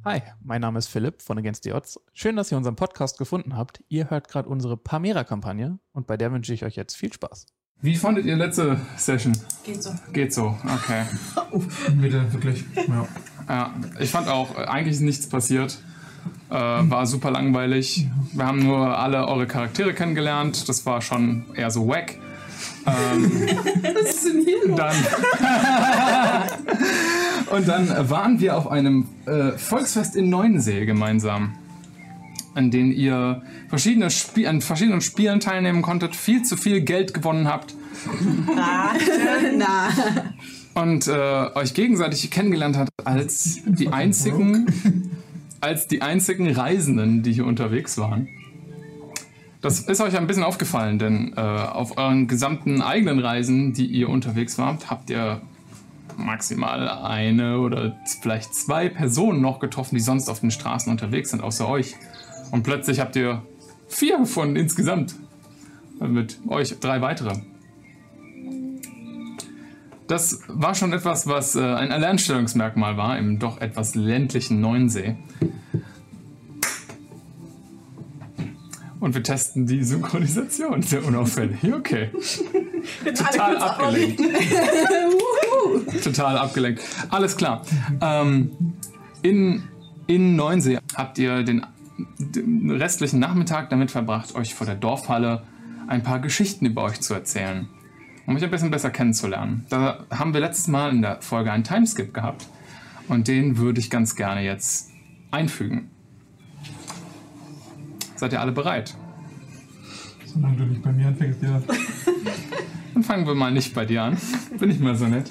Hi, mein Name ist Philipp von Against the Odds. Schön, dass ihr unseren Podcast gefunden habt. Ihr hört gerade unsere Pamera-Kampagne und bei der wünsche ich euch jetzt viel Spaß. Wie fandet ihr letzte Session? Geht so, okay. Wieder wirklich, ja. Ja, ich fand auch, eigentlich ist nichts passiert. War super langweilig. Wir haben nur alle eure Charaktere kennengelernt. Das war schon eher so wack. Was ist denn hier los? Und dann waren wir auf einem Volksfest in Neuensee gemeinsam, an dem ihr an verschiedenen Spielen teilnehmen konntet, viel zu viel Geld gewonnen habt. Und euch gegenseitig kennengelernt habt als die einzigen Reisenden, die hier unterwegs waren. Das ist euch ein bisschen aufgefallen, denn auf euren gesamten eigenen Reisen, die ihr unterwegs wart, habt ihr maximal eine oder vielleicht zwei Personen noch getroffen, die sonst auf den Straßen unterwegs sind, außer euch. Und plötzlich habt ihr 4 gefunden insgesamt. Mit euch 3 weitere. Das war schon etwas, was ein Alleinstellungsmerkmal war im doch etwas ländlichen Neuensee. Und wir testen die Synchronisation. Sehr unauffällig. Okay. Total abgelenkt. Total abgelenkt. Alles klar. In Neuensee habt ihr den restlichen Nachmittag damit verbracht, euch vor der Dorfhalle ein paar Geschichten über euch zu erzählen. Um euch ein bisschen besser kennenzulernen. Da haben wir letztes Mal in der Folge einen Timeskip gehabt. Und den würde ich ganz gerne jetzt einfügen. Seid ihr alle bereit? Solange du nicht bei mir anfängst, ja. Dann fangen wir mal nicht bei dir an. Bin ich mal so nett.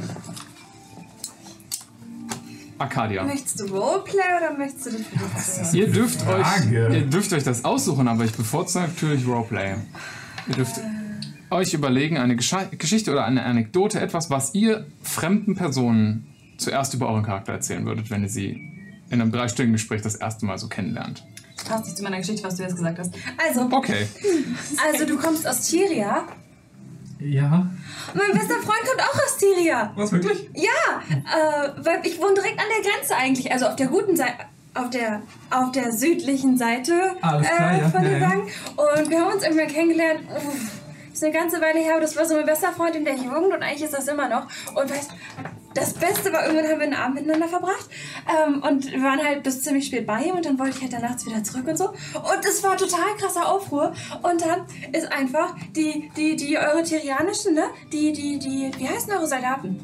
Arcadia. Möchtest du Roleplay oder möchtest du das? Ihr dürft euch das aussuchen, aber ich bevorzuge natürlich Roleplay. Ihr dürft euch überlegen, eine Geschichte oder eine Anekdote, etwas, was ihr fremden Personen zuerst über euren Charakter erzählen würdet, wenn ihr sie in einem 3-stündigen Gespräch das erste Mal so kennenlernt. Das passt nicht zu meiner Geschichte, was du jetzt gesagt hast. Also, Okay. also du kommst aus Tyria. Ja. Mein bester Freund kommt auch aus Tyria. Was, wirklich? Ja, weil ich wohne direkt an der Grenze eigentlich. Also auf der guten Seite, auf der südlichen Seite Alles klar, ja. von den Ja. Bergen. Und wir haben uns irgendwann kennengelernt. Das ist eine ganze Weile her, aber das war so mein bester Freund in der Jugend und eigentlich ist das immer noch. Und weißt, das Beste war, irgendwann haben wir einen Abend miteinander verbracht und wir waren halt bis ziemlich spät bei ihm und dann wollte ich halt dann nachts wieder zurück und so. Und es war total krasser Aufruhr und dann ist einfach eure Tyrianischen, ne? Wie heißen eure Soldaten?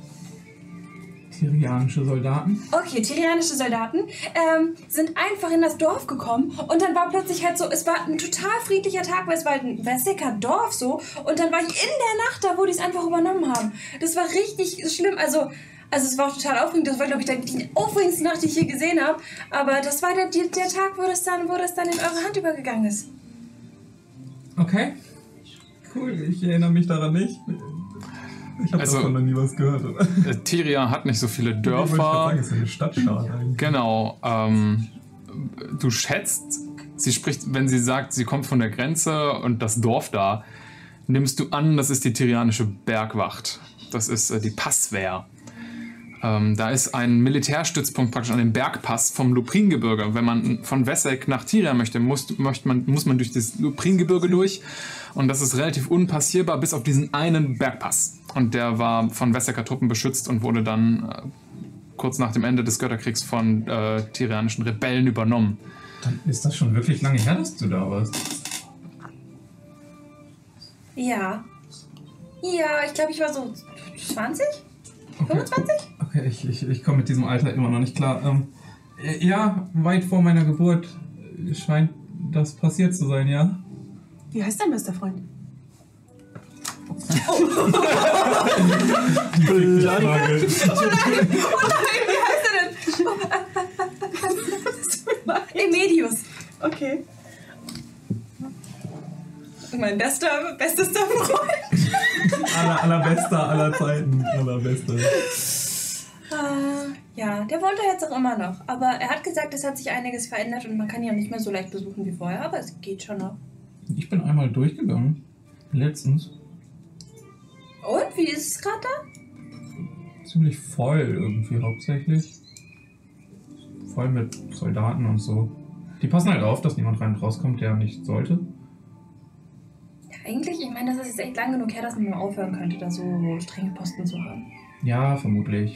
Tyrianische Soldaten. Okay, tyrianische Soldaten sind einfach in das Dorf gekommen und dann war plötzlich halt so, es war ein total friedlicher Tag, weil es war halt ein Wesseker Dorf so und dann war ich in der Nacht da, wo die es einfach übernommen haben. Das war richtig schlimm, also es war auch total aufregend, das war glaube ich die aufregendste Nacht, die ich je gesehen habe, aber das war der Tag, wo das dann in eure Hand übergegangen ist. Okay. Cool, ich erinnere mich daran nicht. Ich habe davon noch nie was gehört. Oder? Tyria hat nicht so viele Ich wollte Dörfer. sagen, es ist eine Stadtstaat eigentlich. Genau. Du schätzt, wenn sie sagt, sie kommt von der Grenze und das Dorf da, nimmst du an, das ist die Tyrianische Bergwacht. Das ist die Passwehr. Da ist ein Militärstützpunkt praktisch an dem Bergpass vom Lupringebirge. Wenn man von Wesseck nach Tyria möchte, muss man durch das Lupringebirge durch. Und das ist relativ unpassierbar bis auf diesen einen Bergpass. Und der war von Wessecker Truppen beschützt und wurde dann kurz nach dem Ende des Götterkriegs von tyrianischen Rebellen übernommen. Dann ist das schon wirklich lange her, dass du da warst. Ja. Ja, ich glaube, ich war so 20? 25? Okay, ich komme mit diesem Alter immer noch nicht klar. Ja, weit vor meiner Geburt scheint das passiert zu sein, ja? Wie heißt dein bester Freund? Wie heißt er denn? Emedius. Okay. Mein bestester Freund. Allerbester aller Zeiten. Allerbester. Ja, der wohnt da jetzt auch immer noch. Aber er hat gesagt, es hat sich einiges verändert und man kann ihn ja nicht mehr so leicht besuchen wie vorher, aber es geht schon noch. Ich bin einmal durchgegangen. Letztens. Und? Wie ist es gerade da? Ziemlich voll irgendwie hauptsächlich. voll mit Soldaten und so. Die passen halt auf, dass niemand rein und rauskommt, der nicht sollte. Ja, eigentlich, ich meine, das ist jetzt echt lang genug her, dass man mal aufhören könnte, da so strenge Posten zu haben. Ja, vermutlich.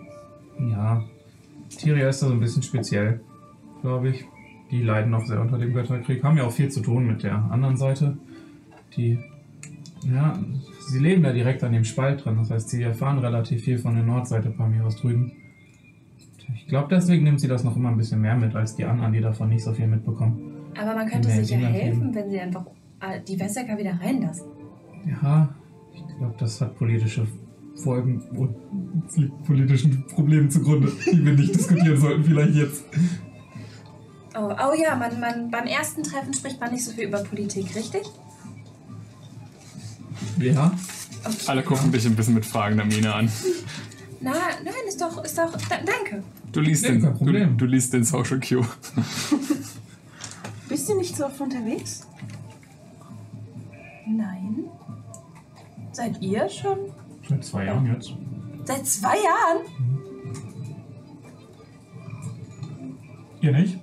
Tyria ist da so ein bisschen speziell, glaube ich. Die leiden noch sehr unter dem Götterkrieg, haben ja auch viel zu tun mit der anderen Seite. Sie leben ja direkt an dem Spalt dran, das heißt, sie erfahren relativ viel von der Nordseite Pamiras drüben. Ich glaube, deswegen nimmt sie das noch immer ein bisschen mehr mit als die anderen, die davon nicht so viel mitbekommen. Aber man könnte sich ja helfen, wenn sie einfach die Vesseker wieder reinlassen. Ja, ich glaube, das hat politische Folgen und es liegt politischen Problemen zugrunde, die wir nicht diskutieren sollten, vielleicht jetzt. Oh ja, beim ersten Treffen spricht man nicht so viel über Politik, richtig? Ja. Okay. Alle gucken dich ein bisschen mit fragender Miene an. Nein, ist doch, danke. Du liest, du liest den Social Cue. Bist du nicht so oft unterwegs? Nein. Seid ihr schon? Seit 2 Jahren jetzt. Seit 2 Jahren? Ihr nicht?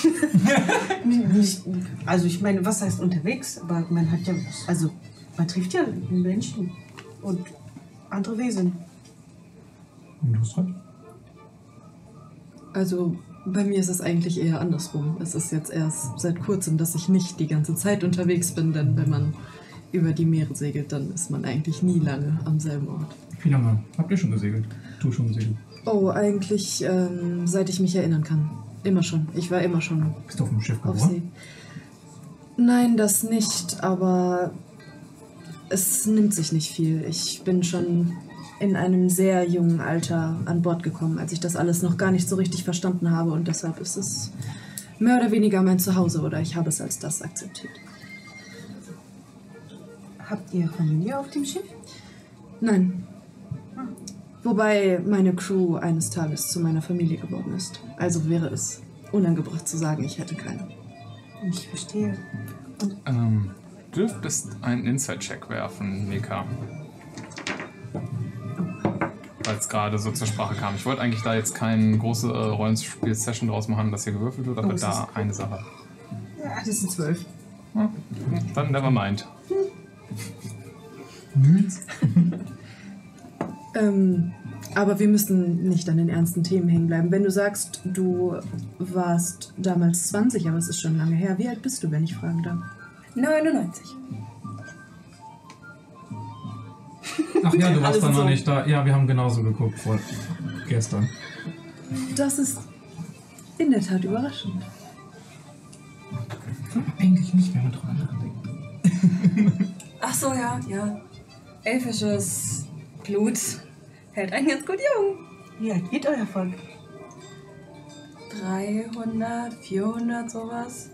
Also ich meine, was heißt unterwegs? Aber man hat ja, also man trifft ja Menschen und andere Wesen. Und du hast recht. Also bei mir ist es eigentlich eher andersrum. Es ist jetzt erst seit kurzem, dass ich nicht die ganze Zeit unterwegs bin, denn wenn man über die Meere segelt, dann ist man eigentlich nie lange am selben Ort. Wie lange habt ihr schon gesegelt? Du schon gesegelt? Oh, eigentlich seit ich mich erinnern kann. Immer schon. Ich war immer schon Bist du auf dem Schiff auf geboren? See. Nein, das nicht, aber es nimmt sich nicht viel. Ich bin schon in einem sehr jungen Alter an Bord gekommen, als ich das alles noch gar nicht so richtig verstanden habe und deshalb ist es mehr oder weniger mein Zuhause oder ich habe es als das akzeptiert. Habt ihr Familie auf dem Schiff? Nein. Wobei meine Crew eines Tages zu meiner Familie geworden ist. Also wäre es unangebracht zu sagen, ich hätte keine. Ich verstehe. Dürftest einen Inside-Check werfen, Nika. Weil es gerade so zur Sprache kam. Ich wollte eigentlich da jetzt keine große Rollenspiel-Session draus machen, dass hier gewürfelt wird, aber da eine Sache. Ja, das sind 12. Dann never mind. Aber wir müssen nicht an den ernsten Themen hängen bleiben. Wenn du sagst, du warst damals 20, aber es ist schon lange her. Wie alt bist du, wenn ich fragen darf? 99. Ach ja, du warst Alle dann noch so. nicht da. Ja, wir haben genauso geguckt vor gestern. Das ist in der Tat überraschend. Eigentlich nicht, wenn man drüber nachdenkt. Ach so, ja. Elfisches Blut hält einen ganz gut jung. Wie alt wird euer Volk? 300, 400, sowas.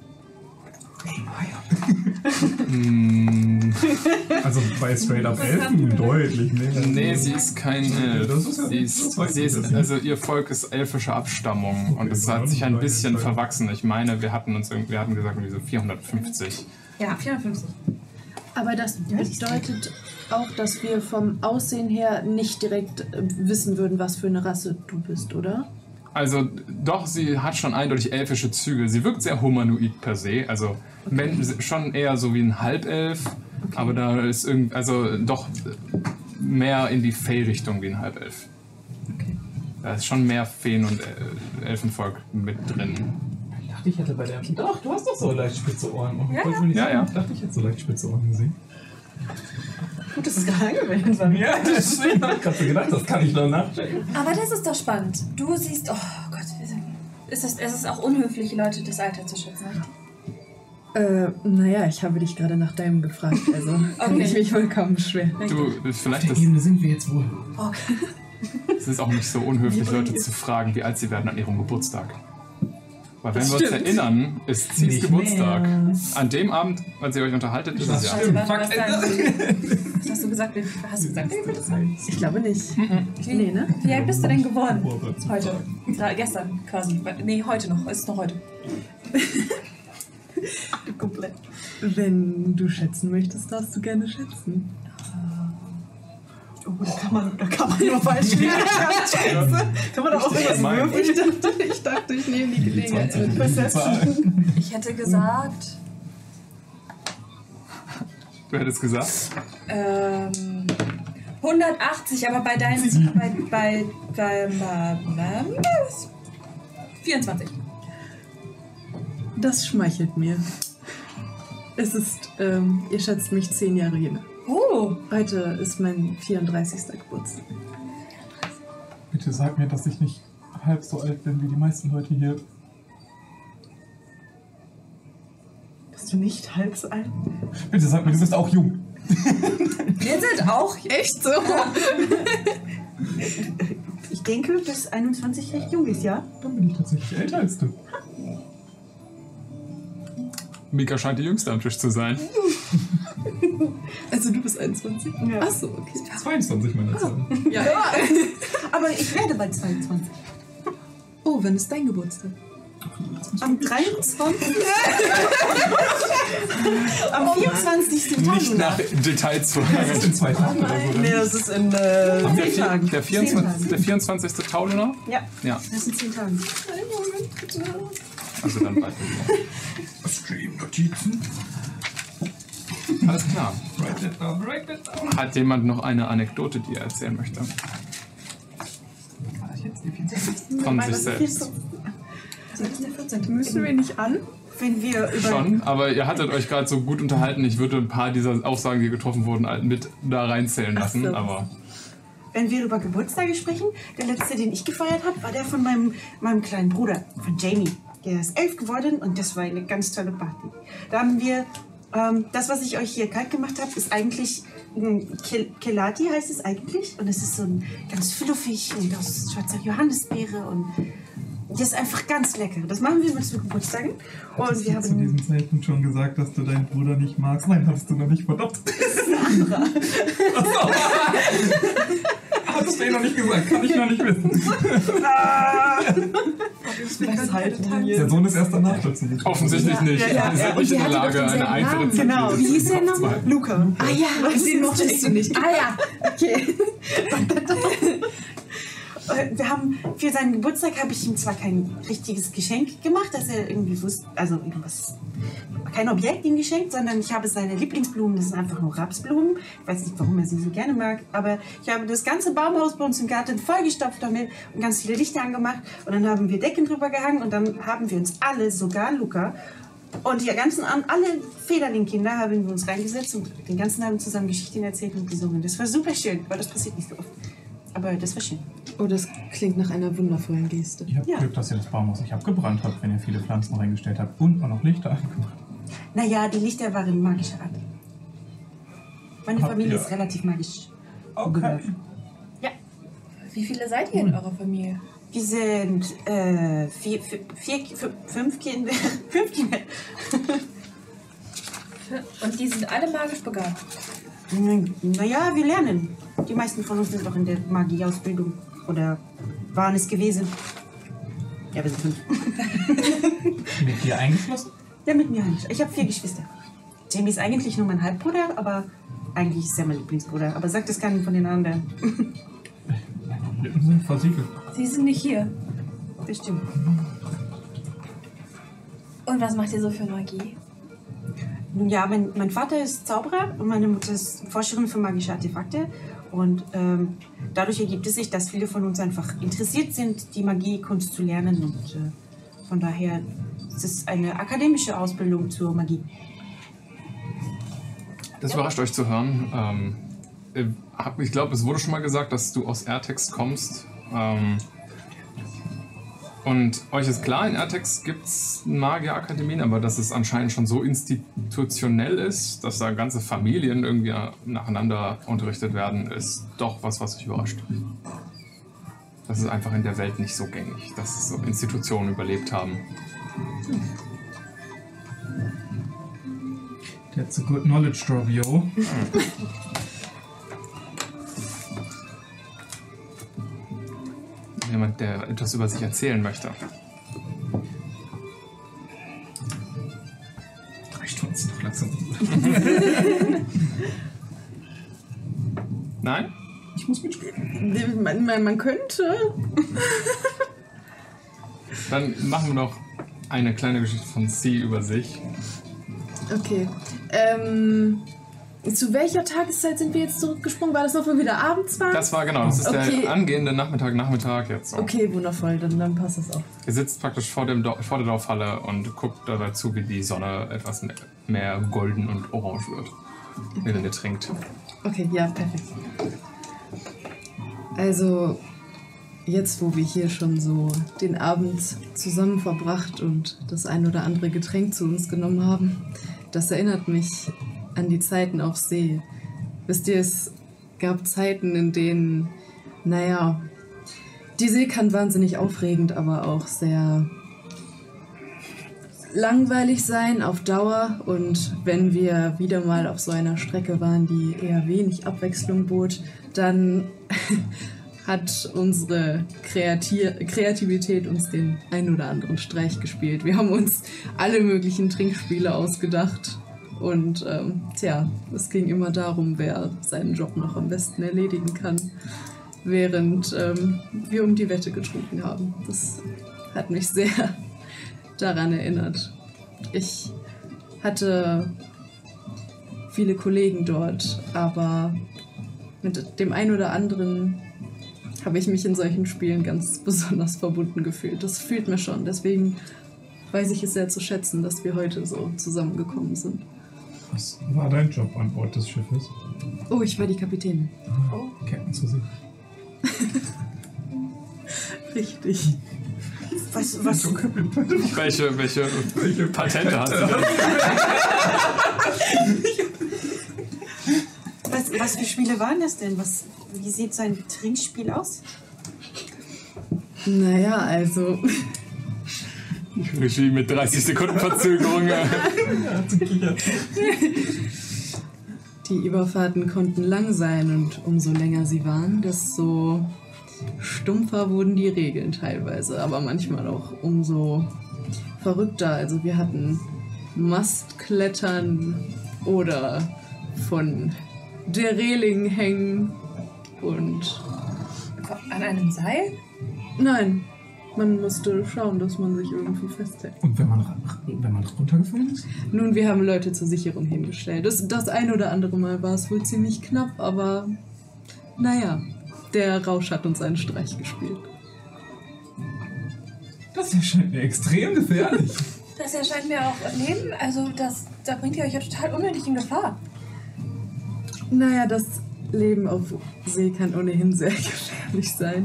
Also bei Straight Up Elfen deutlich mehr. Nee, sie ist kein Elf. Das ist ja- Sie ist, das weiß sie ich ist, jetzt nicht. also ihr Volk ist elfischer Abstammung und Okay, es hat dann sich ein weiß ich bisschen Bescheid. verwachsen. Ich meine, wir hatten gesagt, irgendwie so 450. Ja, 450. Aber das bedeutet auch, dass wir vom Aussehen her nicht direkt wissen würden, was für eine Rasse du bist, oder? Also doch, sie hat schon eindeutig elfische Züge. Sie wirkt sehr humanoid per se, also schon eher so wie ein Halbelf, aber da ist irgendwie, also doch mehr in die Fey-Richtung wie ein Halbelf. Okay. Da ist schon mehr Feen- und Elfenvolk mit drin. Ich dachte, ich hätte bei der. Doch, du hast doch so leicht spitze Ohren. Ja, Wollte ich mir nicht ja. sagen. Ja, ja. Ich dachte, ich hätte so leicht spitze Ohren gesehen. Gut, dass es gerade angewendet war. Ja, deswegen habe ich gerade so gedacht, das kann ich noch nachchecken. Aber das ist doch spannend. Du siehst, oh Gott, es ist auch unhöflich, Leute das Alter zu schätzen, richtig? Naja, ich habe dich gerade nach deinem gefragt, also kann Okay. ich mich vollkommen beschweren. Du, vielleicht Der ist Ebene sind wir jetzt wohl. Okay. es ist auch nicht so unhöflich, Leute zu fragen, wie alt sie werden an ihrem Geburtstag. Weil wenn wir uns erinnern, ist Zies Nicht Geburtstag. mehr. An dem Abend, als ihr euch unterhaltet, ist es ja. Stimmt, Warte, fuck. was sagen Sie? Was hast du gesagt? Hast du gesagt, wie viel das war? Ich glaube nicht. Nee, ne? Wie alt bist du denn geworden? Heute. Heute. Gestern quasi. Nee, heute noch. Es ist noch heute. Komplett. Wenn du schätzen möchtest, darfst du gerne schätzen. Oh, Oder kann man nur falsch liegen? Kann man da auch irgendwas würfeln? Ich dachte, ich nehme die Gelegenheit. Ich hätte gesagt, Du hättest gesagt? 180, aber bei deinen... bei 24. Das schmeichelt mir. Es ist, ihr schätzt mich 10 Jahre jünger. Oh, Heute ist mein 34. Geburtstag. Bitte sag mir, dass ich nicht halb so alt bin wie die meisten Leute hier. Bist du nicht halb so alt? Bitte sag mir, du bist auch jung. wir sind auch... Echt so? Ich denke, dass 21 recht jung ist, ja? Dann bin ich tatsächlich älter als du. Mika scheint die Jüngste am Tisch zu sein. Also du bist 21? Ja. Achso, okay. 22 meiner Zeit. Ja. Aber ich werde bald 22. Oh, wann ist dein Geburtstag? Am 23. Am 24. Nicht nach Details zu Das ist in 2 Tagen oder so. Nee, das ist in 10 Tagen. Der 24. Tauluna? Ja, Ja, das sind 10 Tagen. also dann bald. Stream-Notizen. Alles klar. Write it down, write it down. Hat jemand noch eine Anekdote, die er erzählen möchte? War das jetzt die 24? Von sich selbst. Das ist der 14. Müssen wir nicht an? Wenn wir über... Schon, aber ihr hattet euch gerade so gut unterhalten. Ich würde ein paar dieser Aussagen, die getroffen wurden, mit da reinzählen lassen. Ach so. Aber Wenn wir über Geburtstage sprechen, der letzte, den ich gefeiert habe, war der von meinem kleinen Bruder, von Jamie. Der ist 11 geworden und das war eine ganz tolle Party. Da haben wir, das, was ich euch hier kalt gemacht habe, ist eigentlich Kelati heißt es eigentlich. Und es ist so ein ganz fluffig und aus schwarzer Johannisbeere und das ist einfach ganz lecker. Das machen wir mit zu Geburtstagen. Und Hast wir du zu haben... diesem Zeitpunkt schon gesagt, dass du deinen Bruder nicht magst? Nein, hattest du noch nicht, verdammt. Hattest du ihn noch nicht gesagt, kann ich noch nicht wissen. Der Sohn ist erst danach dazu gekommen. offensichtlich nicht. Ja. Wir sind nicht in der Lage, eine einfache Zeit Genau, wie hieß der noch? nochmal? Luca. Ah ja, den mochtest du nicht. Ah ja, Okay. Wir haben für seinen Geburtstag habe ich ihm zwar kein richtiges Geschenk gemacht, dass er irgendwie wusste, also irgendwas, kein Objekt ihm geschenkt, sondern ich habe seine Lieblingsblumen, das sind einfach nur Rapsblumen. Ich weiß nicht, warum er sie so gerne mag, aber ich habe das ganze Baumhaus bei uns im Garten vollgestopft damit und ganz viele Lichter angemacht und dann haben wir Decken drüber gehangen und dann haben wir uns alle, sogar Luca und die ganzen alle Federling-Kinder haben wir uns reingesetzt und den ganzen Abend zusammen Geschichten erzählt und gesungen. Das war super schön, weil das passiert nicht so oft. Aber das war schön. Oh, das klingt nach einer wundervollen Geste. Ihr habt Ja. Glück, dass ihr das Baumhaus nicht abgebrannt habt, wenn ihr viele Pflanzen reingestellt habt und auch noch Lichter angemacht. Naja, die Lichter waren magischer Art. Meine Habt Familie ihr- ist relativ magisch. Okay. Ja, wie viele seid ihr in eurer Familie? wir sind 5 Kinder. 5 Kinder. Und die sind alle magisch begabt. Naja, wir lernen. Die meisten von uns sind doch in der Magieausbildung. Oder waren es gewesen. Ja, wir sind 5. Mit dir eingeschlossen? Ja, mit mir eigentlich. Ich habe 4 Geschwister. Jamie ist eigentlich nur mein Halbbruder, aber eigentlich ist er mein Lieblingsbruder. Aber sagt das keinem von den anderen. Meine Lippen sind versiegelt. Sie sind nicht hier. Das stimmt. Und was macht ihr so für Magie? Nun ja, mein Vater ist Zauberer und meine Mutter ist Forscherin für magische Artefakte. Und dadurch ergibt es sich, dass viele von uns einfach interessiert sind, die Magiekunst zu lernen. Und von daher ist es eine akademische Ausbildung zur Magie. Das überrascht euch zu hören. Ich glaube, es wurde schon mal gesagt, dass du aus Airtex kommst. Und euch ist klar, in Airtex gibt es Magierakademien, aber dass es anscheinend schon so institutionell ist, dass da ganze Familien irgendwie nacheinander unterrichtet werden, ist doch was euch überrascht. Das ist einfach in der Welt nicht so gängig, dass so Institutionen überlebt haben. That's a good knowledge drop, yo. Jemand, der etwas über sich erzählen möchte. 3 Stunden ist noch langsam. Nein? Ich muss mitspielen. Man könnte. Dann machen wir noch eine kleine Geschichte von C über sich. Okay. Zu welcher Tageszeit sind wir jetzt zurückgesprungen? War das noch, wo wir wieder abends waren? Das war genau, das ist der angehende Nachmittag jetzt. So. Okay, wundervoll, dann passt das auch. Ihr sitzt praktisch vor der Dorfhalle und guckt dabei zu, wie die Sonne etwas mehr golden und orange wird, während ihr trinkt. Okay, ja, perfekt. Also, jetzt, wo wir hier schon so den Abend zusammen verbracht und das ein oder andere Getränk zu uns genommen haben, das erinnert mich an die Zeiten auf See. Wisst ihr, es gab Zeiten, in denen, die See kann wahnsinnig aufregend, aber auch sehr langweilig sein auf Dauer. Und wenn wir wieder mal auf so einer Strecke waren, die eher wenig Abwechslung bot, dann hat unsere Kreativität uns den ein oder anderen Streich gespielt. Wir haben uns alle möglichen Trinkspiele ausgedacht. Und es ging immer darum, wer seinen Job noch am besten erledigen kann, während wir um die Wette getrunken haben. Das hat mich sehr daran erinnert. Ich hatte viele Kollegen dort, aber mit dem einen oder anderen habe ich mich in solchen Spielen ganz besonders verbunden gefühlt. Das fühlt mir schon. Deswegen weiß ich es sehr zu schätzen, dass wir heute so zusammengekommen sind. Was war dein Job an Bord des Schiffes? Oh, ich war die Kapitänin. Oh. Captain zu sich. Richtig. Was? Welche Patente hast du denn? Was für Spiele waren das denn? Wie sieht so ein Trinkspiel aus? Naja, also... Regie mit 30 Sekunden Verzögerung. Die Überfahrten konnten lang sein und umso länger sie waren, desto stumpfer wurden die Regeln teilweise, aber manchmal auch umso verrückter. Also wir hatten Mastklettern oder von der Reling hängen und... An einem Seil? Nein, man musste schauen, dass man sich irgendwie festhält. Und wenn man runtergefallen ist? Nun, wir haben Leute zur Sicherung hingestellt. Das ein oder andere Mal war es wohl ziemlich knapp, aber naja, der Rausch hat uns einen Streich gespielt. Das erscheint mir extrem gefährlich. Das erscheint mir auch Leben, also da bringt ihr euch ja total unnötig in Gefahr. Naja, das Leben auf See kann ohnehin sehr gefährlich sein.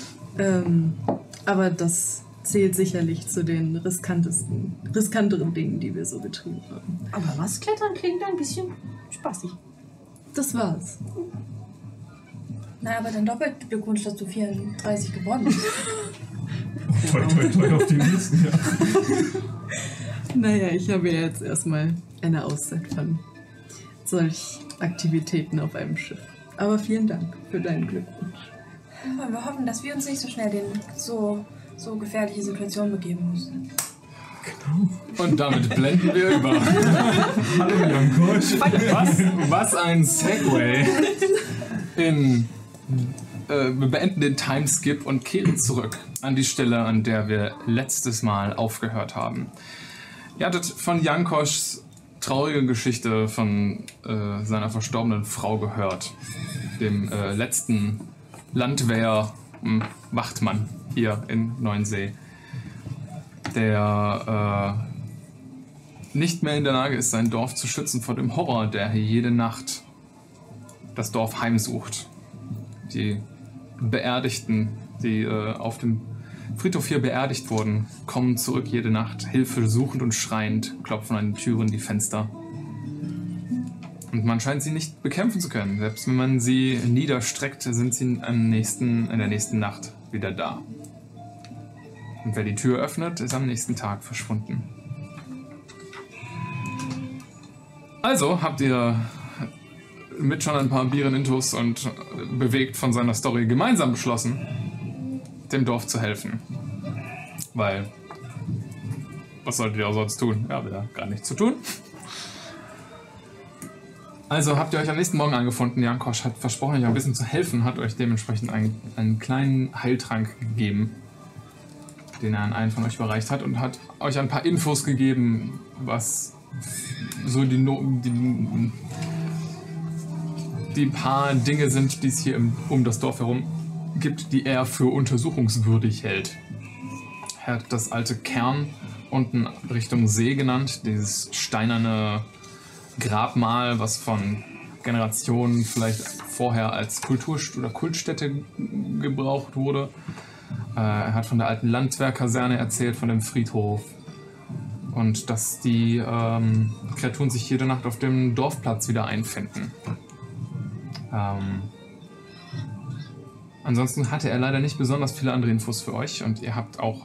Aber das zählt sicherlich zu den riskanteren Dingen, die wir so betrieben haben. Aber Mastklettern klingt ein bisschen spaßig. Das war's. Na, aber dann doppelt Glückwunsch, dass du 34 geworden bist. Toi auf die nächsten, ja. Naja, ich habe ja jetzt erstmal eine Auszeit von solch Aktivitäten auf einem Schiff. Aber vielen Dank für deinen Glückwunsch. Wollen wir hoffen, dass wir uns nicht so schnell in so gefährliche Situationen begeben müssen. Genau. Und damit blenden wir über. Hallo Jankosch. Was ein Segway. Wir beenden den Timeskip und kehren zurück an die Stelle, an der wir letztes Mal aufgehört haben. Ihr hattet von Jankoschs traurige Geschichte von seiner verstorbenen Frau gehört. Dem letzten Landwehr Wachtmann hier in Neuensee, der nicht mehr in der Lage ist, sein Dorf zu schützen vor dem Horror, der jede Nacht das Dorf heimsucht. Die Beerdigten, die auf dem Friedhof hier beerdigt wurden, kommen zurück jede Nacht, Hilfe suchend und schreiend, klopfen an die Türen, die Fenster. Und man scheint sie nicht bekämpfen zu können. Selbst wenn man sie niederstreckt, sind sie in der nächsten Nacht wieder da. Und wer die Tür öffnet, ist am nächsten Tag verschwunden. Also habt ihr mit schon ein paar Bieren intus und bewegt von seiner Story gemeinsam beschlossen, dem Dorf zu helfen. Weil, was solltet ihr auch sonst tun? Ja, wieder gar nichts zu tun. Also habt ihr euch am nächsten Morgen angefunden. Jankosch hat versprochen, euch ein bisschen zu helfen, hat euch dementsprechend einen kleinen Heiltrank gegeben, den er an einen von euch überreicht hat und hat euch ein paar Infos gegeben, was so die paar Dinge sind, die es hier um das Dorf herum gibt, die er für untersuchungswürdig hält. Er hat das alte Kern unten Richtung See genannt, dieses steinerne Grabmal, was von Generationen vielleicht vorher als oder Kultstätte gebraucht wurde. Er hat von der alten Landwehrkaserne erzählt, von dem Friedhof. Und dass die Kreaturen sich jede Nacht auf dem Dorfplatz wieder einfinden. Ansonsten hatte er leider nicht besonders viele andere Infos für euch und ihr habt auch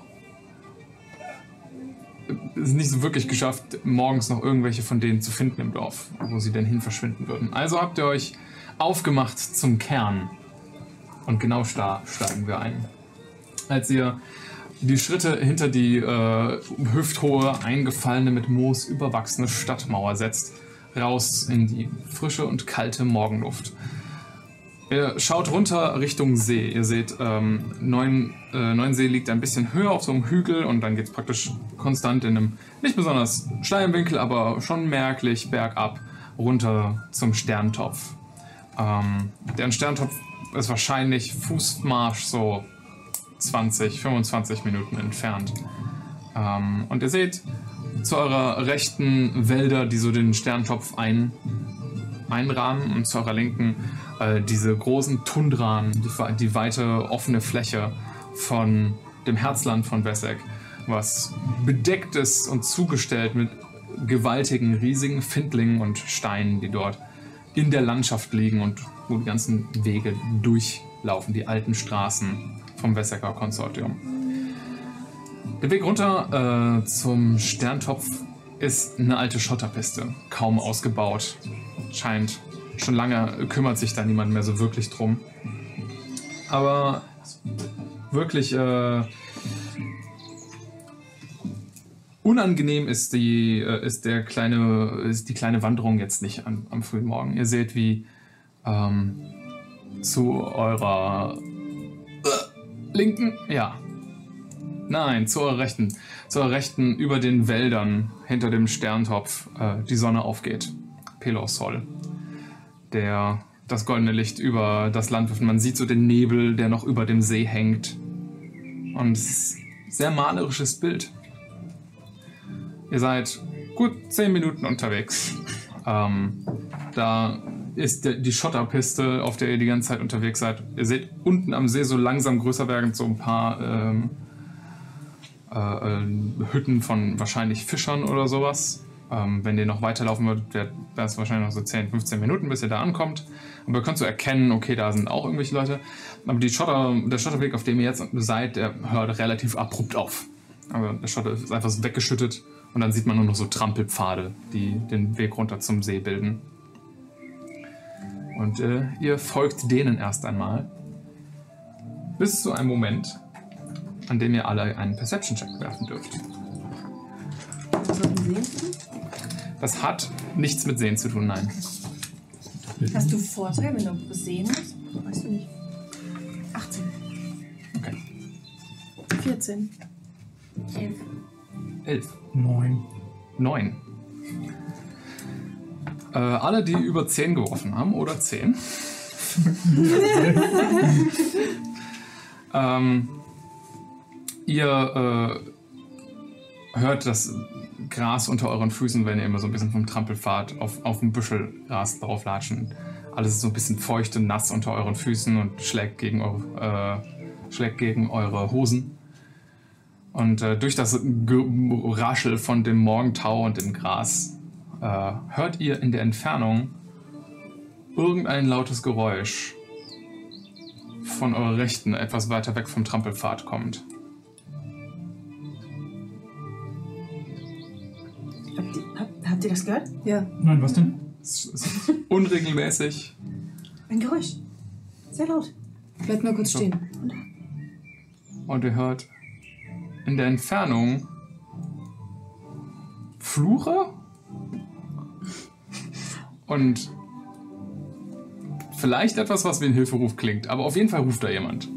es nicht so wirklich geschafft, morgens noch irgendwelche von denen zu finden im Dorf, wo sie denn hin verschwinden würden. Also habt ihr euch aufgemacht zum Kern. Und genau da steigen wir ein. Als ihr die Schritte hinter die hüfthohe, eingefallene, mit Moos überwachsene Stadtmauer setzt, raus in die frische und kalte Morgenluft. Ihr schaut runter Richtung See. Ihr seht, Neuensee liegt ein bisschen höher auf so einem Hügel und dann geht es praktisch konstant in einem nicht besonders steilen Winkel, aber schon merklich bergab runter zum Sterntopf. Der Sterntopf ist wahrscheinlich Fußmarsch so 20, 25 Minuten entfernt. Und ihr seht zu eurer rechten Wälder, die so den Sterntopf einrahmen und zu eurer linken diese großen Tundran, die weite offene Fläche von dem Herzland von Vessek, was bedeckt ist und zugestellt mit gewaltigen, riesigen Findlingen und Steinen, die dort in der Landschaft liegen und wo die ganzen Wege durchlaufen, die alten Straßen vom Vesseker Konsortium. Der Weg runter zum Sterntopf ist eine alte Schotterpiste, kaum ausgebaut. Scheint, schon lange kümmert sich da niemand mehr so wirklich drum. Aber wirklich unangenehm ist die kleine Wanderung jetzt nicht am frühen Morgen. Ihr seht, wie zu eurer linken, zu eurer rechten über den Wäldern hinter dem Sterntopf die Sonne aufgeht. Pelor-Sol, der das goldene Licht über das Land wirft. Man sieht so den Nebel, der noch über dem See hängt. Und es ist ein sehr malerisches Bild. Ihr seid gut 10 Minuten unterwegs. Da ist die Schotterpiste, auf der ihr die ganze Zeit unterwegs seid. Ihr seht unten am See so langsam größer werdend so ein paar Hütten von wahrscheinlich Fischern oder sowas. Wenn ihr noch weiterlaufen würdet, wäre es wahrscheinlich noch so 10, 15 Minuten, bis ihr da ankommt. Aber ihr könnt so erkennen, okay, da sind auch irgendwelche Leute. Aber der Schotterweg, auf dem ihr jetzt seid, der hört relativ abrupt auf. Also der Schotter ist einfach so weggeschüttet und dann sieht man nur noch so Trampelpfade, die den Weg runter zum See bilden. Und ihr folgt denen erst einmal. Bis zu einem Moment, an dem ihr alle einen Perception-Check werfen dürft. Was hat mit Sehen zu tun? Das hat nichts mit Sehen zu tun, nein. Hast du Vorteil, wenn du gesehen hast? Weißt du nicht. 18. Okay. 14. 11. 9. Alle, die über 10 geworfen haben, oder 10. Ihr hört das Gras unter euren Füßen, wenn ihr immer so ein bisschen vom Trampelpfad auf dem Büschelgras drauf latschen. Alles ist so ein bisschen feucht und nass unter euren Füßen und schlägt gegen eure Hosen. Und durch das Raschel von dem Morgentau und dem Gras hört ihr in der Entfernung irgendein lautes Geräusch von eurer Rechten, etwas weiter weg vom Trampelpfad kommt. Habt ihr das gehört? Ja. Nein, was denn? Es ist unregelmäßig. Ein Geräusch. Sehr laut. Bleibt mal kurz stehen. Und ihr hört in der Entfernung Fluche und vielleicht etwas, was wie ein Hilferuf klingt. Aber auf jeden Fall ruft da jemand.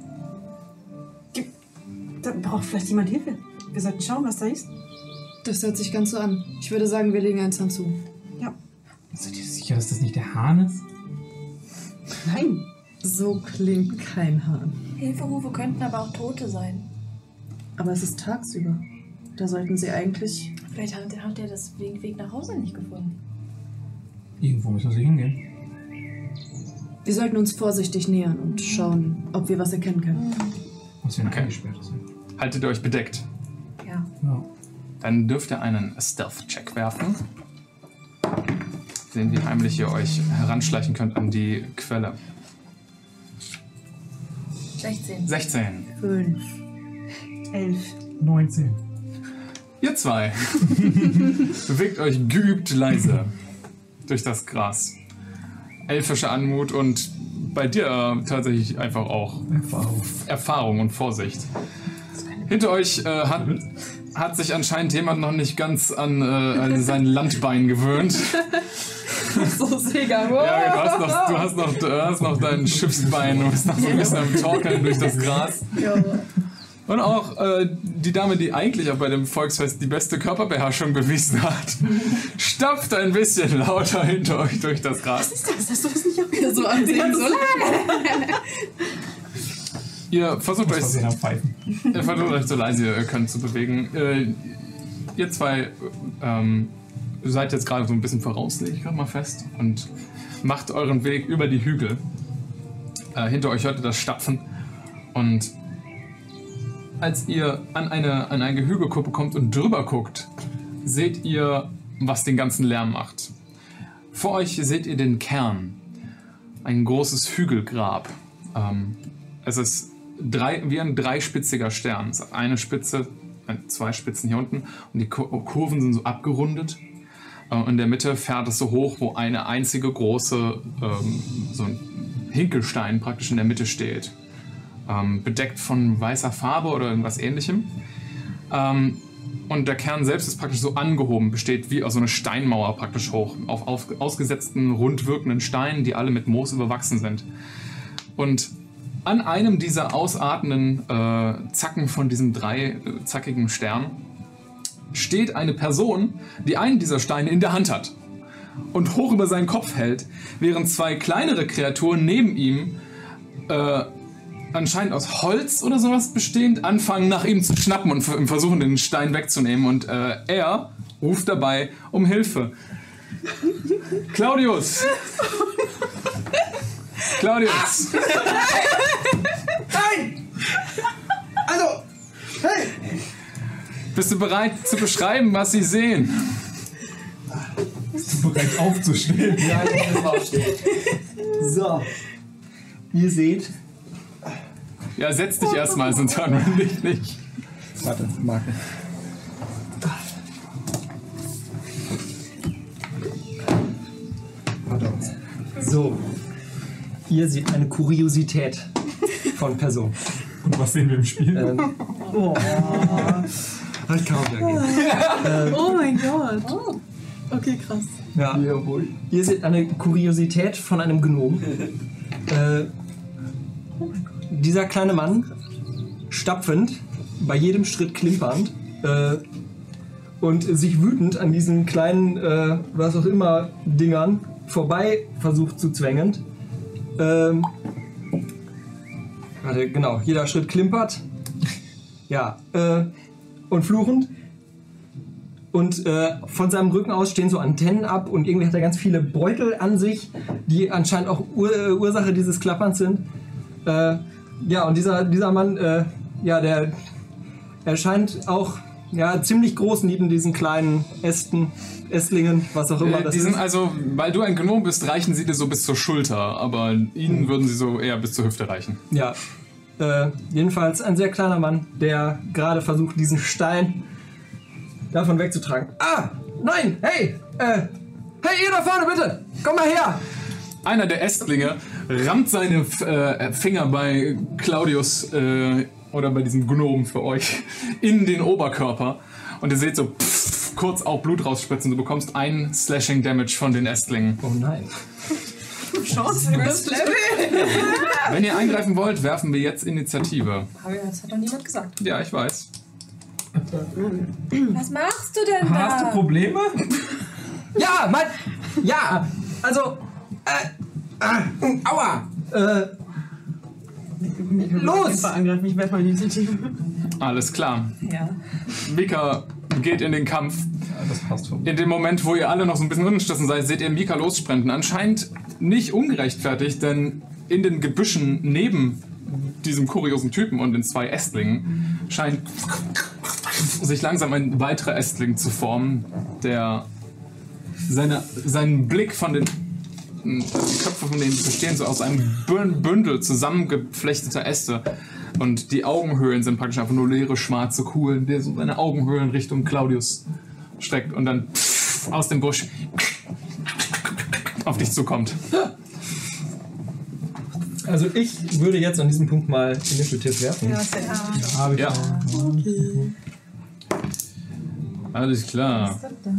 Da braucht vielleicht jemand Hilfe. Wir sollten schauen, was da ist. Das hört sich ganz so an. Ich würde sagen, wir legen eins zu. Ja. Seid ihr sicher, dass das nicht der Hahn ist? Nein. So klingt kein Hahn. Hilferufe könnten aber auch Tote sein. Aber es ist tagsüber. Da sollten sie eigentlich... Vielleicht hat er das Weg nach Hause nicht gefunden. Irgendwo müssen sie hingehen. Wir sollten uns vorsichtig nähern und schauen, ob wir was erkennen können. Muss ja eingesperrt sein. Haltet ihr euch bedeckt. Ja. Ja. Dann dürft ihr einen Stealth-Check werfen. Sehen, wie heimlich ihr euch heranschleichen könnt an die Quelle. 16. 16. 5. 11. 19. Ihr zwei bewegt euch geübt leise durch das Gras. Elfische Anmut und bei dir tatsächlich einfach auch Erfahrung und Vorsicht. Hinter euch hat sich anscheinend jemand noch nicht ganz an sein Landbein gewöhnt. So Sega. Ja, du hast noch dein Schiffsbein, du bist noch so ein bisschen am Torkeln durch das Gras. Ja. Und auch die Dame, die eigentlich auch bei dem Volksfest die beste Körperbeherrschung bewiesen hat, stapft ein bisschen lauter hinter euch durch das Gras. Was ist das? Hast du das nicht auch Ja, so ansehen. So Ihr versucht euch Pfeifen. so leise ihr könnt zu bewegen. Ihr zwei seid jetzt gerade so ein bisschen voraus, lege ich gerade mal fest, und macht euren Weg über die Hügel. Hinter euch hört ihr das Stapfen und als ihr an eine Gehügelkuppe kommt und drüber guckt, seht ihr, was den ganzen Lärm macht. Vor euch seht ihr den Kern. Ein großes Hügelgrab. Es ist wie ein dreispitziger Stern. Es hat eine Spitze, zwei Spitzen hier unten und die Kurven sind so abgerundet. In der Mitte fährt es so hoch, wo eine einzige große, so ein Hinkelstein praktisch in der Mitte steht. Bedeckt von weißer Farbe oder irgendwas Ähnlichem. Und der Kern selbst ist praktisch so angehoben, besteht wie aus so einer Steinmauer praktisch hoch, auf ausgesetzten, rund wirkenden Steinen, die alle mit Moos überwachsen sind. Und an einem dieser ausartenden Zacken von diesem dreizackigen Stern steht eine Person, die einen dieser Steine in der Hand hat und hoch über seinen Kopf hält, während zwei kleinere Kreaturen neben ihm anscheinend aus Holz oder sowas bestehend, anfangen nach ihm zu schnappen und versuchen den Stein wegzunehmen. Und er ruft dabei um Hilfe. Claudius! Claudius! Nein! Also, hey! Bist du bereit zu beschreiben, was sie sehen? Bist du bereit aufzustehen? Ja, ich muss aufstehen. So, ihr seht... Ja, setz dich erstmal, sonst hören wir dich nicht. Warte, Marke. Pardon. So, ihr seht eine Kuriosität von Person. Und was sehen wir im Spiel? Oh, ich kann auch wieder gehen. Oh mein Gott. Oh. Okay, krass. Ja. Ihr seht eine Kuriosität von einem Gnom. Dieser kleine Mann, stapfend, bei jedem Schritt klimpernd und sich wütend an diesen kleinen, was auch immer, Dingern vorbei versucht zu zwängen. Warte, genau, jeder Schritt klimpert. Ja, und fluchend. Und von seinem Rücken aus stehen so Antennen ab und irgendwie hat er ganz viele Beutel an sich, die anscheinend auch Ursache dieses Klapperns sind. Ja, und dieser Mann, ja, der erscheint auch ziemlich groß neben diesen kleinen Ästlingen, was auch immer das die ist. sind also, weil du ein Gnom bist, reichen sie dir so bis zur Schulter, aber ihnen würden sie so eher bis zur Hüfte reichen. Ja, jedenfalls ein sehr kleiner Mann, der gerade versucht, diesen Stein davon wegzutragen. Ah, nein, hey, hey, ihr da vorne, bitte, komm mal her! Einer der Ästlinge rammt seine Finger bei Claudius oder bei diesem Gnom für euch in den Oberkörper und ihr seht so kurz auch Blut rausspritzen. Du bekommst einen Slashing Damage von den Ästlingen. Oh nein. Chance über das Level. Wenn ihr eingreifen wollt, werfen wir jetzt Initiative. Aber das hat doch niemand gesagt. Ja, ich weiß. Was machst du denn Hast du da? Probleme? Ja, Mann! Ja! Also. Aua! Los! Angreifen, ich werfe mal Initiative. Alles klar. Ja. Mika geht in den Kampf. Ja, das passt schon. In dem Moment, wo ihr alle noch so ein bisschen unentschlossen seid, seht ihr Mika lossprinten. Anscheinend nicht ungerechtfertigt, denn in den Gebüschen neben diesem kuriosen Typen und den 2 Ästlingen scheint sich langsam ein weiterer Ästling zu formen, der seinen Blick von den... Die Köpfe von denen bestehen so aus einem Bündel zusammengeflechteter Äste. Und die Augenhöhlen sind praktisch einfach nur leere, schwarze Kugeln, der so seine Augenhöhlen Richtung Claudius streckt und dann aus dem Busch auf dich zukommt. Also ich würde jetzt an diesem Punkt mal Initiative werfen. Ja, sehr Ja, hab ich Ja. auch. Alles klar.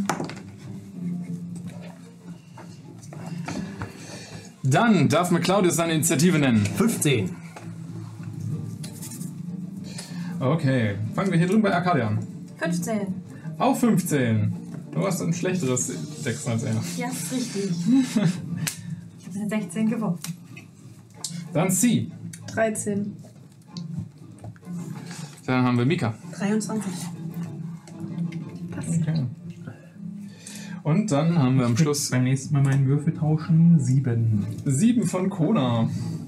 Dann darf mir Claudius seine Initiative nennen. 15. Okay, fangen wir hier drüben bei Arcadia an. 15. Auch 15. Du hast ein schlechteres Dex als er. Ja, ist richtig. Ich habe eine 16 geworfen. Dann C. 13. Dann haben wir Mika. 23. Okay. Und dann haben wir am Schluss Beim nächsten Mal meinen Würfel tauschen. 7. 7 von Kona.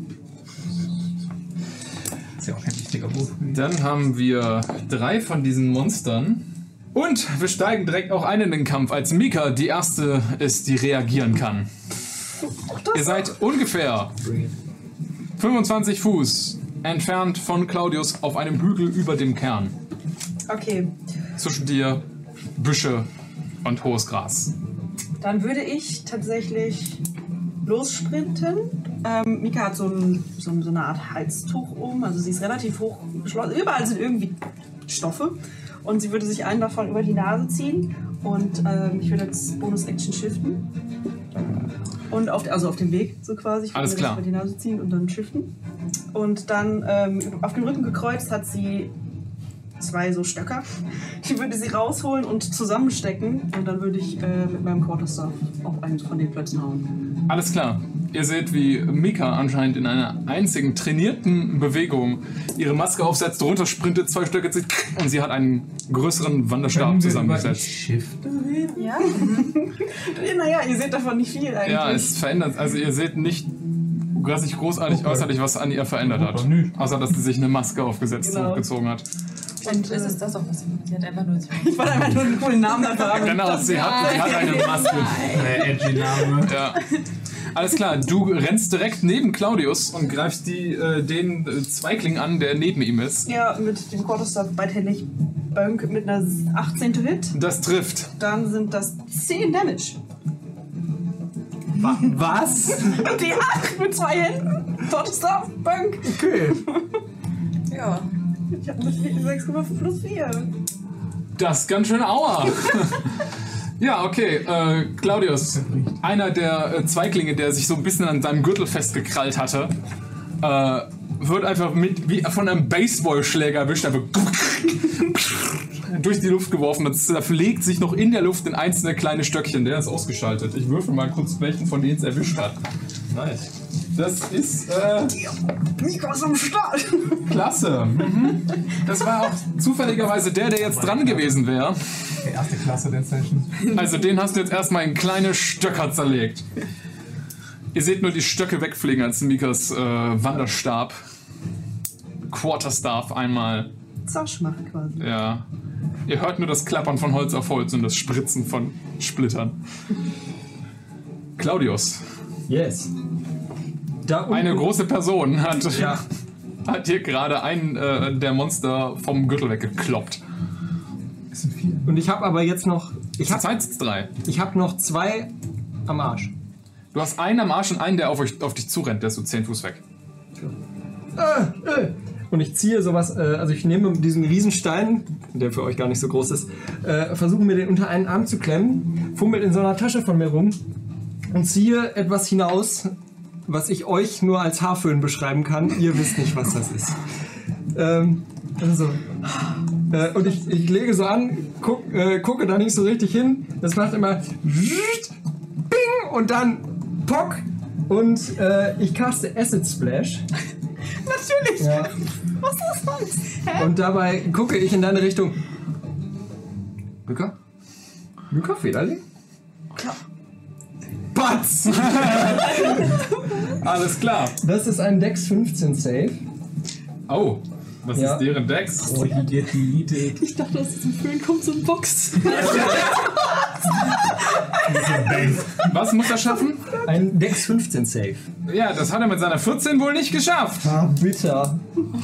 Ist ja auch kein wichtiger Wurf. Dann haben wir 3 von diesen Monstern. Und wir steigen direkt auch ein in den Kampf, als Mika die erste ist, die reagieren kann. Ihr seid ungefähr 25 Fuß entfernt von Claudius auf einem Hügel über dem Kern. Okay, Zwischen dir Büsche und hohes Gras. dann würde ich tatsächlich lossprinten. Mika hat so eine Art Halstuch um, also sie ist relativ hoch geschlossen. Überall sind irgendwie Stoffe und sie würde sich einen davon über die Nase ziehen und ich würde jetzt Bonus-Action shiften. Und auf dem Weg so quasi. Ich würde Alles mir das klar. über die Nase ziehen und dann shiften. Und dann auf dem Rücken gekreuzt hat sie 2 so Stöcker. Die würde sie rausholen und zusammenstecken und dann würde ich mit meinem Quarterstaff auf einen von den Plötzen hauen. Alles klar. Ihr seht, wie Mika anscheinend in einer einzigen trainierten Bewegung ihre Maske aufsetzt, runtersprintet, 2 Stöcke zieht und sie hat einen größeren Wanderstab zusammengesetzt. Shifte reden? Ja? Naja, ihr seht davon nicht viel eigentlich. Ja, es verändert. Also ihr seht nicht großartig Okay. äußerlich, was an ihr verändert hat. Oder nicht. Außer, dass sie sich eine Maske aufgesetzt Genau. hochgezogen hat. Und ist es das auch, was sie hat einfach nur so. Ich wollte einfach nur einen coolen Namen dafür haben. Genau, sie hat eine Maske. Edgy Name. Ja. Alles klar, du rennst direkt neben Claudius und greifst den Zweigling an, der neben ihm ist. Ja, mit dem Quarterstaff beidhändig Bönk mit einer 18. Hit. Das trifft. Dann sind das 10 Damage. Was? Die 8 mit 2 Händen. Quarterstaff, Bönk. Okay. Ja. Ich habe mit 6,5 plus 4. Das ist ganz schön aua. Ja, okay. Claudius, einer der Zweiglinge, der sich so ein bisschen an seinem Gürtel festgekrallt hatte, wird einfach wie von einem Baseballschläger erwischt, einfach durch die Luft geworfen. Da verlegt sich noch in der Luft in einzelne kleine Stöckchen. Der ist ausgeschaltet. Ich würfel mal kurz, welchen von denen es erwischt hat. Nice. Das ist Mika ist am Start. klasse. Mhm. Das war auch zufälligerweise der jetzt dran gewesen wäre. Die erste Klasse der Session. Also den hast du jetzt erstmal in kleine Stöcker zerlegt. Ihr seht nur die Stöcke wegfliegen, als Mikas Wanderstab, Quarterstaff einmal, Zosch machen quasi. ja. Ihr hört nur das Klappern von Holz auf Holz und das Spritzen von Splittern. Claudius, Yes. Da unten, eine große Person hat Ja. hier gerade einen der Monster vom Gürtel weggekloppt. Es sind 4. Und ich habe aber jetzt noch. Ich Zur habe Zeit sind's 3. hab noch 2 am Arsch. Du hast einen am Arsch und einen, der auf dich zurennt, der ist so 10 Fuß weg. Und ich ziehe sowas, also ich nehme diesen Riesenstein, der für euch gar nicht so groß ist, versuche mir den unter einen Arm zu klemmen, fummel in so einer Tasche von mir rum und ziehe etwas hinaus, was ich euch nur als Haarföhn beschreiben kann. Ihr wisst nicht, was das ist. Und ich lege so an, gucke da nicht so richtig hin. Das macht immer Bing und dann Pock. Und ich caste Acid Splash. Natürlich. Ja. Was ist das? Und dabei gucke ich in deine Richtung. Luca? Luca Federling? Klar. Batz! Alles klar. Das ist ein Dex 15 Save. Oh, was ist deren Dex? Oh, die get deleted. Ich dachte, aus diesem Föhn kommt so ein Box. Was muss er schaffen? Ein Dex 15 Save. Ja, das hat er mit seiner 14 wohl nicht geschafft. Ah, bitter.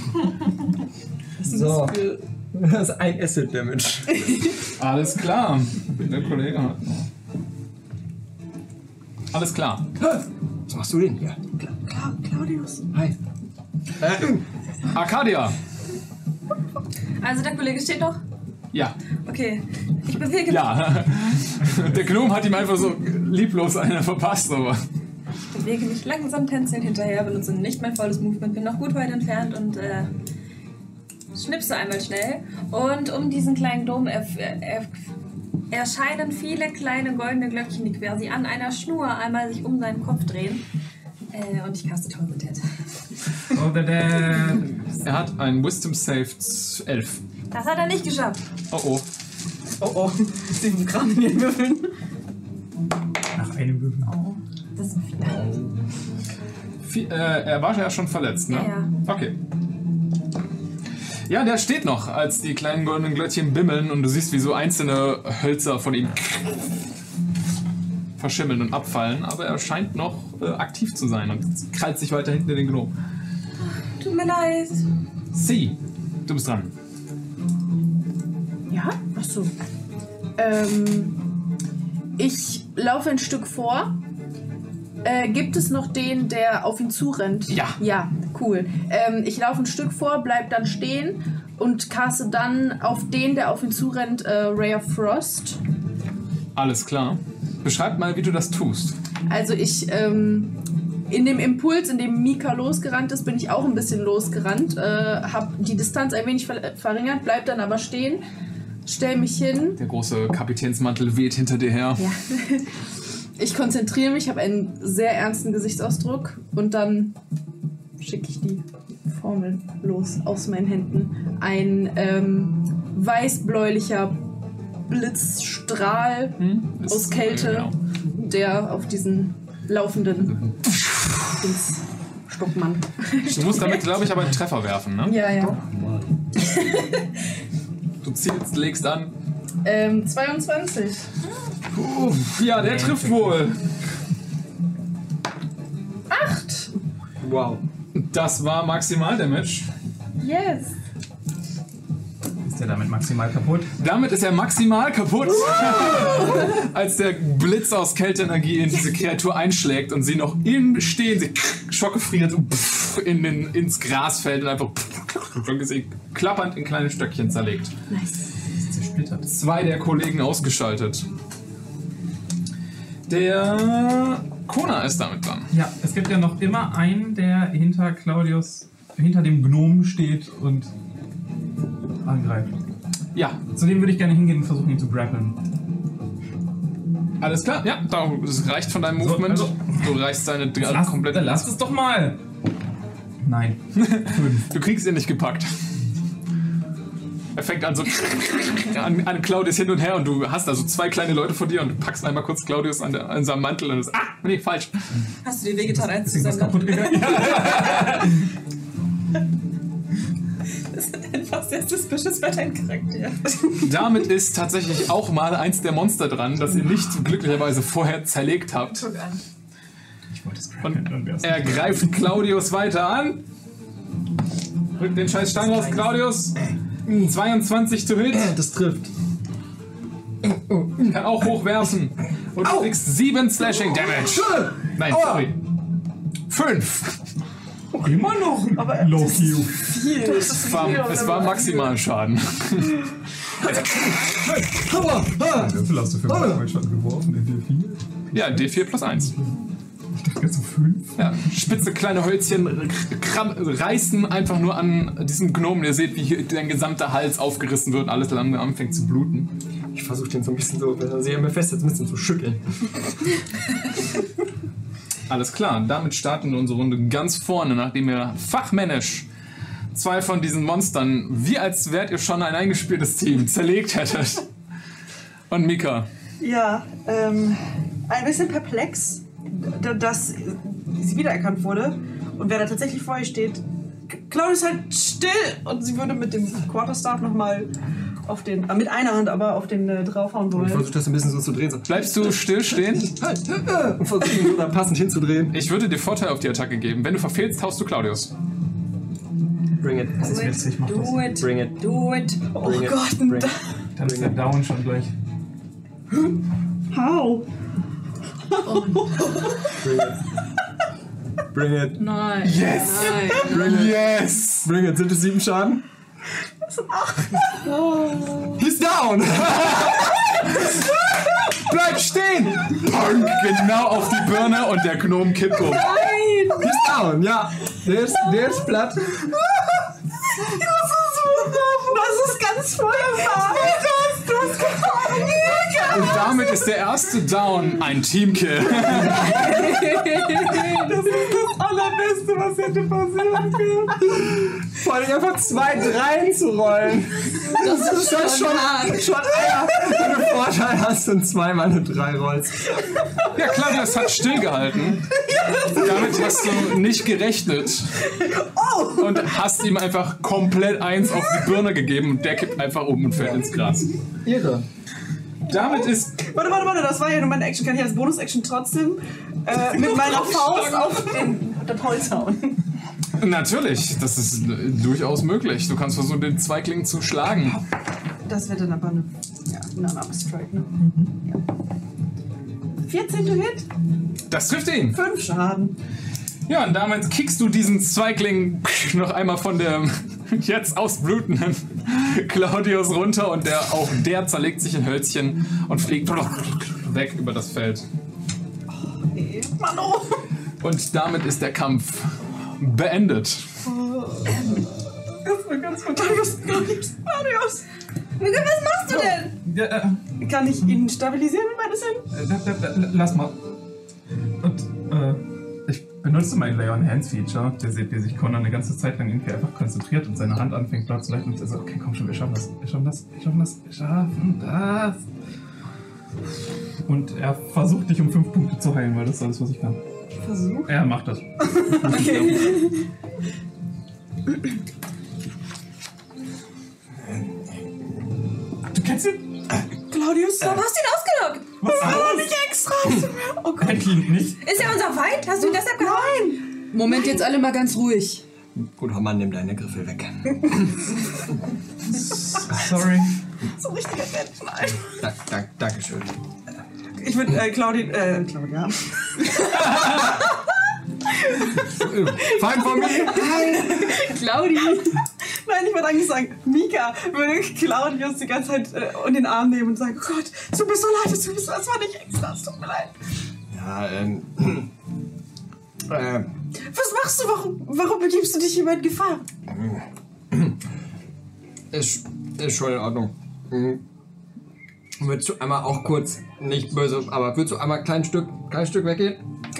So. Das ist ein Acid Damage. Alles klar. Der Kollege hat noch. Alles klar. Was machst du denn hier? Claudius. Hi. Arcadia. Also der Kollege steht noch? Ja. Okay. Ich bewege mich. Ja. Der Gnome hat ihm einfach so lieblos eine verpasst, aber. Ich bewege mich langsam tänzelnd hinterher, benutze nicht mein volles Movement, bin noch gut weit entfernt und schnipse einmal schnell. Und um diesen kleinen Dom erscheinen viele kleine goldene Glöckchen, die quasi an einer Schnur einmal sich um seinen Kopf drehen. Und ich caste Toll the Dead. Oh, the Dead. Er hat einen Wisdom Save 11. Das hat er nicht geschafft. Oh oh. Oh oh. Sie kramen in den Würfeln. Nach einem Würfel. Oh, das ist Er war ja schon verletzt, ne? Ja. Okay. Ja, der steht noch, als die kleinen goldenen Glöckchen bimmeln und du siehst, wie so einzelne Hölzer von ihm verschimmeln und abfallen, aber er scheint noch aktiv zu sein und krallt sich weiter hinten in den Gnom. Tut mir leid. Sie, du bist dran. Ja? Achso. Ich laufe ein Stück vor. Gibt es noch den, der auf ihn zurennt? Ja. Ja, cool. Ich laufe ein Stück vor, bleib dann stehen und caste dann auf den, der auf ihn zurennt, Ray of Frost. Alles klar. Beschreib mal, wie du das tust. Also ich, in dem Impuls, in dem Mika losgerannt ist, bin ich auch ein bisschen losgerannt. Hab die Distanz ein wenig verringert, bleib dann aber stehen, stell mich hin. Der große Kapitänsmantel weht hinter dir her. Ja. Ich konzentriere mich, habe einen sehr ernsten Gesichtsausdruck und dann schicke ich die Formel los aus meinen Händen. Ein weißbläulicher Blitzstrahl aus Kälte, genau. der auf diesen laufenden Stockmann. Du musst damit, glaube ich, aber einen Treffer werfen, ne? Ja, ja. Du zielst, legst an. 22. Ja, der trifft wohl. 8. Wow. Das war Maximal-Damage. Yes. Ist der damit maximal kaputt? Damit ist er maximal kaputt. Als der Blitz aus Kälteenergie in diese Kreatur einschlägt und sie noch im Stehen, sie schockgefriert und ins Gras fällt und einfach klappernd in kleine Stöckchen zerlegt. Nice. Zersplittert. 2 der Kollegen ausgeschaltet. Der Kona ist damit dran. Ja, es gibt ja noch immer einen, der hinter Claudius, hinter dem Gnom steht und angreift. Ja, Zu dem würde ich gerne hingehen und versuchen, ihn zu grappeln. alles klar. Ja, das reicht von deinem So, Movement. also- Du reichst deine komplette... Dann lass es doch mal! Nein. 5. Du kriegst ihn nicht gepackt. Er fängt an so an Claudius hin und her und du hast also 2 kleine Leute vor dir und du packst einmal kurz Claudius an seinem Mantel und ist nee, falsch. Hast du dir wehgetan, eins Ist zu irgendwas sein? kaputt gegangen? Das ist einfach sehr suspicious bei deinem Charakter. Damit ist tatsächlich auch mal eins der Monster dran, das ihr nicht glücklicherweise vorher zerlegt habt. Ich wollte es Und grappeln, dann wär's. er greift Claudius weiter an. Rückt den scheiß Stein raus, Claudius. 22 to hit. Das trifft. Kann auch hochwerfen. Und du kriegst 7 Slashing Damage. Nein, sorry. 5. Immer noch Low-Key. Es war Maximalschaden. Würfel hast du für Maximalschaden geworfen in D4? Ja, D4 plus 1. Ich dachte jetzt so 5. Ja, spitze kleine Hölzchen reißen einfach nur an diesem Gnomen. Ihr seht, wie hier der gesamte Hals aufgerissen wird und alles langsam anfängt zu bluten. Ich versuche den so ein bisschen so, wenn er sich an mir festsetzt, ein bisschen zu schütteln. Alles klar, und damit starten wir unsere Runde ganz vorne, nachdem ihr fachmännisch 2 von diesen Monstern, wie als wärt ihr schon ein eingespieltes Team, zerlegt hättet. Und Mika. Ja, ein bisschen perplex, dass sie wiedererkannt wurde. Und wer da tatsächlich vor ihr steht, Claudius halt still. Und sie würde mit dem Quarterstaff nochmal auf den, mit einer Hand aber auf den draufhauen Ich wollen. versuche das ein bisschen so zu drehen. So. Bleibst du still stehen? Und versuche ihn so dann passend hinzudrehen. Ich würde dir Vorteil auf die Attacke geben. Wenn du verfehlst, haust du Claudius. Bring it. Das ist witzig, mach das. Do it. Bring it. Do it. Oh Bring it. Gott, Bring it. Dann ist der Down schon gleich. how? Bring it. Nein. Yes! Nein. Bring it. Yes! Bring it. Sind es 7 Schaden? He's down! Bleib stehen! Punk, genau auf die Birne und der Gnom kippt um. He's down, ja. Der ist platt. Das ist ganz furchtbar. Und damit ist der erste Down ein Teamkill. Allerbeste, was hätte passieren können. Vor allem einfach 2 Dreien zu rollen. Das ist schon hart. Schon wenn du Vorteil hast und 2-mal eine 3 rollst. Ja, Claudius hat stillgehalten. Damit hast du nicht gerechnet. Und hast ihm einfach komplett 1 auf die Birne gegeben und der kippt einfach um und fällt ins Gras. Irre. Damit ist... Warte, das war ja nur meine Action. Kann ich als Bonus-Action trotzdem mit meiner Faust auf das Holz hauen? Natürlich, das ist durchaus möglich. Du kannst versuchen, den Zweigling zu schlagen. Das wird dann aber eine Strike, ne? Ja. 14 to hit, Das trifft ihn. 5 Schaden. Ja, und damit kickst du diesen Zweigling noch einmal von dem jetzt ausblutenden Claudius runter und auch der zerlegt sich in Hölzchen und fliegt weg über das Feld. Hey, Mann, oh. Und damit ist der Kampf beendet. Das war ganz fantastisch. Marius. Mika, was machst du denn? Ja, Kann ich ihn stabilisieren mit meines Händen? lass mal. Und ich benutze mein Lay on Hands Feature. Der seht, wie sich Connor eine ganze Zeit lang irgendwie einfach konzentriert und seine Hand anfängt blau zu leuchten. Und er so, okay, komm schon, wir schaffen das. Wir schaffen das. Und er versucht dich um 5 Punkte zu heilen, weil das ist alles, was ich kann. Versuch. Er macht das. Okay. Du kennst ihn? Claudius, Warum hast du ihn ausgelockt? Was? aber nicht extra. Oh Gott. Kennt ihn nicht? Ist er unser Feind? Hast du ihn deshalb gehauen? Moment, jetzt alle mal ganz ruhig. Guter Mann, nimm deine Griffel weg. Sorry. So ein richtiger Mensch. Dankeschön. Ich würde Claudia. Fine for me. Claudi. Nein, ich würde eigentlich sagen, Mika würde Claudius die ganze Zeit in den Arm nehmen und sagen, oh Gott, du bist so leid, das war nicht extra, es tut mir leid. Ja, Was machst du? Warum begibst du dich immer in Gefahr? ist schon in Ordnung. Würdest du einmal auch kurz, nicht böse, aber würdest du einmal ein kleines Stück weggehen?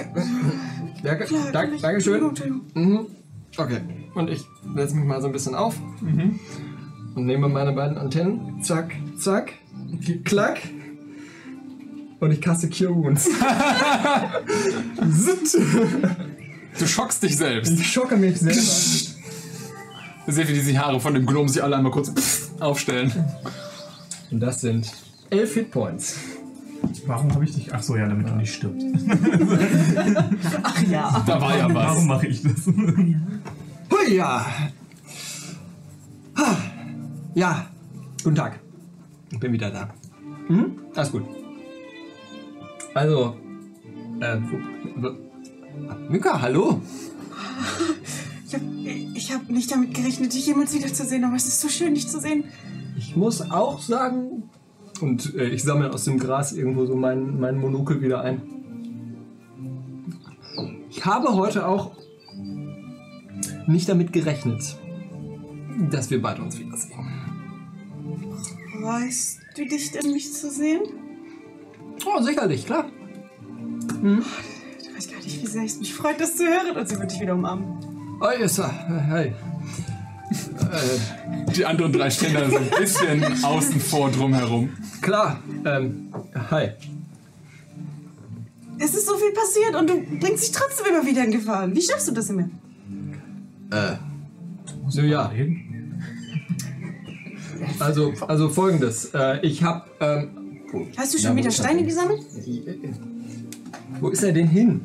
Dankeschön. Entschuldigung. Okay, und ich setze mich mal so ein bisschen auf und nehme meine beiden Antennen, zack, zack, klack, und ich caste Cure Wounds. Du schockst dich selbst. Ich schocke mich selber. Ihr seht, wie diese Haare von dem Gnom sich alle einmal kurz aufstellen. Und das sind 11 Hitpoints. Warum habe ich dich... Ach so, ja, damit du nicht stirbst. Ach ja. Da war ja was. Warum mache ich das? Hui, ja. Ja, guten Tag. Ich bin wieder da. Alles gut. Also, Mika, hallo. Ich hab nicht damit gerechnet, dich jemals wiederzusehen, aber es ist so schön, dich zu sehen. Ich muss auch sagen, und ich sammle aus dem Gras irgendwo so mein Monokel wieder ein. ich habe heute auch nicht damit gerechnet, dass wir beide uns wiedersehen. Freust du dich denn, mich zu sehen? Oh, sicherlich, klar. Du weißt gar nicht, wie sehr es mich freut, das zu hören. Und sie wird dich wieder umarmen. Oh, yes, hey. Die anderen 3 stehen da so ein bisschen außen vor drumherum. Klar, hi. Es ist so viel passiert und du bringst dich trotzdem immer wieder in Gefahr. Wie schaffst du das immer? So, ja. Also folgendes. Ich hab, Hast du schon wieder Steine gesammelt? wo ist er denn hin?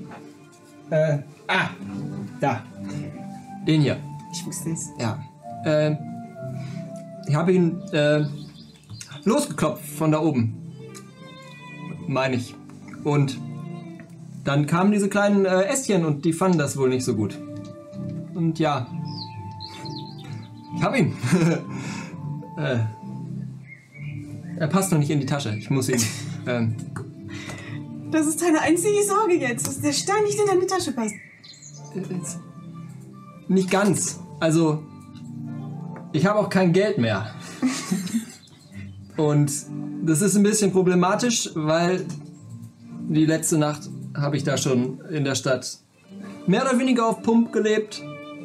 Da. Den hier. Ich wusste es. Ja. Ich habe ihn losgeklopft von da oben. Meine ich. Und dann kamen diese kleinen Ästchen und die fanden das wohl nicht so gut. Und ja. Ich hab ihn. Er passt noch nicht in die Tasche. Ich muss ihn. Das ist deine einzige Sorge jetzt, dass der Stein nicht in deine Tasche passt. Nicht ganz. Also, ich habe auch kein Geld mehr. Und das ist ein bisschen problematisch, weil die letzte Nacht habe ich da schon in der Stadt mehr oder weniger auf Pump gelebt.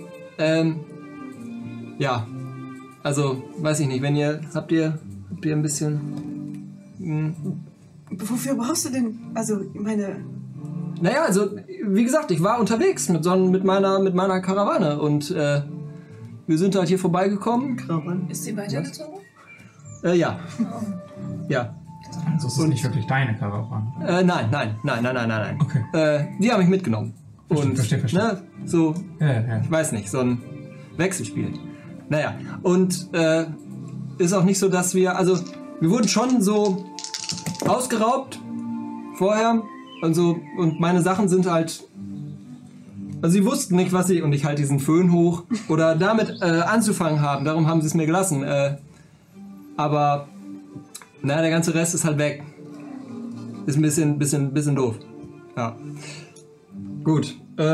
Ja. Also, weiß ich nicht, wenn ihr, habt ihr ein bisschen... Wofür brauchst du denn, also, Naja, also, wie gesagt, ich war unterwegs mit meiner Karawane und wir sind halt hier vorbeigekommen. Ist sie weitergezogen? Ja. Ja. Also es ist nicht wirklich deine Karawane. Nein. Okay. Die haben mich mitgenommen. Verstehe. Ne, so, Ja. ich weiß nicht, so ein Wechselspiel. Naja, und ist auch nicht so, dass wir wurden schon so ausgeraubt vorher und so, und meine Sachen sind halt, also sie wussten nicht, was sie, und ich halte diesen Föhn hoch, oder damit anzufangen haben, darum haben sie es mir gelassen. Aber, naja, der ganze Rest ist halt weg. Ist ein bisschen doof. Ja. Gut.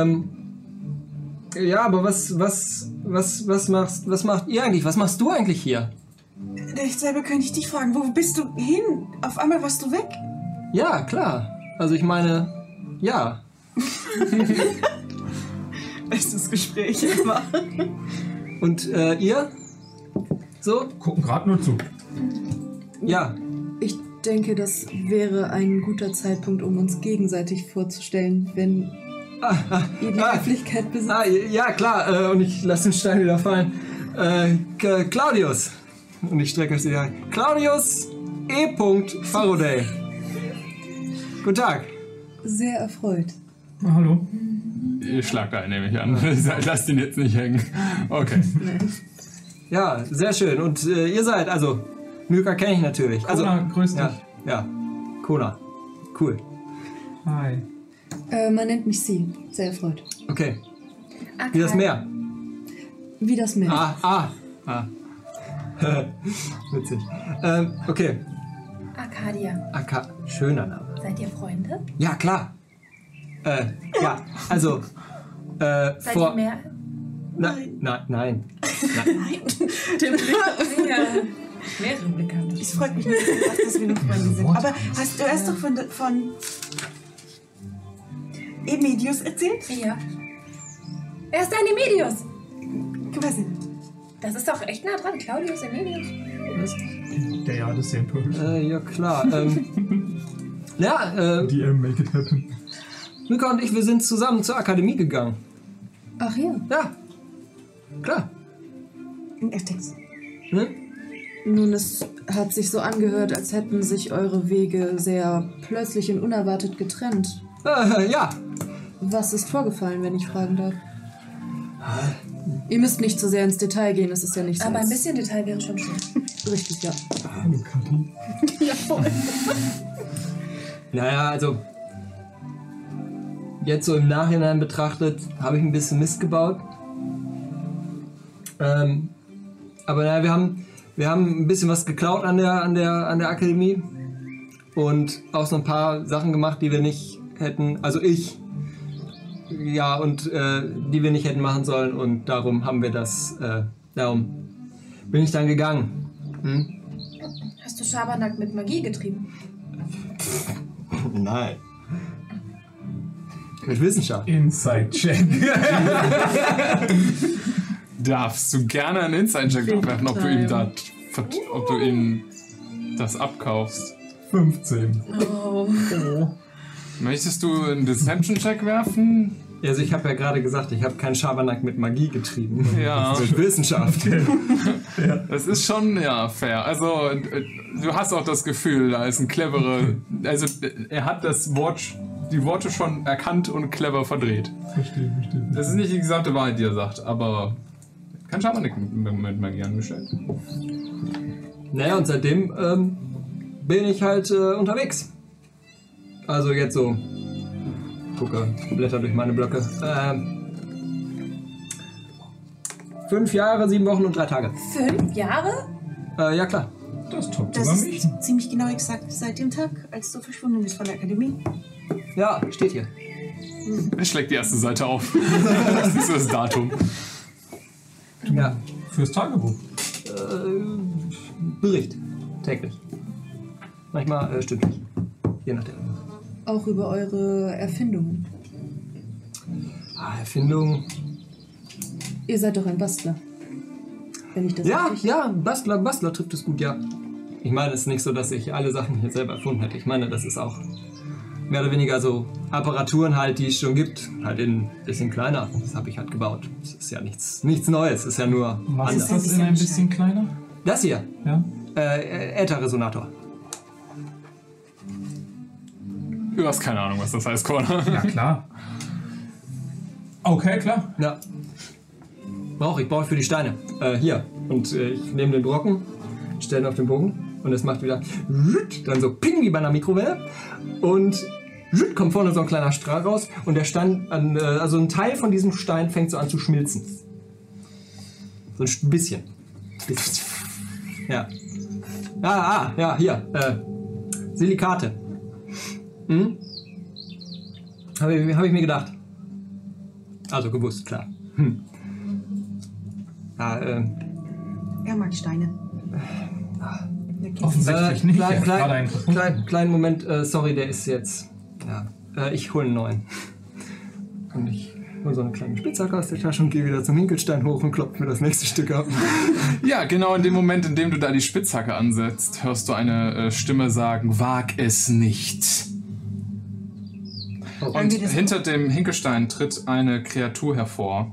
Ja, aber was macht ihr eigentlich? Was machst du eigentlich hier? Ich selber könnte ich dich fragen, wo bist du hin? Auf einmal warst du weg. Ja, klar. Also ich meine, ja. Bestes Gespräch immer. Und ihr? So? Gucken gerade nur zu. Ja. Ich denke, das wäre ein guter Zeitpunkt, um uns gegenseitig vorzustellen, wenn ihr die Höflichkeit besitzt. Ja, klar. Und ich lasse den Stein wieder fallen. Claudius. Und ich strecke euch die Hand. Claudius E. Faraday. Guten Tag. Sehr erfreut. Hallo. Ihr schlagt ein, nehme ich an. Lasst ihn jetzt nicht hängen. Okay. Ja, sehr schön. Und ihr seid, also, Myka kenne ich natürlich. Kona, grüß dich. Ja. Kona. Cool. Hi. Man nennt mich Sie. Sehr erfreut. Okay. Wie das Meer. Wie das Meer. Ah. Witzig. Okay. Arcadia. Schöner Name. Seid ihr Freunde? Ja, klar. Ja, also, Seid ihr mehr? Nein. Der Blick. Ja. Mehrere Blicke. Es freut mich nicht, dass wir noch Freunde sind. Aber du hast doch von Emedius erzählt? Ja. Wer ist dein Emedius? Ich weiß nicht. Das ist doch echt nah dran. Claudius Emedius. Der Jahr des Simples. Ja, klar. Ja, DM, make it happen. Myka und ich, wir sind zusammen zur Akademie gegangen. Ach ja. Ja, klar. Erzähl's. Ne? Nun, es hat sich so angehört, als hätten sich eure Wege sehr plötzlich und unerwartet getrennt. Ja. Was ist vorgefallen, wenn ich fragen darf? Ihr müsst nicht so sehr ins Detail gehen, es ist ja nicht so. Aber ein bisschen Detail wäre schon schön. Richtig, ja. Hallo, Kathi. Ja, voll. Naja, also, jetzt so im Nachhinein betrachtet, habe ich ein bisschen Mist gebaut. Aber naja, wir haben ein bisschen was geklaut an der Akademie und auch so ein paar Sachen gemacht, die wir nicht hätten, also ich Ja, und die wir nicht hätten machen sollen und darum haben wir das, darum bin ich dann gegangen. Hm? Hast du Schabernack mit Magie getrieben? Nein. Mit Wissenschaft. Inside-Check. Darfst du gerne einen Inside-Check abwerfen, ob du ihm das abkaufst. 15. Oh. Möchtest du einen Deception-Check werfen? Also ich habe ja gerade gesagt, ich habe keinen Schabernack mit Magie getrieben. Ja. Mit Wissenschaft. Das ist schon, ja, fair. Also, du hast auch das Gefühl, da ist ein cleverer... Also, er hat die Worte schon erkannt und clever verdreht. Verstehe. Das ist nicht die gesamte Wahrheit, die er sagt, aber... Kein Schabernack mit Magie angestellt. Naja, und seitdem bin ich halt unterwegs. Also jetzt so... Gucke, blätter durch meine Blöcke. 5 Jahre, 7 Wochen und 3 Tage. 5 Jahre? Ja, klar. Das toppt Das sogar mich. ist ziemlich genau exakt seit dem Tag, als du verschwunden bist von der Akademie. Ja, steht hier. Er schlägt die erste Seite auf. Das ist das Datum. Ja. Fürs Tagebuch. Bericht. Täglich. Manchmal stündlich. Je nachdem. Auch über eure Erfindungen. Erfindung. Ihr seid doch ein Bastler. Wenn ich das richtig... Ja, Bastler trifft es gut, ja. Ich meine, es ist nicht so, dass ich alle Sachen hier selber erfunden hätte. Ich meine, das ist auch mehr oder weniger so Apparaturen halt, die es schon gibt. Halt ein bisschen kleiner. Das habe ich halt gebaut. Das ist ja nichts Neues. Es ist ja nur Was anders. ist das in ein bisschen kleiner? Das hier. Ja. Ätherresonator. Du hast keine Ahnung, was das heißt, Corner. Ja, klar. Okay, klar. Ja. Brauche ich für die Steine. Hier. Und ich nehme den Brocken, stelle ihn auf den Bogen und es macht wieder dann so ping wie bei einer Mikrowelle und kommt vorne so ein kleiner Strahl raus und der Stein, also ein Teil von diesem Stein fängt so an zu schmilzen. So ein bisschen. Ja. Ja, hier. Silikate. Hm? Hab ich mir gedacht. Also gewusst, klar. Ja, Er mag Steine. Offensichtlich nicht. Er hat gerade einen gefunden. Kleinen Moment, sorry, der ist jetzt. Ja, ich hole einen neuen. Und ich hole so eine kleine Spitzhacke aus der Tasche und gehe wieder zum Hinkelstein hoch und klopfe mir das nächste Stück ab. Ja, genau in dem Moment, in dem du da die Spitzhacke ansetzt, hörst du eine Stimme sagen, wag es nicht. Und hinter dem Hinkelstein tritt eine Kreatur hervor,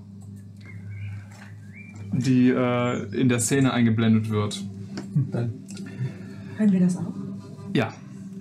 die in der Szene eingeblendet wird. Hören wir das auch? Ja.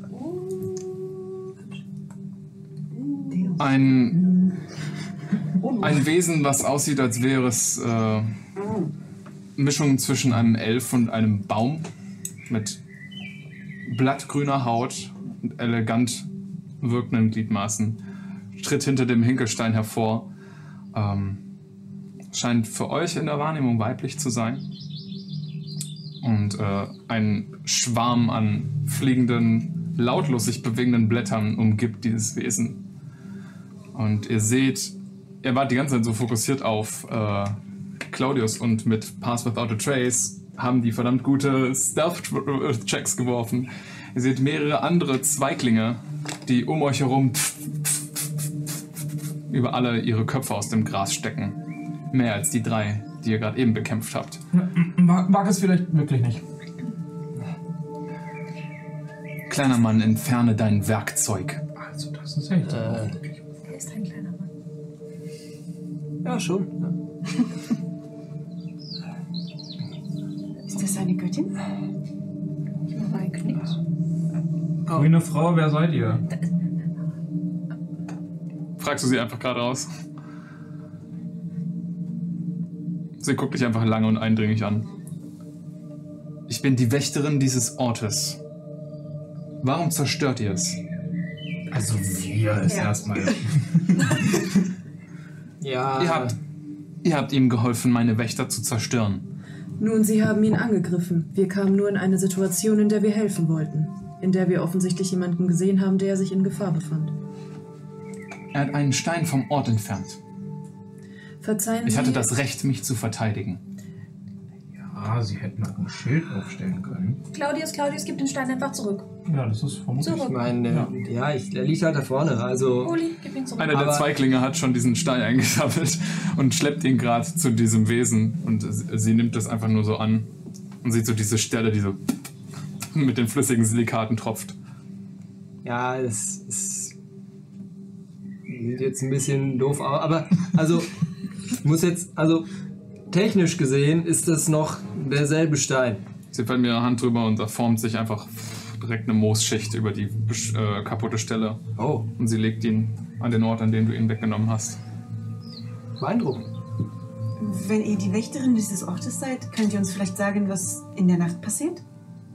Ein Wesen, was aussieht, als wäre es Mischung zwischen einem Elf und einem Baum mit blattgrüner Haut und elegant wirkenden Gliedmaßen, tritt hinter dem Hinkelstein hervor. Scheint für euch in der Wahrnehmung weiblich zu sein. Und ein Schwarm an fliegenden, lautlos sich bewegenden Blättern umgibt dieses Wesen. Und ihr seht, er war die ganze Zeit so fokussiert auf Claudius und mit Pass Without a Trace haben die verdammt gute Stealth-Checks geworfen. Ihr seht mehrere andere Zweiglinge, die um euch herum über alle ihre Köpfe aus dem Gras stecken. Mehr als die 3, die ihr gerade eben bekämpft habt. Mag es vielleicht wirklich nicht. Kleiner Mann, entferne dein Werkzeug. Also, das ist echt. Er ist ein kleiner Mann. Ja, schon. Ja. Ist das eine Göttin? Bei Knicks. Grüne Frau, wer seid ihr? Fragst du sie einfach gerade aus? Sie guckt dich einfach lange und eindringlich an. Ich bin die Wächterin dieses Ortes. Warum zerstört ihr es? Also wir ist erstmal. Ja. Ihr habt ihm geholfen, meine Wächter zu zerstören. Nun, sie haben ihn angegriffen. Wir kamen nur in eine Situation, in der wir helfen wollten. In der wir offensichtlich jemanden gesehen haben, der sich in Gefahr befand. Er hat einen Stein vom Ort entfernt. Verzeihen Ich Sie. hatte das Recht, mich zu verteidigen. Ja, sie hätten auch ein Schild aufstellen können. Claudius, gib den Stein einfach zurück. Ja, das ist vermutlich. Zurück. Ich meine, der liegt halt da vorne. Also, Uli, gib ihn zurück. Einer der Aber- Zweiglinge hat schon diesen Stein eingesammelt und schleppt ihn gerade zu diesem Wesen. Und sie nimmt das einfach nur so an und sieht so diese Stelle, die so mit den flüssigen Silikaten tropft. ja, es ist. Sieht jetzt ein bisschen doof aus. Aber, also, ich muss jetzt. Also, technisch gesehen ist das noch derselbe Stein. Sie fällt mit ihrer Hand drüber und da formt sich einfach direkt eine Moosschicht über die kaputte Stelle. Oh, Und sie legt ihn an den Ort, an dem du ihn weggenommen hast. beeindruckend. Wenn ihr die Wächterin dieses Ortes seid, könnt ihr uns vielleicht sagen, was in der Nacht passiert?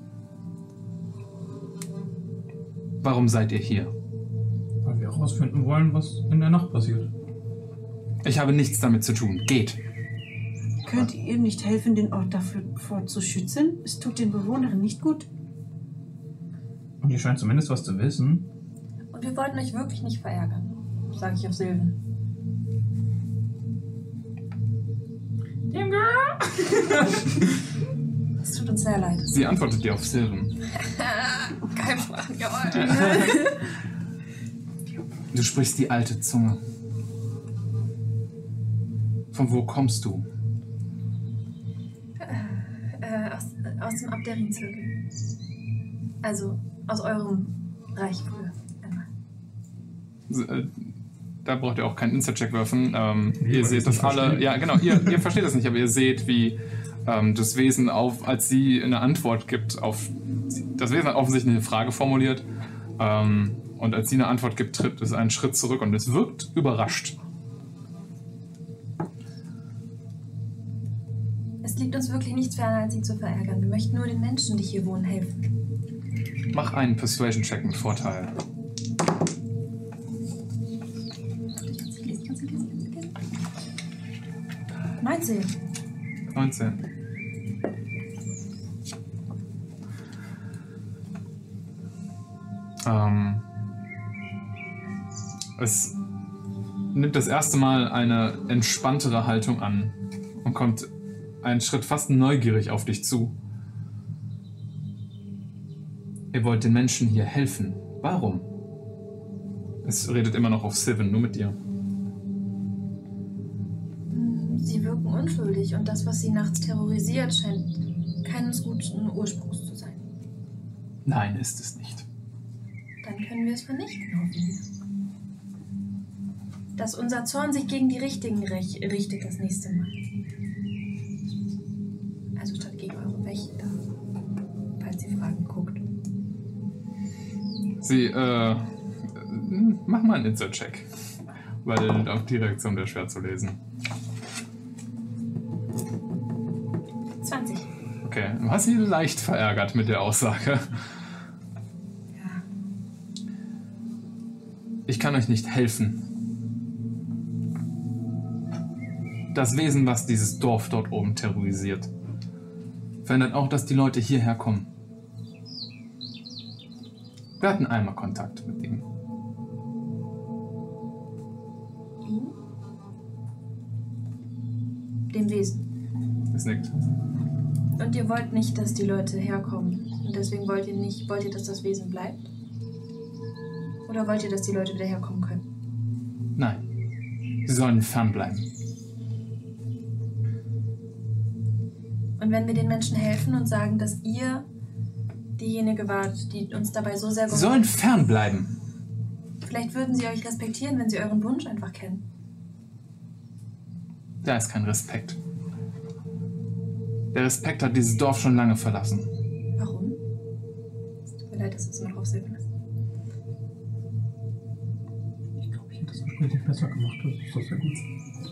Warum seid ihr hier? Weil wir herausfinden wollen, was in der Nacht passiert. Ich habe nichts damit zu tun. Geht. Könnt ihr nicht helfen, den Ort davor zu schützen? Es tut den Bewohnern nicht gut. Und ihr scheint zumindest was zu wissen. Und wir wollten euch wirklich nicht verärgern, sage ich auf Silben. Es tut uns sehr leid. Sie antwortet dir auf Silben. Kein Fragen, jawohl. Du sprichst die alte Zunge. Von wo kommst du? Aus dem Abderin-Zirkel. Also aus eurem Reich früher einmal. Da braucht ihr auch keinen Insta-Check werfen. Ihr seht das alle. Ja, genau. Ihr versteht das nicht, aber ihr seht, wie das Wesen als sie eine Antwort gibt auf. Das Wesen hat offensichtlich eine Frage formuliert. Und als sie eine Antwort gibt, tritt es einen Schritt zurück und es wirkt überrascht. Es liegt uns wirklich nichts ferner, als sie zu verärgern. Wir möchten nur den Menschen, die hier wohnen, helfen. Mach einen Persuasion-Check mit Vorteil. 19. 19. Es nimmt das erste Mal eine entspanntere Haltung an und kommt einen Schritt fast neugierig auf dich zu. Ihr wollt den Menschen hier helfen. Warum? Es redet immer noch auf Sylvan, nur mit dir. Sie wirken unschuldig und das, was sie nachts terrorisiert, scheint keines guten Ursprungs zu sein. Nein, ist es nicht. Dann können wir es vernichten, hoffen wir. Dass unser Zorn sich gegen die Richtigen richtet das nächste Mal. Also statt gegen eure Wächter, falls ihr Fragen guckt. Sie, mach mal einen Insert-Check. Weil auf die Reaktion wäre schwer zu lesen. 20. Okay, du hast sie leicht verärgert mit der Aussage. Ja. Ich kann euch nicht helfen. Das Wesen, was dieses Dorf dort oben terrorisiert, verhindert auch, dass die Leute hierher kommen. Wir hatten einmal Kontakt mit ihm. Ihn? Dem Wesen. Es nickt. Und ihr wollt nicht, dass die Leute herkommen. Und deswegen wollt ihr, dass das Wesen bleibt? Oder wollt ihr, dass die Leute wieder herkommen können? Nein. Sie sollen fernbleiben. Und wenn wir den Menschen helfen und sagen, dass ihr diejenige wart, die uns dabei so sehr Sie sollen fernbleiben. vielleicht würden sie euch respektieren, wenn sie euren Wunsch einfach kennen. Da ist kein Respekt. Der Respekt hat dieses Dorf schon lange verlassen. Warum? Es tut mir leid, dass es immer noch auf Silben ist. Ich glaube, ich hätte das Gespräch nicht besser gemacht. Das ist doch sehr gut.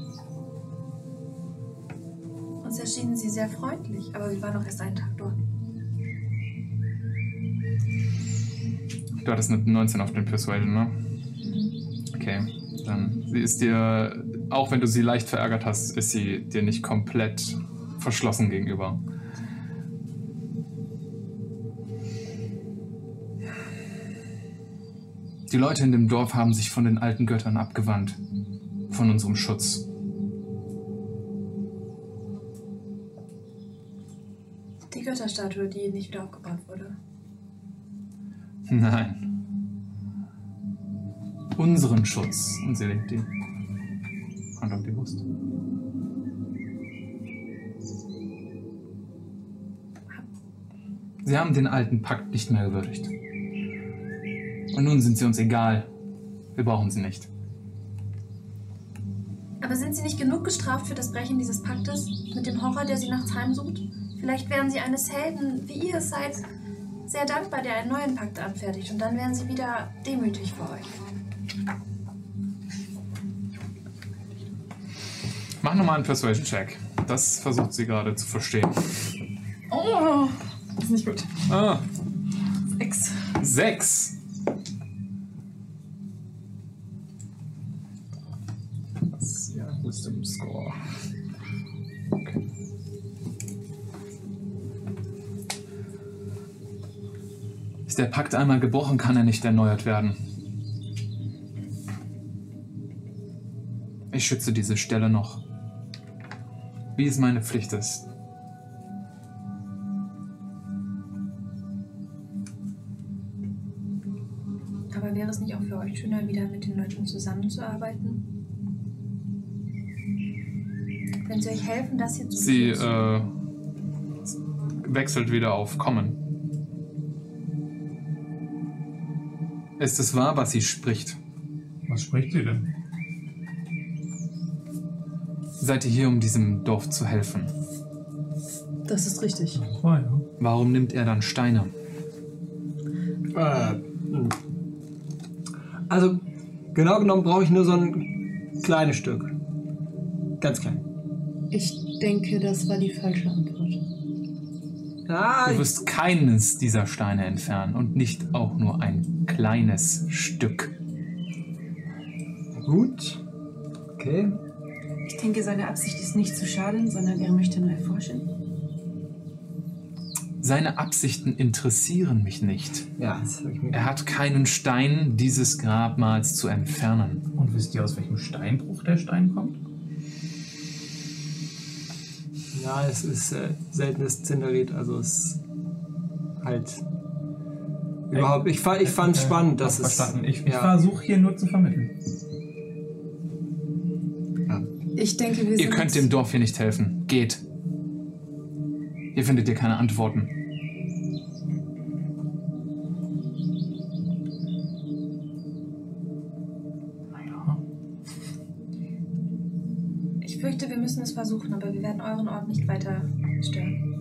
Uns erschienen sie sehr freundlich, aber wir waren noch erst einen Tag dort. Du hattest eine 19 auf den Persuasion, ne? Okay, dann sie ist dir, auch wenn du sie leicht verärgert hast, ist sie dir nicht komplett verschlossen gegenüber. Die Leute in dem Dorf haben sich von den alten Göttern abgewandt. Von unserem Schutz. Die Götterstatue, die nicht wieder aufgebaut wurde. Nein. Unseren Schutz. Und sie legt die Hand auf die Brust. Sie haben den alten Pakt nicht mehr gewürdigt. Und nun sind sie uns egal. Wir brauchen sie nicht. Aber sind sie nicht genug gestraft für das Brechen dieses Paktes? Mit dem Horror, der sie nachts heimsucht? Vielleicht wären sie eines Helden, wie ihr es seid, sehr dankbar, der einen neuen Pakt anfertigt. Und dann wären sie wieder demütig vor euch. Mach nochmal einen Persuasion-Check. Das versucht sie gerade zu verstehen. Oh, das ist nicht gut. Ah, 6. 6. Ja, Wisdom Score. Okay. Ist der Pakt einmal gebrochen, kann er nicht erneuert werden. Ich schütze diese Stelle noch, wie es meine Pflicht ist. Aber wäre es nicht auch für euch schöner, wieder mit den Leuten zusammenzuarbeiten? Wenn sie euch helfen, das hier zu Sie beschützen? wechselt wieder auf Kommen. Ist es wahr, was sie spricht? Was spricht sie denn? Seid ihr hier, um diesem Dorf zu helfen? Das ist richtig. Zwei, ja. Warum nimmt er dann Steine? Also, genau genommen brauche ich nur so ein kleines Stück. Ganz klein. Ich denke, das war die falsche Antwort. Ah, Du wirst keines dieser Steine entfernen und nicht auch nur ein kleines Stück. gut. Okay. Ich denke, seine Absicht ist nicht zu schaden, sondern er möchte nur erforschen. Seine Absichten interessieren mich nicht. Ja, das habe ich mir Er hat keinen Stein dieses Grabmals zu entfernen. Und wisst ihr, aus welchem Steinbruch der Stein kommt? Ja, es ist seltenes Zinderit, also es ist halt überhaupt. Ich fand es spannend, dass es. Verstanden. Ich ja. versuche hier nur zu vermitteln. Ich denke, wir Ihr sind... könnt dem Dorf hier nicht helfen. Geht. Hier findet ihr keine Antworten. Naja. Ich fürchte, wir müssen es versuchen, aber wir werden euren Ort nicht weiter stören.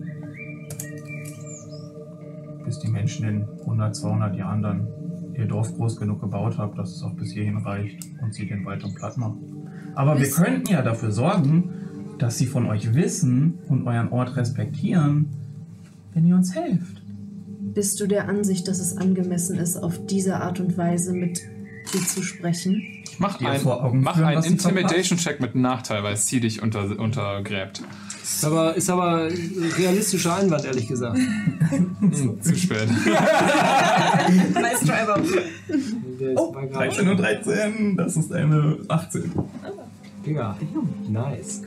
Bis die Menschen in 100, 200 Jahren dann ihr Dorf groß genug gebaut haben, dass es auch bis hierhin reicht und sie den Wald und platt machen. Aber wir könnten ja dafür sorgen, dass sie von euch wissen und euren Ort respektieren, wenn ihr uns helft. Bist du der Ansicht, dass es angemessen ist, auf diese Art und Weise mit dir zu sprechen? Mach Dir einen vor Augen führen, was sie Intimidation-Check mit Nachteil, weil es dich untergräbt. Ist aber ein realistischer Einwand, ehrlich gesagt. Zu spät. Nice try, aber Oh, 13 und 13, das ist eine 18. Digga, nice.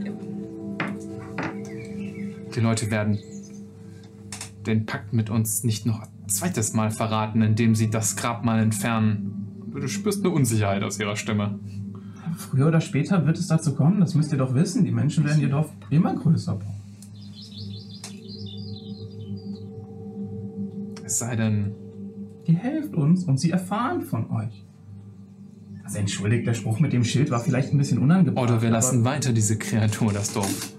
Die Leute werden den Pakt mit uns nicht noch ein zweites Mal verraten, indem sie das Grabmal entfernen. Du spürst eine Unsicherheit aus ihrer Stimme. Früher oder später wird es dazu kommen, das müsst ihr doch wissen. Die Menschen werden ihr Dorf immer größer bauen. Es sei denn, Ihr helft uns und sie erfahren von euch. Also entschuldigt, der Spruch mit dem Schild war vielleicht ein bisschen unangebracht. oder wir lassen aber- weiter diese Kreatur das Dorf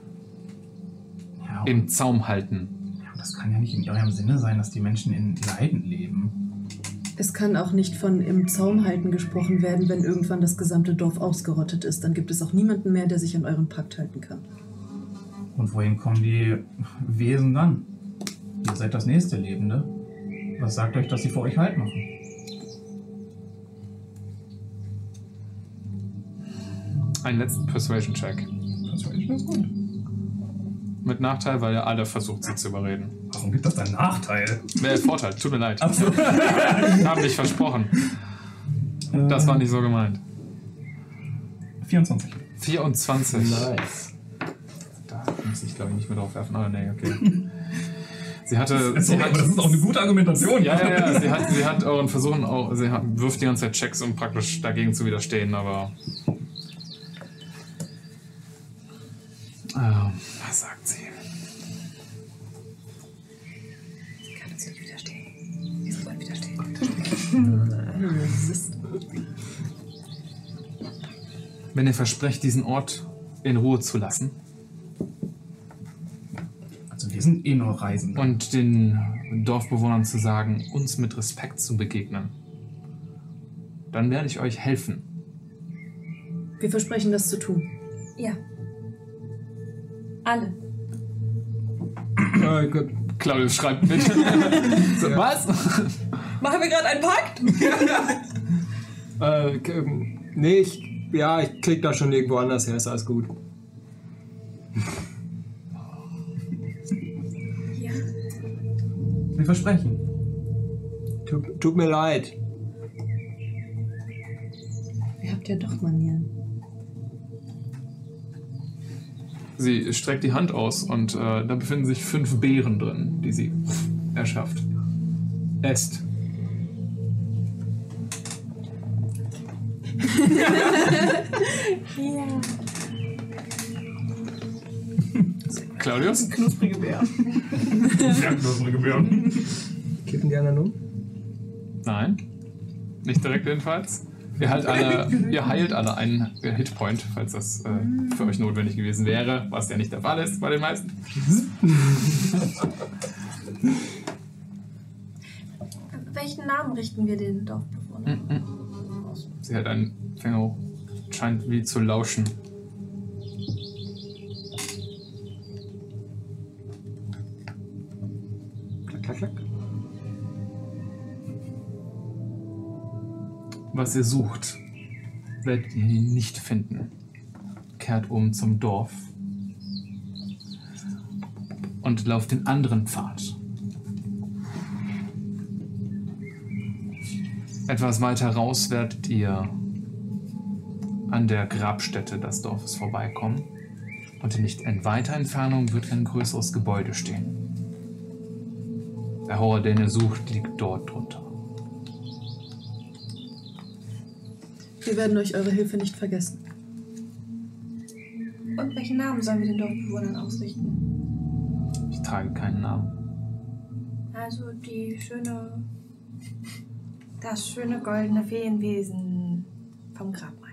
Ja, im Zaum halten. ja, das kann ja nicht in eurem Sinne sein, dass die Menschen in Leiden leben. Es kann auch nicht von im Zaum halten gesprochen werden, wenn irgendwann das gesamte Dorf ausgerottet ist. Dann gibt es auch niemanden mehr, der sich an euren Pakt halten kann. Und wohin kommen die Wesen dann? Ihr seid das nächste Lebende. Was sagt euch, dass sie für euch Halt machen? Einen letzten Persuasion-Check. Das ist gut. Mit Nachteil, weil ihr alle versucht, sie zu überreden. Warum gibt das einen Nachteil? Vorteil, tut mir leid. Ach so. Ich habe nicht versprochen. Das war nicht so gemeint. 24. 24. Nice. Da muss ich, glaube ich, nicht mehr drauf werfen. Aber nee, okay. Sie hatte... Sorry, sie hat, aber das ist auch eine gute Argumentation. ja. Sie hat euren Versuchen auch... wirft die ganze Zeit Checks, um praktisch dagegen zu widerstehen, aber... was sagt sie? Sie kann uns nicht widerstehen. Wir wollen widerstehen. Wenn ihr versprecht, diesen Ort in Ruhe zu lassen Also wir sind eh nur Reisende. und den Dorfbewohnern zu sagen, uns mit Respekt zu begegnen, dann werde ich euch helfen. Wir versprechen, das zu tun. Ja. Alle. Claudius schreibt mit. So, was? Machen wir gerade einen Pakt? Nee, ich krieg das schon irgendwo anders her, ist alles gut. Ja. Wir versprechen. Tut mir leid. Ihr habt ja doch Manieren. Sie streckt die Hand aus und da befinden sich 5 Beeren drin, die sie erschafft. Esst. Ja. Claudius? Knusprige Bär. Sehr knusprige Beeren. Kippen die anderen um? Nein. Nicht direkt jedenfalls. Ihr heilt alle einen Hitpoint, falls das für euch notwendig gewesen wäre, was ja nicht der Fall ist bei den meisten. Welchen Namen richten wir den Dorfbewohnern aus? Sie hat einen Finger hoch, scheint wie zu lauschen. Klack, klack, klack. Was ihr sucht, werdet ihr nicht finden. Kehrt um zum Dorf und lauft den anderen Pfad. Etwas weiter raus werdet ihr an der Grabstätte des Dorfes vorbeikommen und in nicht in weiter Entfernung wird ein größeres Gebäude stehen. Der Horror, den ihr sucht, liegt dort drunter. Wir werden euch eure Hilfe nicht vergessen. Und welchen Namen sollen wir den Dorfbewohnern ausrichten? Ich trage keinen Namen. Also das schöne goldene Feenwesen vom Grabmal.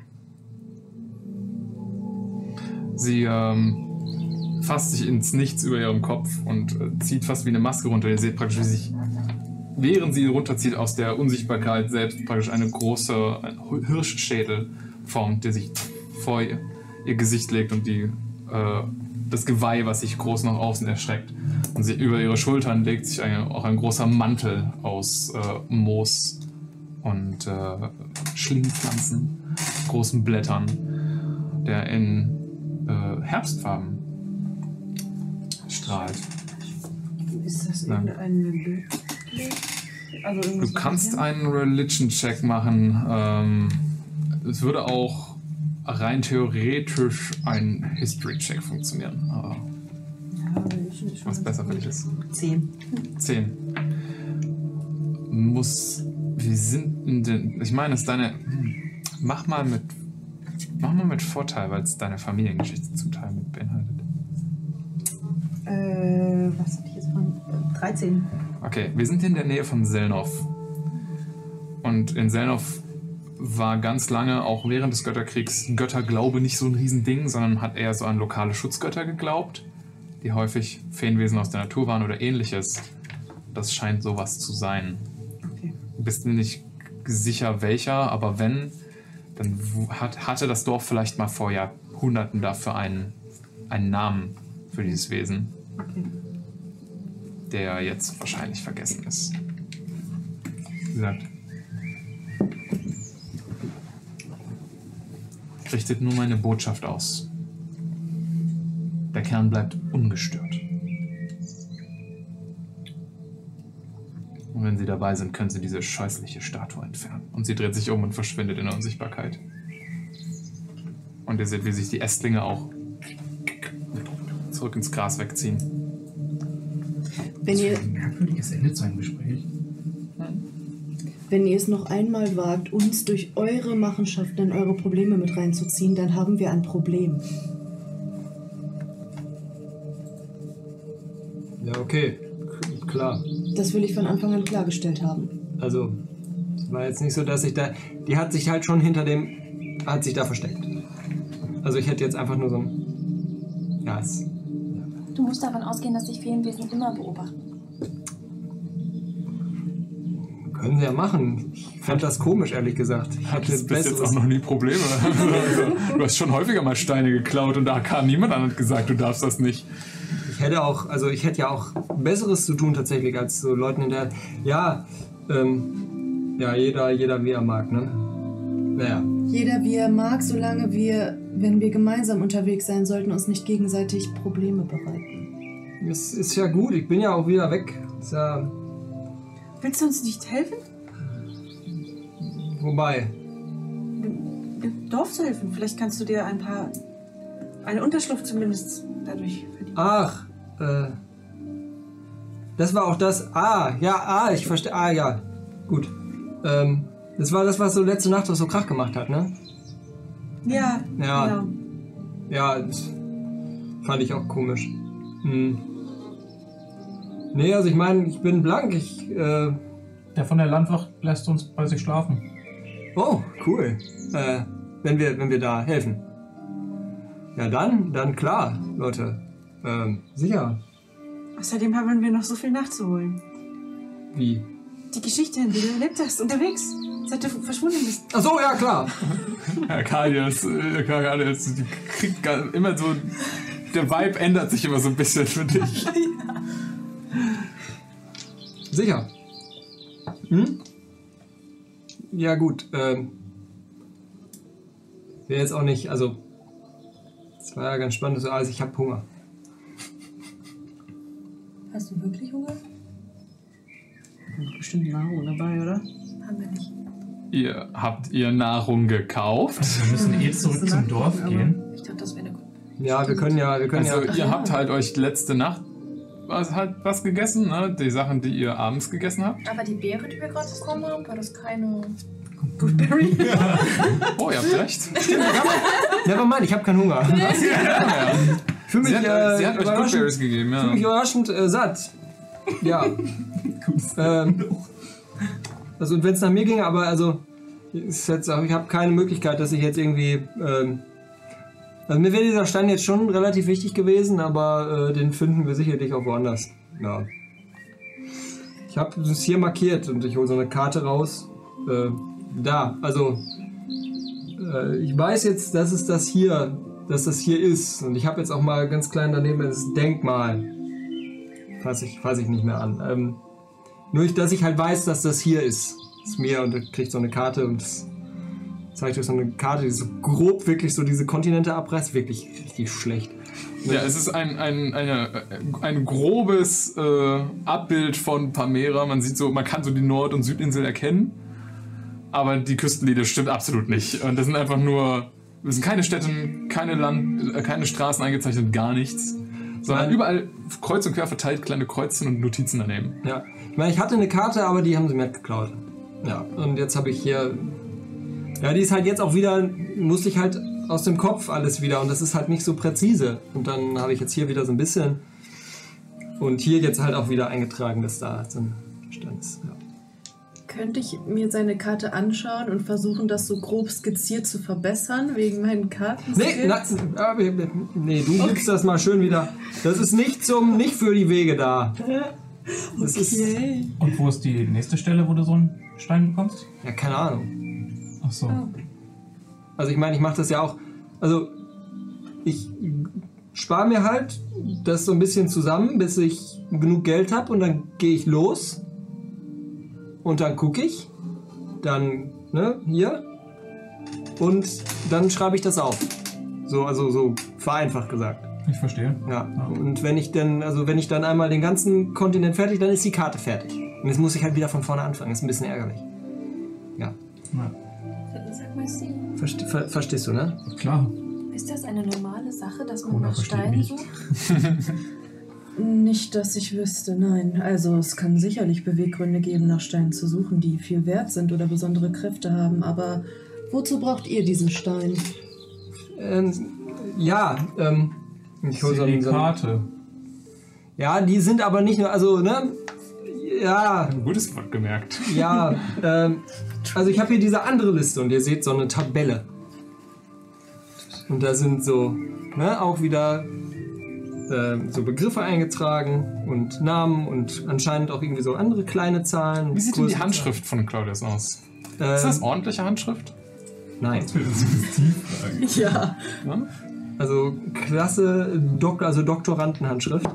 Sie fasst sich ins Nichts über ihrem Kopf und zieht fast wie eine Maske runter. Ihr seht praktisch, wie sich, während sie runterzieht, aus der Unsichtbarkeit selbst praktisch ein Hirschschädel formt, der sich vor ihr Gesicht legt und das Geweih, was sich groß nach außen erstreckt. Und sie, über ihre Schultern legt sich auch ein großer Mantel aus Moos und Schlingpflanzen, großen Blättern, der in Herbstfarben strahlt. Ist das irgendein Du kannst einen Religion-Check machen. Es würde auch rein theoretisch ein History-Check funktionieren. Aber was besser für dich ist. 10. 10. Wir sind in den... Ich meine, es ist deine... Mach mal mit Vorteil, weil es deine Familiengeschichte zum Teil mit beinhaltet. Was hatte ich jetzt von? 13. Okay, wir sind in der Nähe von Selnov. Und in Selnov war ganz lange, auch während des Götterkriegs, Götterglaube nicht so ein Riesending, sondern hat eher so an lokale Schutzgötter geglaubt, die häufig Feenwesen aus der Natur waren oder ähnliches. Das scheint sowas zu sein. Okay. Du bist nicht sicher welcher, aber wenn, dann hatte das Dorf vielleicht mal vor Jahrhunderten dafür einen Namen für dieses Wesen, Okay. der jetzt wahrscheinlich vergessen ist. Wie gesagt, richtet nur meine Botschaft aus. Der Kern bleibt ungestört. Und wenn Sie dabei sind, können Sie diese scheußliche Statue entfernen. Und sie dreht sich um und verschwindet in der Unsichtbarkeit. Und ihr seht, wie sich die Ästlinge auch zurück ins Gras wegziehen. Wenn ihr, ein merkwürdiges Ende zu einem Gespräch. wenn ihr es noch einmal wagt, uns durch eure Machenschaften in eure Probleme mit reinzuziehen, dann haben wir ein Problem. Ja, okay. Klar. Das will ich von Anfang an klargestellt haben. Also, es war jetzt nicht so, dass ich da... Die hat sich halt schon hinter dem... Hat sich da versteckt. Also ich hätte jetzt einfach nur so ein... Ja, es... Du musst davon ausgehen, dass dich Feenwesen immer beobachten. Können sie ja machen. Ich fand das komisch, ehrlich gesagt. Ich hatte Das bis jetzt auch besseres... noch nie Probleme. Also, du hast schon häufiger mal Steine geklaut und da kam niemand an und gesagt, du darfst das nicht. Ich hätte auch... Also ich hätte ja auch Besseres zu tun tatsächlich, als so Leuten hinterher... Ja, ja, jeder wie er mag, ne? Naja. Jeder wie er mag, solange wir, wenn wir gemeinsam unterwegs sein sollten, uns nicht gegenseitig Probleme bereiten. Es ist ja gut, ich bin ja auch wieder weg. Ist ja... Willst du uns nicht helfen? Wobei... Im Dorf zu helfen. Vielleicht kannst du dir eine Unterschlupf zumindest dadurch verdienen. Ach, das war auch das... ich verstehe... ja, gut. Das war das, was so letzte Nacht so Krach gemacht hat, ne? Ja, Ja. genau. Ja, das fand ich auch komisch. Nee, also ich meine, ich bin blank, Der von der Landwacht lässt uns bei sich schlafen. Oh, cool. Wenn wir da helfen. Ja, dann klar, Leute. Sicher. Außerdem haben wir noch so viel nachzuholen. Wie? Die Geschichte, die du erlebt hast, unterwegs, seit du verschwunden bist. Ach so, ja, klar. Herr Kalias, die kriegt immer so... Der Vibe ändert sich immer so ein bisschen für dich. Sicher. Ja, gut. Wäre jetzt auch nicht, also... Es war ja ganz spannend, so, also ich habe Hunger. Hast du wirklich Hunger? Bestimmt Nahrung dabei, oder? Haben wir nicht. Ihr habt ihr Nahrung gekauft. Wir müssen zurück zum Dorf gehen. Ich dachte, das wäre eine gute. Ja, wir können ja... Also ihr habt halt euch letzte Nacht was gegessen, ne? Die Sachen, die ihr abends gegessen habt. Aber die Beere, die wir gerade bekommen haben, war das keine... Goodberry? Oh, ihr habt recht. Nevermind, ich habe keinen Hunger. Ich fühle mich, Sie hat euch überraschend, Goodberries gegeben, fühl mich ja. überraschend satt. Ja. Also und wenn es nach mir ginge, aber also ist jetzt auch, ich habe keine Möglichkeit, dass ich jetzt irgendwie... also mir wäre dieser Stein jetzt schon relativ wichtig gewesen, aber den finden wir sicherlich auch woanders. Ja. Ich habe es hier markiert und ich hole so eine Karte raus. Da, also ich weiß jetzt, dass das hier ist und ich habe jetzt auch mal ganz klein daneben das Denkmal. Fass ich nicht mehr an. Nur, dass ich halt weiß, dass das hier ist. Das ist mir und er kriegt so eine Karte und zeigt euch so eine Karte, die so grob wirklich so diese Kontinente abreißt. Wirklich richtig schlecht. Ja, es ist ein grobes Abbild von Pamera. Man kann so die Nord- und Südinsel erkennen. Aber die Küstenlinie stimmt absolut nicht. Und das sind keine Städte, keine Straßen eingezeichnet, gar nichts. Sondern überall kreuz und quer verteilt kleine Kreuzchen und Notizen daneben. Ja, ich meine, ich hatte eine Karte, aber die haben sie mir geklaut. Ja, und jetzt habe ich hier... Ja, die ist halt jetzt auch wieder... Musste ich halt aus dem Kopf alles wieder und das ist halt nicht so präzise. Und dann habe ich jetzt hier wieder so ein bisschen... Und hier jetzt halt auch wieder eingetragen, dass da so ein Stand ist. Ja. Könnte ich mir seine Karte anschauen und versuchen, das so grob skizziert zu verbessern, wegen meinen Karten? Nee, du gibst das mal schön wieder. Das ist nicht für die Wege da. Das ist... Und wo ist die nächste Stelle, wo du so einen Stein bekommst? Ja, keine Ahnung. Ach so. Also ich meine, ich mache das ja auch... Also ich spare mir halt das so ein bisschen zusammen, bis ich genug Geld habe und dann gehe ich los. Und dann gucke ich, dann, ne, hier, und dann schreibe ich das auf. So vereinfacht gesagt. Ich verstehe. Ja. Und wenn ich dann einmal den ganzen Kontinent fertig, dann ist die Karte fertig. Und jetzt muss ich halt wieder von vorne anfangen. Das ist ein bisschen ärgerlich. Ja. Sag mal, Sie, Verstehst du, ne? Klar. ist das eine normale Sache, dass man Oder nach versteht Steinen nicht. sucht? Nicht, dass ich wüsste, nein. Also es kann sicherlich Beweggründe geben, nach Steinen zu suchen, die viel wert sind oder besondere Kräfte haben. Aber wozu braucht ihr diesen Stein? Ich hol so Die einen. Karte. Ja, die sind aber nicht nur, also, ne? Ja, Ein gutes Wort gemerkt. ja. Also ich habe hier diese andere Liste und ihr seht so eine Tabelle. Und da sind so, ne, auch wieder so Begriffe eingetragen und Namen und anscheinend auch irgendwie so andere kleine Zahlen. Wie sieht denn die größere Handschrift von Claudius aus? Zahlen. Ist das ordentliche Handschrift? Nein. Ja. Ja? Also klasse Doktorandenhandschrift.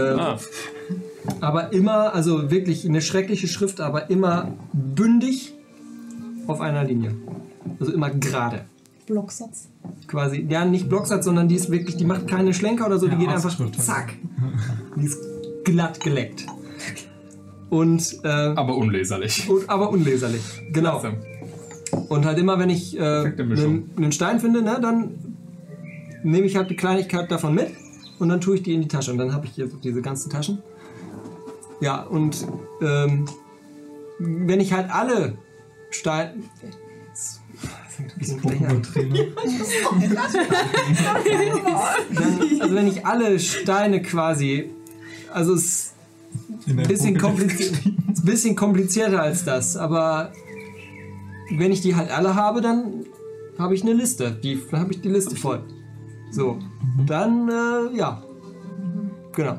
Aber immer, also wirklich eine schreckliche Schrift, aber immer bündig auf einer Linie. Also immer gerade. Blocksatz. Quasi, ja, nicht Blocksatz, sondern die ist wirklich, die macht keine Schlenker oder so, die Ja, geht einfach Arztschrift halt. zack. Die ist glatt geleckt. Und, Aber unleserlich. aber unleserlich. Genau. Klasse. Und halt immer, wenn ich Perfekte Mischung. einen Stein finde, ne, dann nehme ich halt die Kleinigkeit davon mit und dann tue ich die in die Tasche. Und dann habe ich hier so diese ganzen Taschen. Ja, und wenn ich halt alle Steine... Also wenn ich alle Steine quasi... Also es ist ein bisschen komplizierter als das, aber wenn ich die halt alle habe, dann habe ich eine Liste. Dann habe ich die Liste voll. So, dann, ja. Genau.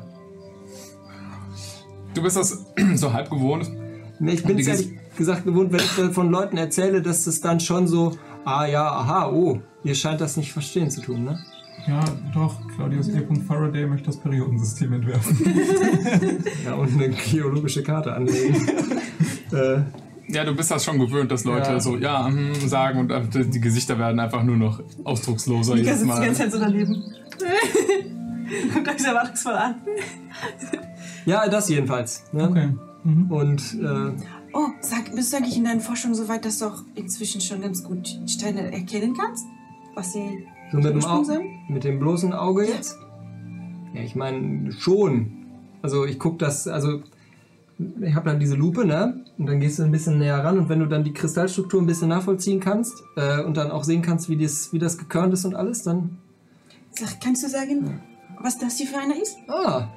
Du bist das so halb gewohnt. Ich bin es ehrlich gesagt gewohnt, wenn ich von Leuten erzähle, dass es dann schon so, ihr scheint das nicht verstehen zu tun, ne? Ja, doch. Claudius E. Faraday möchte das Periodensystem entwerfen. Ja, und eine geologische Karte anlegen. Ja, du bist das schon gewöhnt, dass Leute sagen und die Gesichter werden einfach nur noch ausdrucksloser Mika jedes sitzt die Mal. ganze Zeit so daneben. Guckt euch erwartungsvoll an. Ja, das jedenfalls. Ne? Okay. Und, Oh, bist du eigentlich in deinen Forschungen so weit, dass du auch inzwischen schon ganz gut Steine erkennen kannst? Was sie so mit dem, Ursprung sind? mit dem bloßen Auge jetzt? Ja, ich meine, schon. Also ich gucke das, also ich habe dann diese Lupe, ne? Und dann gehst du ein bisschen näher ran und wenn du dann die Kristallstruktur ein bisschen nachvollziehen kannst und dann auch sehen kannst, wie das gekörnt ist und alles, dann... Kannst du sagen, was das hier für einer ist? Ah.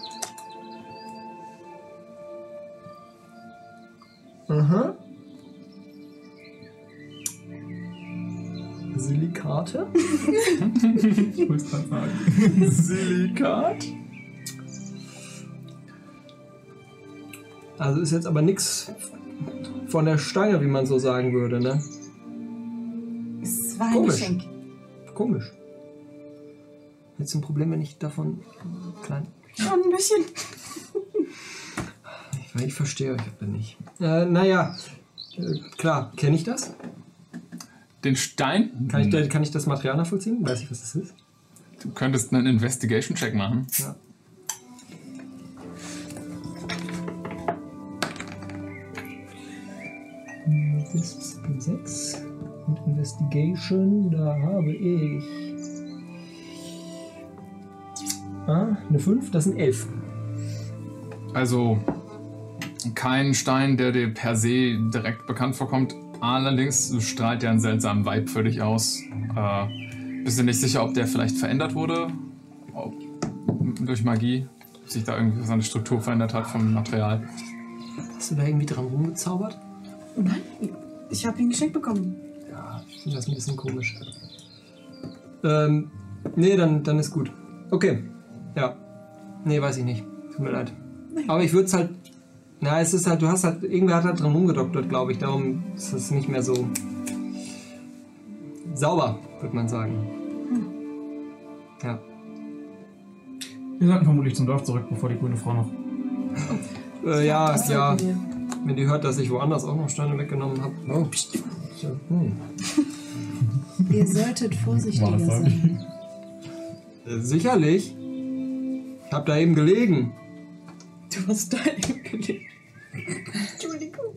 Aha. Silikate? Ich wollte es gerade sagen. Silikat? Also ist jetzt aber nichts von der Stange, wie man so sagen würde, ne? Es war ein Komisch. Geschenk. Komisch. Hättest du ein Problem, wenn ich davon klein... Schon ein bisschen. Ich verstehe euch aber nicht. Naja, klar, kenne ich das? Den Stein? Kann ich das Material nachvollziehen? Weiß ich, was das ist? Du könntest einen Investigation-Check machen. Ja. Das ist 6 und Investigation, da habe ich eine 5, das sind 11. Also kein Stein, der dir per se direkt bekannt vorkommt. Allerdings strahlt der einen seltsamen Vibe für dich aus. Bist du nicht sicher, ob der vielleicht verändert wurde? Durch Magie? Ob sich da irgendwie seine Struktur verändert hat vom Material? Hast du da irgendwie dran rumgezaubert? Nein, ich habe ihn geschenkt bekommen. Ja, ich finde das ein bisschen komisch. Nee, dann ist gut. Okay. Ja. Nee, weiß ich nicht. Tut mir leid. Aber ich würde es halt... Na, es ist halt, irgendwer hat halt dran rumgedoktert, glaube ich. Darum ist es nicht mehr so sauber, würde man sagen. Ja. Wir sollten vermutlich zum Dorf zurück, bevor die grüne Frau noch... Ja. sollten wir. Wenn die hört, dass ich woanders auch noch Steine weggenommen habe. Oh, pst. Ihr solltet vorsichtiger sein. Sicherlich. Ich habe da eben gelegen. Du hast da eben gelegt. Entschuldigung.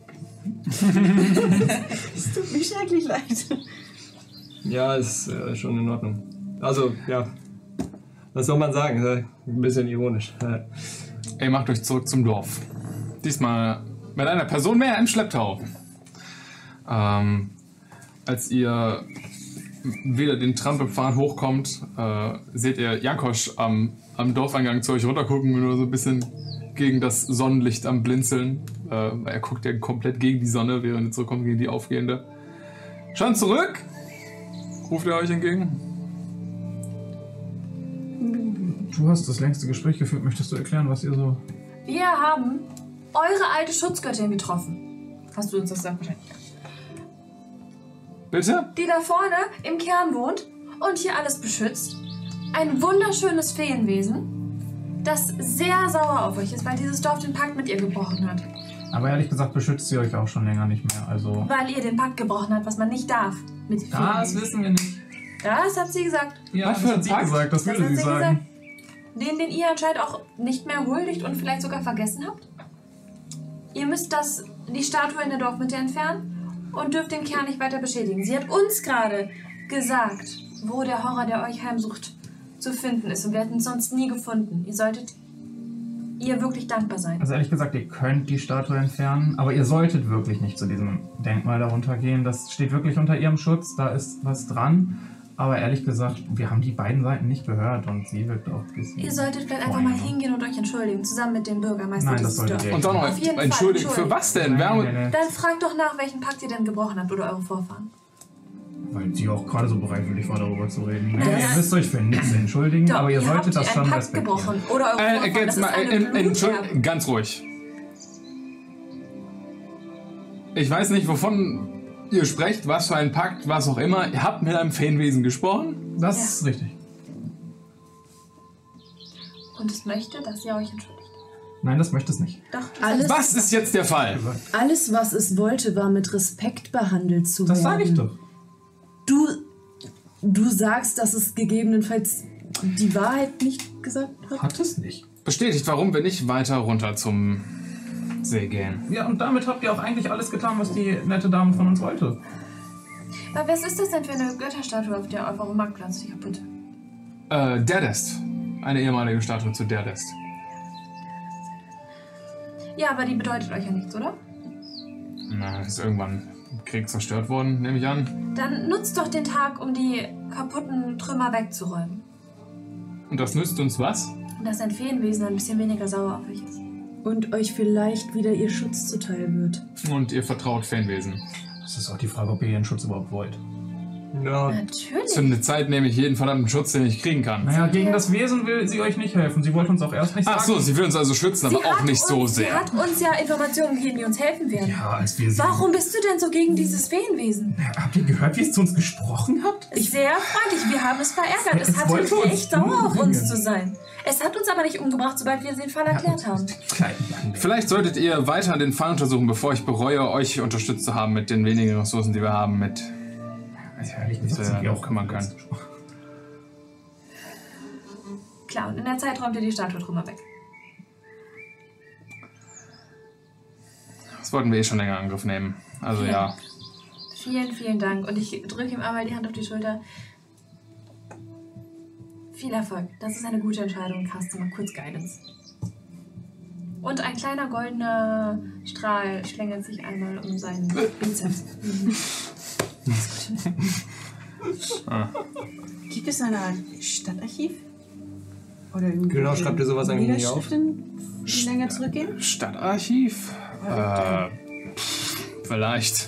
Es tut mir schrecklich leid. Ja, ist schon in Ordnung. Also, ja. Was soll man sagen? Ein bisschen ironisch. Ihr macht euch zurück zum Dorf. Diesmal mit einer Person mehr im Schlepptau. Als ihr wieder den Trampelpfad hochkommt, seht ihr Jankosch am Dorfeingang zu euch runtergucken und nur so ein bisschen gegen das Sonnenlicht am Blinzeln. Er guckt ja komplett gegen die Sonne, während er zurückkommt gegen die aufgehende. Schon zurück! Ruft er euch entgegen? Du hast das längste Gespräch geführt. Möchtest du erklären, was ihr so... Wir haben eure alte Schutzgöttin getroffen. Hast du uns das gesagt? Wahrscheinlich. Bitte? Die da vorne im Kern wohnt und hier alles beschützt. Ein wunderschönes Feenwesen, das sehr sauer auf euch ist, weil dieses Dorf den Pakt mit ihr gebrochen hat. Aber ehrlich gesagt beschützt sie euch auch schon länger nicht mehr, also... Weil ihr den Pakt gebrochen habt, was man nicht darf. Mit Das Feenwesen. wissen wir nicht. Das hat sie gesagt. Ja, Was das für ein hat sie Pakt? gesagt, das Das würde hat sie sie sagen. gesagt. Den ihr anscheinend auch nicht mehr huldigt und vielleicht sogar vergessen habt. Ihr müsst die Statue in der Dorfmitte entfernen und dürft den Kern nicht weiter beschädigen. Sie hat uns gerade gesagt, wo der Horror, der euch heimsucht, zu finden ist. Und wir hätten es sonst nie gefunden. Ihr solltet ihr wirklich dankbar sein. Also ehrlich gesagt, ihr könnt die Statue entfernen, aber ihr solltet wirklich nicht zu diesem Denkmal darunter gehen. Das steht wirklich unter ihrem Schutz, da ist was dran. Aber ehrlich gesagt, wir haben die beiden Seiten nicht gehört und sie wirkt auch ein bisschen... Ihr solltet vielleicht einfach mal hingehen und euch entschuldigen, zusammen mit dem Bürgermeister Nein, das dieses solltet Dorfes. ihr Und auch noch Auf jeden Fall, entschuldigen. Für was denn? Nein. Dann fragt doch nach, welchen Pakt ihr denn gebrochen habt oder eure Vorfahren. Weil sie auch gerade so bereitwillig war, darüber zu reden. Nee, ihr müsst euch für nichts entschuldigen, aber ihr solltet das schon einen Pakt respektieren. gebrochen. Oder eure Vorfahren. Jetzt Das mal, ist eine entschuldigung, ganz ruhig. Ich weiß nicht, wovon ihr sprecht, was für ein Pakt, was auch immer. Ihr habt mit einem Feenwesen gesprochen? Das ist richtig. Und es möchte, dass ihr euch entschuldigt. Nein, das möchte es nicht. Doch, Alles, Was ist jetzt der Fall? alles, was es wollte, war mit Respekt behandelt zu Das werden. sage ich doch. Du sagst, dass es gegebenenfalls die Wahrheit nicht gesagt hat? Hat es nicht. Bestätigt, warum wir nicht weiter runter zum See gehen. Ja, und damit habt ihr auch eigentlich alles getan, was die nette Dame von uns wollte. Aber was ist das denn für eine Götterstatue auf eurem Marktplatz, die kaputte? Derdest. Eine ehemalige Statue zu Derdest. Ja, aber die bedeutet euch ja nichts, oder? Na, ist irgendwann im Krieg zerstört worden, nehme ich an. Dann nutzt doch den Tag, um die kaputten Trümmer wegzuräumen. Und das nützt uns was? Und dass ein Feenwesen ein bisschen weniger sauer auf euch ist. Und euch vielleicht wieder ihr Schutz zuteil wird. Und ihr vertraut Feenwesen. Das ist auch die Frage, ob ihr ihren Schutz überhaupt wollt. Ja, Natürlich. Zu einer Zeit nehme ich jeden verdammten Schutz, den ich kriegen kann. Naja, gegen das Wesen will sie euch nicht helfen. Sie wollte uns auch erst nicht sagen. Ach so, sie will uns also schützen, aber auch nicht so Sie sehr. hat uns ja Informationen gegeben, die uns helfen werden. Ja, als wir sie... Warum bist du denn so gegen dieses Feenwesen? Habt ihr gehört, wie es zu uns gesprochen hat? Sehr freundlich, wir haben es verärgert. Es Es hatte wollte uns echt sauer auf uns umbringen. zu sein. Es hat uns aber nicht umgebracht, sobald wir den Fall erklärt haben. Vielleicht solltet ihr weiter den Fall untersuchen, bevor ich bereue, euch unterstützt zu haben mit den wenigen Ressourcen, die wir haben, mit Ehrlich gesagt, wir sind wir auch auch kümmern können. Klar, und in der Zeit räumt ihr die Statue-Trümmer weg. Das wollten wir eh schon länger in Angriff nehmen. Also ja. Vielen, vielen Dank. Und ich drücke ihm einmal die Hand auf die Schulter. Viel Erfolg. Das ist eine gute Entscheidung. Caste mal kurz Guidance. Und ein kleiner goldener Strahl schlängelt sich einmal um seinen Bizeps. Gibt es eine Art Stadtarchiv? Oder Genau, schreibt ihr sowas eigentlich nicht auf? Niederschriften, die länger zurückgehen? Stadtarchiv? Vielleicht.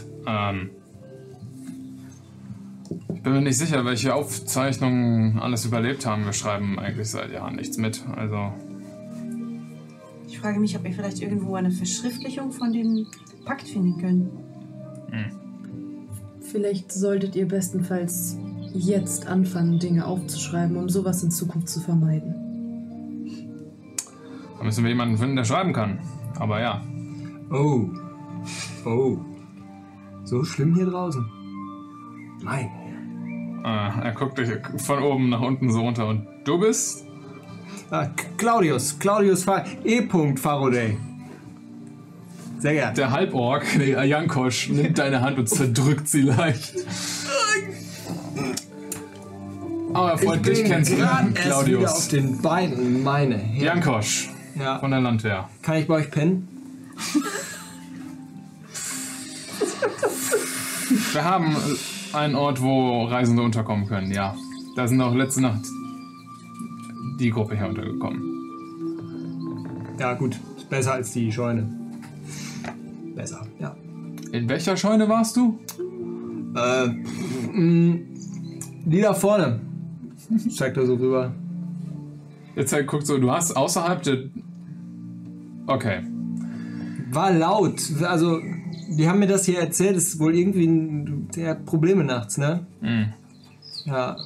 Ich bin mir nicht sicher, welche Aufzeichnungen alles überlebt haben. Wir schreiben eigentlich seit Jahren nichts mit. Also. Ich frage mich, ob wir vielleicht irgendwo eine Verschriftlichung von dem Pakt finden können. Vielleicht solltet ihr bestenfalls jetzt anfangen, Dinge aufzuschreiben, um sowas in Zukunft zu vermeiden. Da müssen wir jemanden finden, der schreiben kann. Aber ja. Oh. Oh. So schlimm hier draußen? Nein. Er guckt dich von oben nach unten so runter. Und du bist? Claudius Faraday. Sehr gerne. Der Halborg, der Jankosch, nimmt deine Hand und zerdrückt sie leicht. Aber freut dich kennenzulernen, wieder auf Claudius. den Beinen, meine Herren. Jankosch Ja. von der Landwehr. Kann ich bei euch pennen? Wir haben einen Ort, wo Reisende unterkommen können, ja. Da sind auch letzte Nacht die Gruppe hier untergekommen. Ja, gut. Ist besser als die Scheune. Besser, ja. In welcher Scheune warst du? Die da vorne. Zeigt er so rüber. Jetzt halt guckt so, du hast außerhalb der... Okay. War laut. Also, die haben mir das hier erzählt. Das ist wohl irgendwie der hat Probleme nachts, ne? Mhm. Ja.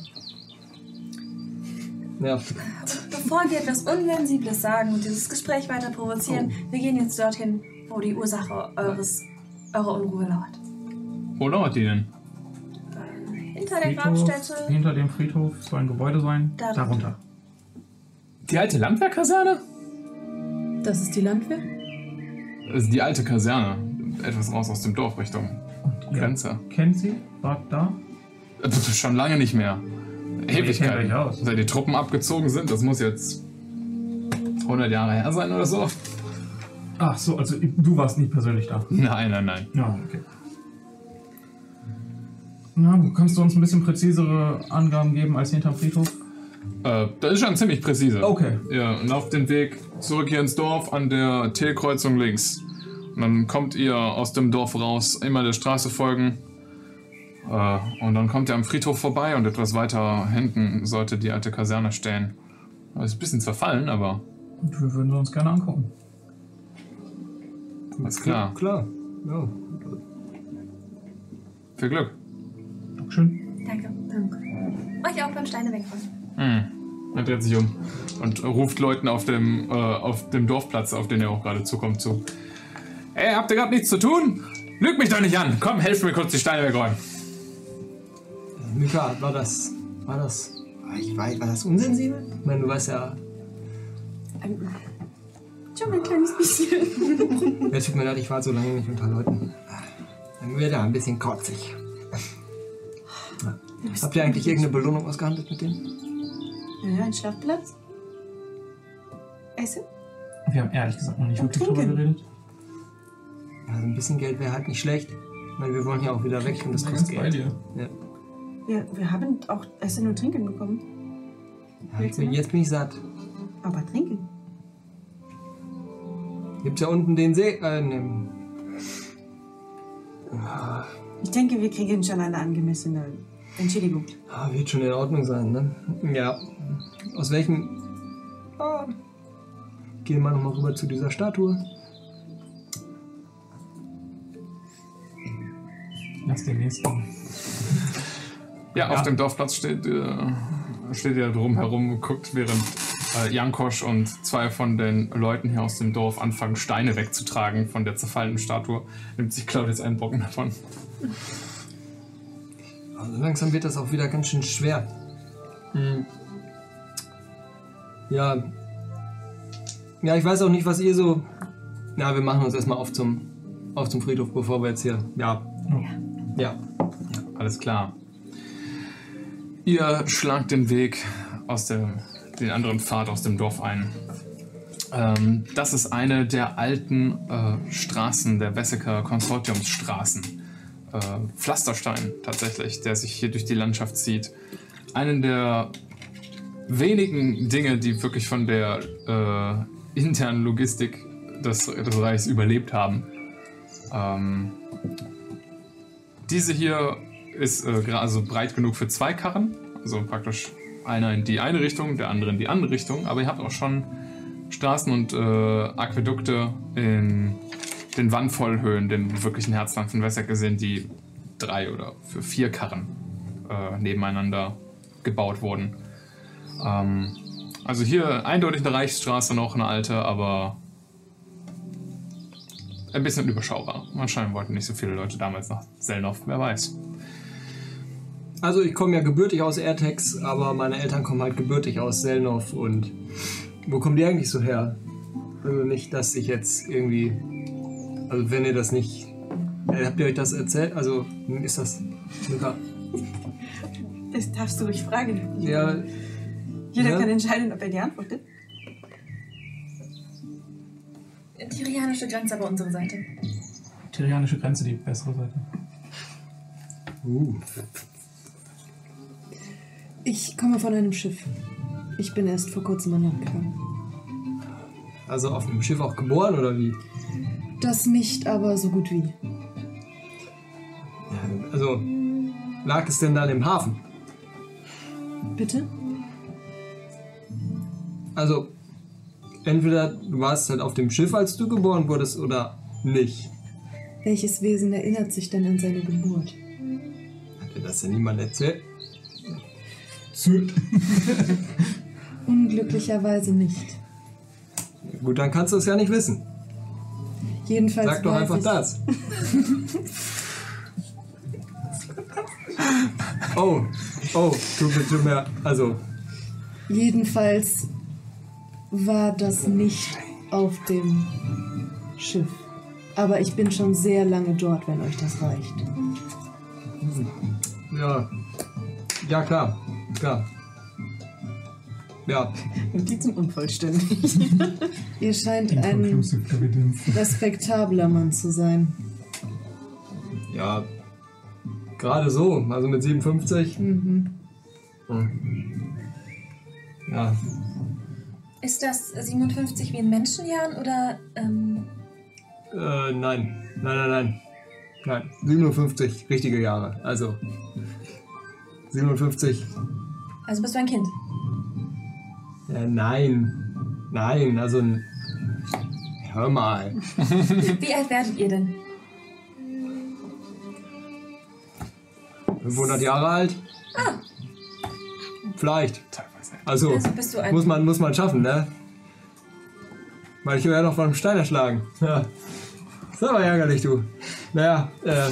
Ja. Bevor wir etwas Unsensibles sagen und dieses Gespräch weiter provozieren, wir gehen jetzt dorthin, wo die Ursache eurer Unruhe lauert. Wo lauert die denn? Hinter der Grabstätte. Hinter dem Friedhof soll ein Gebäude sein. Darunter. Die alte Landwehrkaserne? Das ist die Landwehr? Das ist die alte Kaserne. Etwas raus aus dem Dorf Richtung Und ihr Grenze. kennt sie? Wart da? Schon lange nicht mehr. kennt Ewigkeiten. euch aus. Seit die Truppen abgezogen sind, das muss jetzt 100 Jahre her sein oder so. Ach so, also du warst nicht persönlich da. Nein, nein, nein. Ja, okay. Na, kannst du uns ein bisschen präzisere Angaben geben als hinterm Friedhof? Das ist schon ziemlich präzise. Okay. Ihr lauft den Weg zurück hier ins Dorf an der T-Kreuzung links. Und dann kommt ihr aus dem Dorf raus, immer der Straße folgen. Und dann kommt ihr am Friedhof vorbei und etwas weiter hinten sollte die alte Kaserne stehen. Ist ein bisschen zerfallen, aber Und wir würden sie uns gerne angucken. alles klar. Klar. Ja. Viel Glück. Dankeschön. Danke. Euch auch beim Steine wegräumen. Er dreht sich um und ruft Leuten auf dem Dorfplatz, auf den er auch gerade zukommt, zu. Ey, habt ihr gerade nichts zu tun? Lügt mich doch nicht an. Komm, helft mir kurz die Steine wegräumen. Mika, war das. Ich weiß, war das unsensibel? Ich meine, du weißt ja. Schon ein kleines bisschen. Ja, tut mir leid, ich war so lange nicht unter Leuten. Dann wird er ein bisschen kotzig. Ja. Habt ihr eigentlich irgendeine Belohnung ausgehandelt mit denen? Ja, ein Schlafplatz. Essen? Wir haben ehrlich gesagt noch nicht Und wirklich drüber trinken. geredet. Ja, so ein bisschen Geld wäre halt nicht schlecht. Ich meine, wir wollen ja auch wieder weg und das Ich bin kostet ganz bei Geld. dir. Ja. Wir haben auch Essen und Trinken bekommen. Ja, jetzt bin ich satt. Aber trinken. Gibt's ja unten den See. Ich denke, wir kriegen schon eine angemessene Entschädigung. Wird schon in Ordnung sein, ne? Ja. Aus welchem... Gehen wir nochmal rüber zu dieser Statue. Lass den nächsten. Ja, auf dem Dorfplatz steht ihr drumherum und guckt, während Jankosch und zwei von den Leuten hier aus dem Dorf anfangen, Steine wegzutragen von der zerfallenen Statue. Nimmt sich Claudius einen Brocken davon. Also langsam wird das auch wieder ganz schön schwer. Ja. Ja, ich weiß auch nicht, was ihr so... Ja, wir machen uns erstmal auf zum Friedhof, bevor wir jetzt hier... Ja. Alles klar. Ihr schlagt den Weg aus den anderen Pfad aus dem Dorf ein. Das ist eine der alten Straßen, der Besseker Konsortiumsstraßen. Pflasterstein tatsächlich, der sich hier durch die Landschaft zieht. Einen der wenigen Dinge, die wirklich von der internen Logistik des Reichs überlebt haben. Diese hier ist also breit genug für 2 Karren, also praktisch einer in die eine Richtung, der andere in die andere Richtung, aber ihr habt auch schon Straßen und Aquädukte in den Wandvollhöhen, dem wirklichen Herzland von Wesseck gesehen, die 3 oder für 4 Karren nebeneinander gebaut wurden. Also hier eindeutig eine Reichsstraße, noch eine alte, aber ein bisschen überschaubar. Wahrscheinlich wollten nicht so viele Leute damals nach Selnov, wer weiß. Also ich komme ja gebürtig aus Airtex, aber meine Eltern kommen halt gebürtig aus Selnov und wo kommen die eigentlich so her? Also nicht, dass ich jetzt irgendwie Also wenn ihr das nicht... habt ihr euch das erzählt? Also ist das... Das darfst du ruhig fragen. Ja. Jeder kann entscheiden, ob er die antwortet. Tirianische Grenze aber unsere Seite. Tirianische Grenze, die bessere Seite. Ich komme von einem Schiff. Ich bin erst vor kurzem an Land gegangen. Also auf dem Schiff auch geboren, oder wie? Das nicht, aber so gut wie. Also, lag es denn dann im Hafen? Bitte? Also, entweder du warst halt auf dem Schiff, als du geboren wurdest, oder nicht. Welches Wesen erinnert sich denn an seine Geburt? Hat dir das denn niemand erzählt? Unglücklicherweise nicht. Gut, dann kannst du es ja nicht wissen. Jedenfalls Sag doch weiß einfach ich, das. Oh, tut mir, also... Jedenfalls war das nicht auf dem Schiff. Aber ich bin schon sehr lange dort, wenn euch das reicht. Ja, klar. Ja. Notizen unvollständig. Ihr scheint ein respektabler Mann zu sein. Ja, gerade so, also mit 57. Ja. Ist das 57 wie in Menschenjahren oder... Nein. 57 richtige Jahre. Also 57. Also bist du ein Kind? Nein, also ein... Hör mal. Wie alt werdet ihr denn? 500 Jahre alt? Vielleicht. Also bist du ein... muss man schaffen, ne? Weil ich werde noch von einem Stein erschlagen. Ja. Ist aber ärgerlich, du. Naja,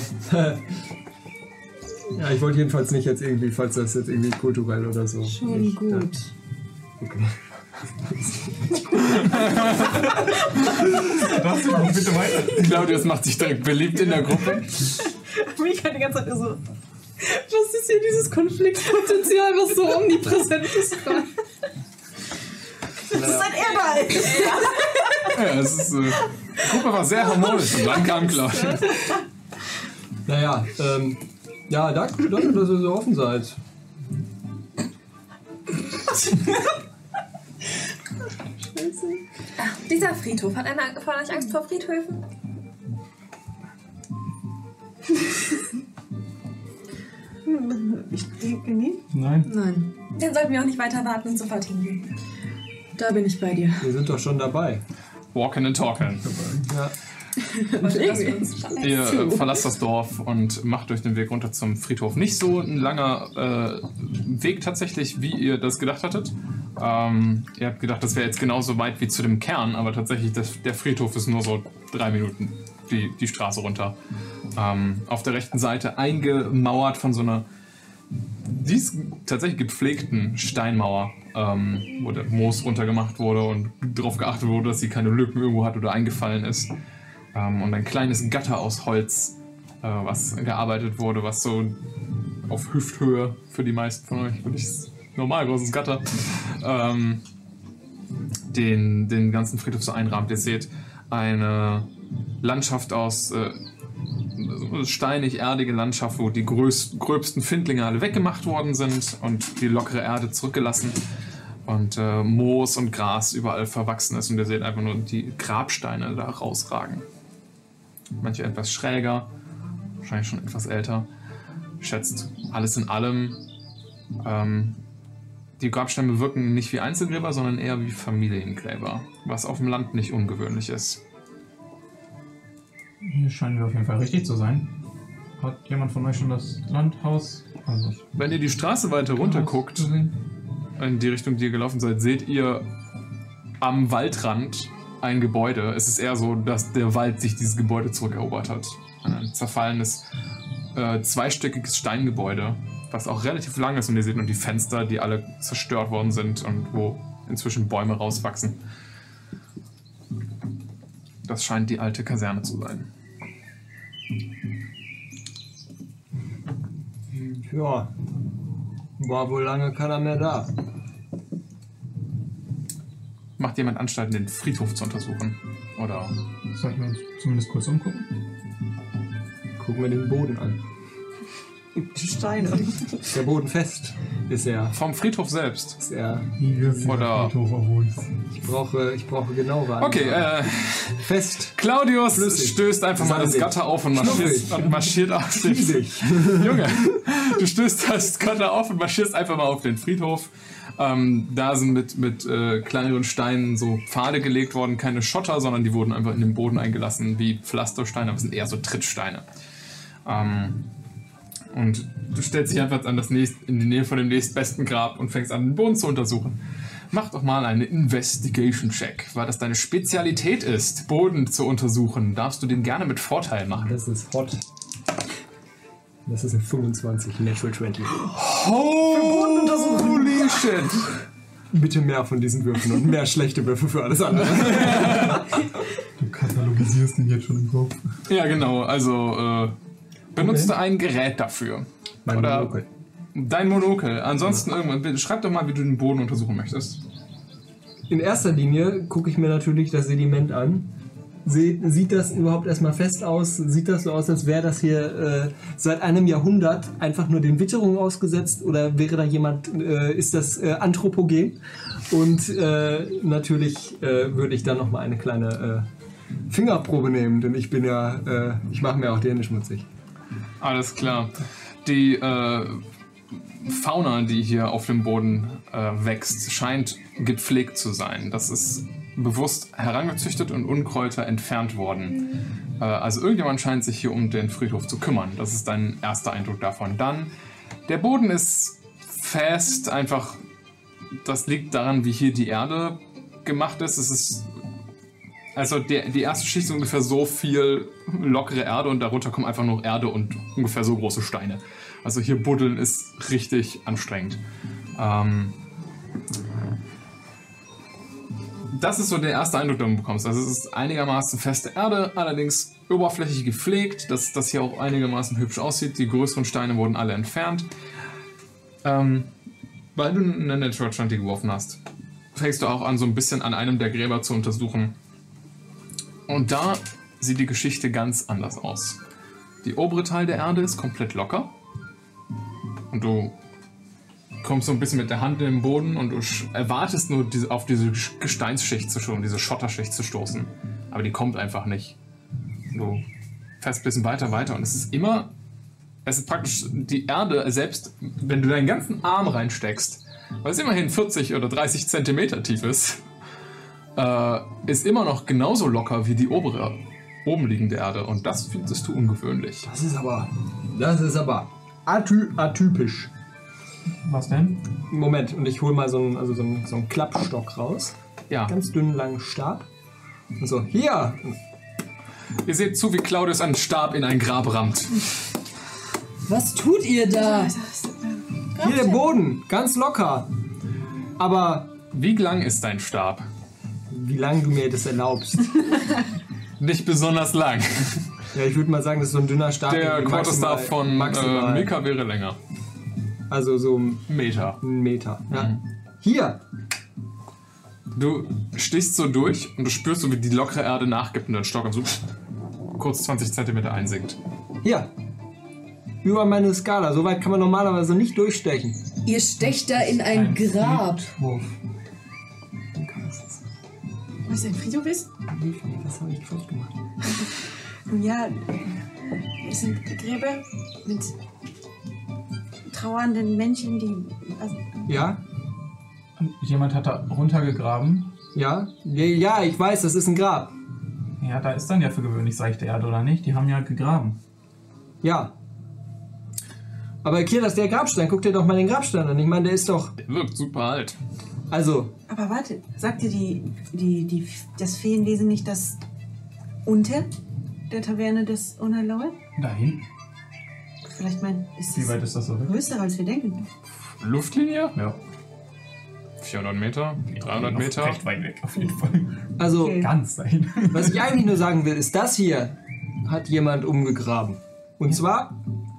ja, ich wollte jedenfalls nicht jetzt irgendwie, falls das jetzt irgendwie kulturell oder so. Schon nicht, gut. Okay. Bitte weiter. Claudius macht sich direkt beliebt in der Gruppe. Mich hat die ganze Zeit nur so... Was ist hier dieses Konfliktpotenzial, was so omnipräsent ist gerade? Das ist ein Erdball! Ja, es ist, die Gruppe war sehr harmonisch und dann kam Claudius. Naja, ja, danke, dass ihr so offen seid. Dieser Friedhof, hat einer von euch Angst vor Friedhöfen? Ich denke nicht. Nein. Nein, Dann sollten wir auch nicht weiter warten und sofort hingehen. da bin ich bei dir. Wir sind doch schon dabei. Walking and talking. Ja. Ihr verlasst das Dorf und macht euch den Weg runter zum Friedhof. Nicht so ein langer Weg tatsächlich, wie ihr das gedacht hattet. Ihr habt gedacht, das wäre jetzt genauso weit wie zu dem Kern, aber tatsächlich, der Friedhof ist nur so 3 Minuten die Straße runter. Auf der rechten Seite eingemauert von so einer tatsächlich gepflegten Steinmauer, wo der Moos runtergemacht wurde und darauf geachtet wurde, dass sie keine Lücken irgendwo hat oder eingefallen ist. Und ein kleines Gatter aus Holz, was gearbeitet wurde, was so auf Hüfthöhe für die meisten von euch, wirklich normal großes Gatter, den ganzen Friedhof so einrahmt. Ihr seht eine Landschaft aus steinig-erdige Landschaft, wo die gröbsten Findlinge alle weggemacht worden sind und die lockere Erde zurückgelassen und Moos und Gras überall verwachsen ist und ihr seht einfach nur die Grabsteine da rausragen. Manche etwas schräger, wahrscheinlich schon etwas älter. Schätzt alles in allem. Die Grabsteine wirken nicht wie Einzelgräber, sondern eher wie Familiengräber, was auf dem Land nicht ungewöhnlich ist. Hier scheinen wir auf jeden Fall richtig zu sein. Hat jemand von euch schon das Landhaus? Also Wenn ihr die Straße weiter runter guckt, gesehen? in die Richtung, die ihr gelaufen seid, seht ihr am Waldrand ein Gebäude. Es ist eher so, dass der Wald sich dieses Gebäude zurückerobert hat. Ein zerfallenes, zweistöckiges Steingebäude, was auch relativ lang ist und ihr seht nur die Fenster, die alle zerstört worden sind und wo inzwischen Bäume rauswachsen. Das scheint die alte Kaserne zu sein. Ja, war wohl lange keiner mehr da. Macht jemand Anstalten, den Friedhof zu untersuchen? Oder? Sollten wir uns zumindest kurz umgucken? Gucken wir den Boden an. Steine. Ist der Boden fest? Ist er? Vom Friedhof selbst. Ist er? Hier ist Oder- Friedhof auf uns. Ich brauche genauere Angaben. Okay, Fest. Claudius Flüssig. stößt einfach mal das Sandig. Gatter auf und marschiert auf den Riesig. Junge, du stößt das Gatter auf und marschierst einfach mal auf den Friedhof. Da sind mit kleineren Steinen so Pfade gelegt worden, keine Schotter, sondern die wurden einfach in den Boden eingelassen wie Pflastersteine, aber es sind eher so Trittsteine. Und du stellst dich einfach in die Nähe von dem nächstbesten Grab und fängst an, den Boden zu untersuchen. Mach doch mal eine Investigation-Check, weil das deine Spezialität ist, Boden zu untersuchen. Darfst du den gerne mit Vorteil machen. Das ist hot. Das ist eine 25, Natural 20. Holy shit! Bitte mehr von diesen Würfeln und mehr schlechte Würfel für alles andere. Du katalogisierst ihn jetzt schon im Kopf. Ja, genau. Also benutzt du ein Gerät dafür. Mein Oder Monokel. dein Monokel. Ansonsten irgendwann. Schreib doch mal, wie du den Boden untersuchen möchtest. In erster Linie gucke ich mir natürlich das Sediment an. Sieht das überhaupt erstmal fest aus? Sieht das so aus, als wäre das hier seit einem Jahrhundert einfach nur den Witterungen ausgesetzt? Oder wäre da jemand, ist das anthropogen? Und natürlich würde ich dann nochmal eine kleine Fingerprobe nehmen, denn ich bin ja, ich mache mir auch die Hände schmutzig. Alles klar. Die Fauna, die hier auf dem Boden wächst, scheint gepflegt zu sein. Das ist bewusst herangezüchtet und Unkräuter entfernt worden. Also irgendjemand scheint sich hier um den Friedhof zu kümmern. Das ist dein erster Eindruck davon. Dann, der Boden ist fest, einfach, das liegt daran, wie hier die Erde gemacht ist. Es ist, also die erste Schicht ist ungefähr so viel lockere Erde und darunter kommen einfach nur Erde und ungefähr so große Steine. Also hier buddeln ist richtig anstrengend. Das ist so der erste Eindruck, den du bekommst. Also es ist einigermaßen feste Erde, allerdings oberflächlich gepflegt, dass das hier auch einigermaßen hübsch aussieht. Die größeren Steine wurden alle entfernt. Weil du eine Natural 20 geworfen hast, fängst du auch an, so ein bisschen an einem der Gräber zu untersuchen. Und da sieht die Geschichte ganz anders aus. Die obere Teil der Erde ist komplett locker. Und du kommst so ein bisschen mit der Hand in den Boden und du erwartest nur auf diese Gesteinsschicht zu stoßen, diese Schotterschicht zu stoßen. Aber die kommt einfach nicht. Du fährst ein bisschen weiter und es ist praktisch die Erde, selbst wenn du deinen ganzen Arm reinsteckst, weil es immerhin 40 oder 30 Zentimeter tief ist immer noch genauso locker wie die oben liegende Erde. Und das findest du ungewöhnlich. Das ist aber atypisch. Was denn? Moment, und ich hole mal so einen Klappstock raus. Ja. Ganz dünnen, langen Stab. Und so, hier! Ihr seht zu, wie Claudius einen Stab in ein Grab rammt. Was tut ihr da? Hier der Boden, ganz locker. Aber Wie lang ist dein Stab? wie lange du mir das erlaubst. Nicht besonders lang. Ja, ich würde mal sagen, das ist so ein dünner Stab. Der Quarterstaff von maximal. Mika wäre länger. Also so Meter. ein Meter. Ja. Hier! Du stichst so durch und du spürst so, wie die lockere Erde nachgibt und dein Stock und so kurz 20 Zentimeter einsinkt. Hier! Über meine Skala. So weit kann man normalerweise nicht durchstechen. Ihr stecht da in ein Grab. Friedhof. Was ein Friedhof ist? Was habe ich falsch gemacht? Ja, es sind Gräber mit trauernden Menschen, die... Also, Ja? Jemand hat da runtergegraben. Ja? Ja, ich weiß, das ist ein Grab. Ja, da ist dann ja für gewöhnlich seichte Erde, oder nicht? Die haben ja gegraben. Ja. Aber hier, das ist der Grabstein. Guck dir doch mal den Grabstein an. Ich meine, der ist doch... Der wirkt super alt. Also, aber warte, sagt dir das Feenwesen nicht, dass unter der Taverne das Unerlaue? Dahin? Vielleicht ist Wie es weit ist das so weg? größer, als wir denken. Luftlinie? Ja. 400 Meter, 300 Noch Meter. recht weit weg, auf jeden Fall. Also, Okay. Ganz dahin. was ich eigentlich nur sagen will, ist, das hier hat jemand umgegraben. Und zwar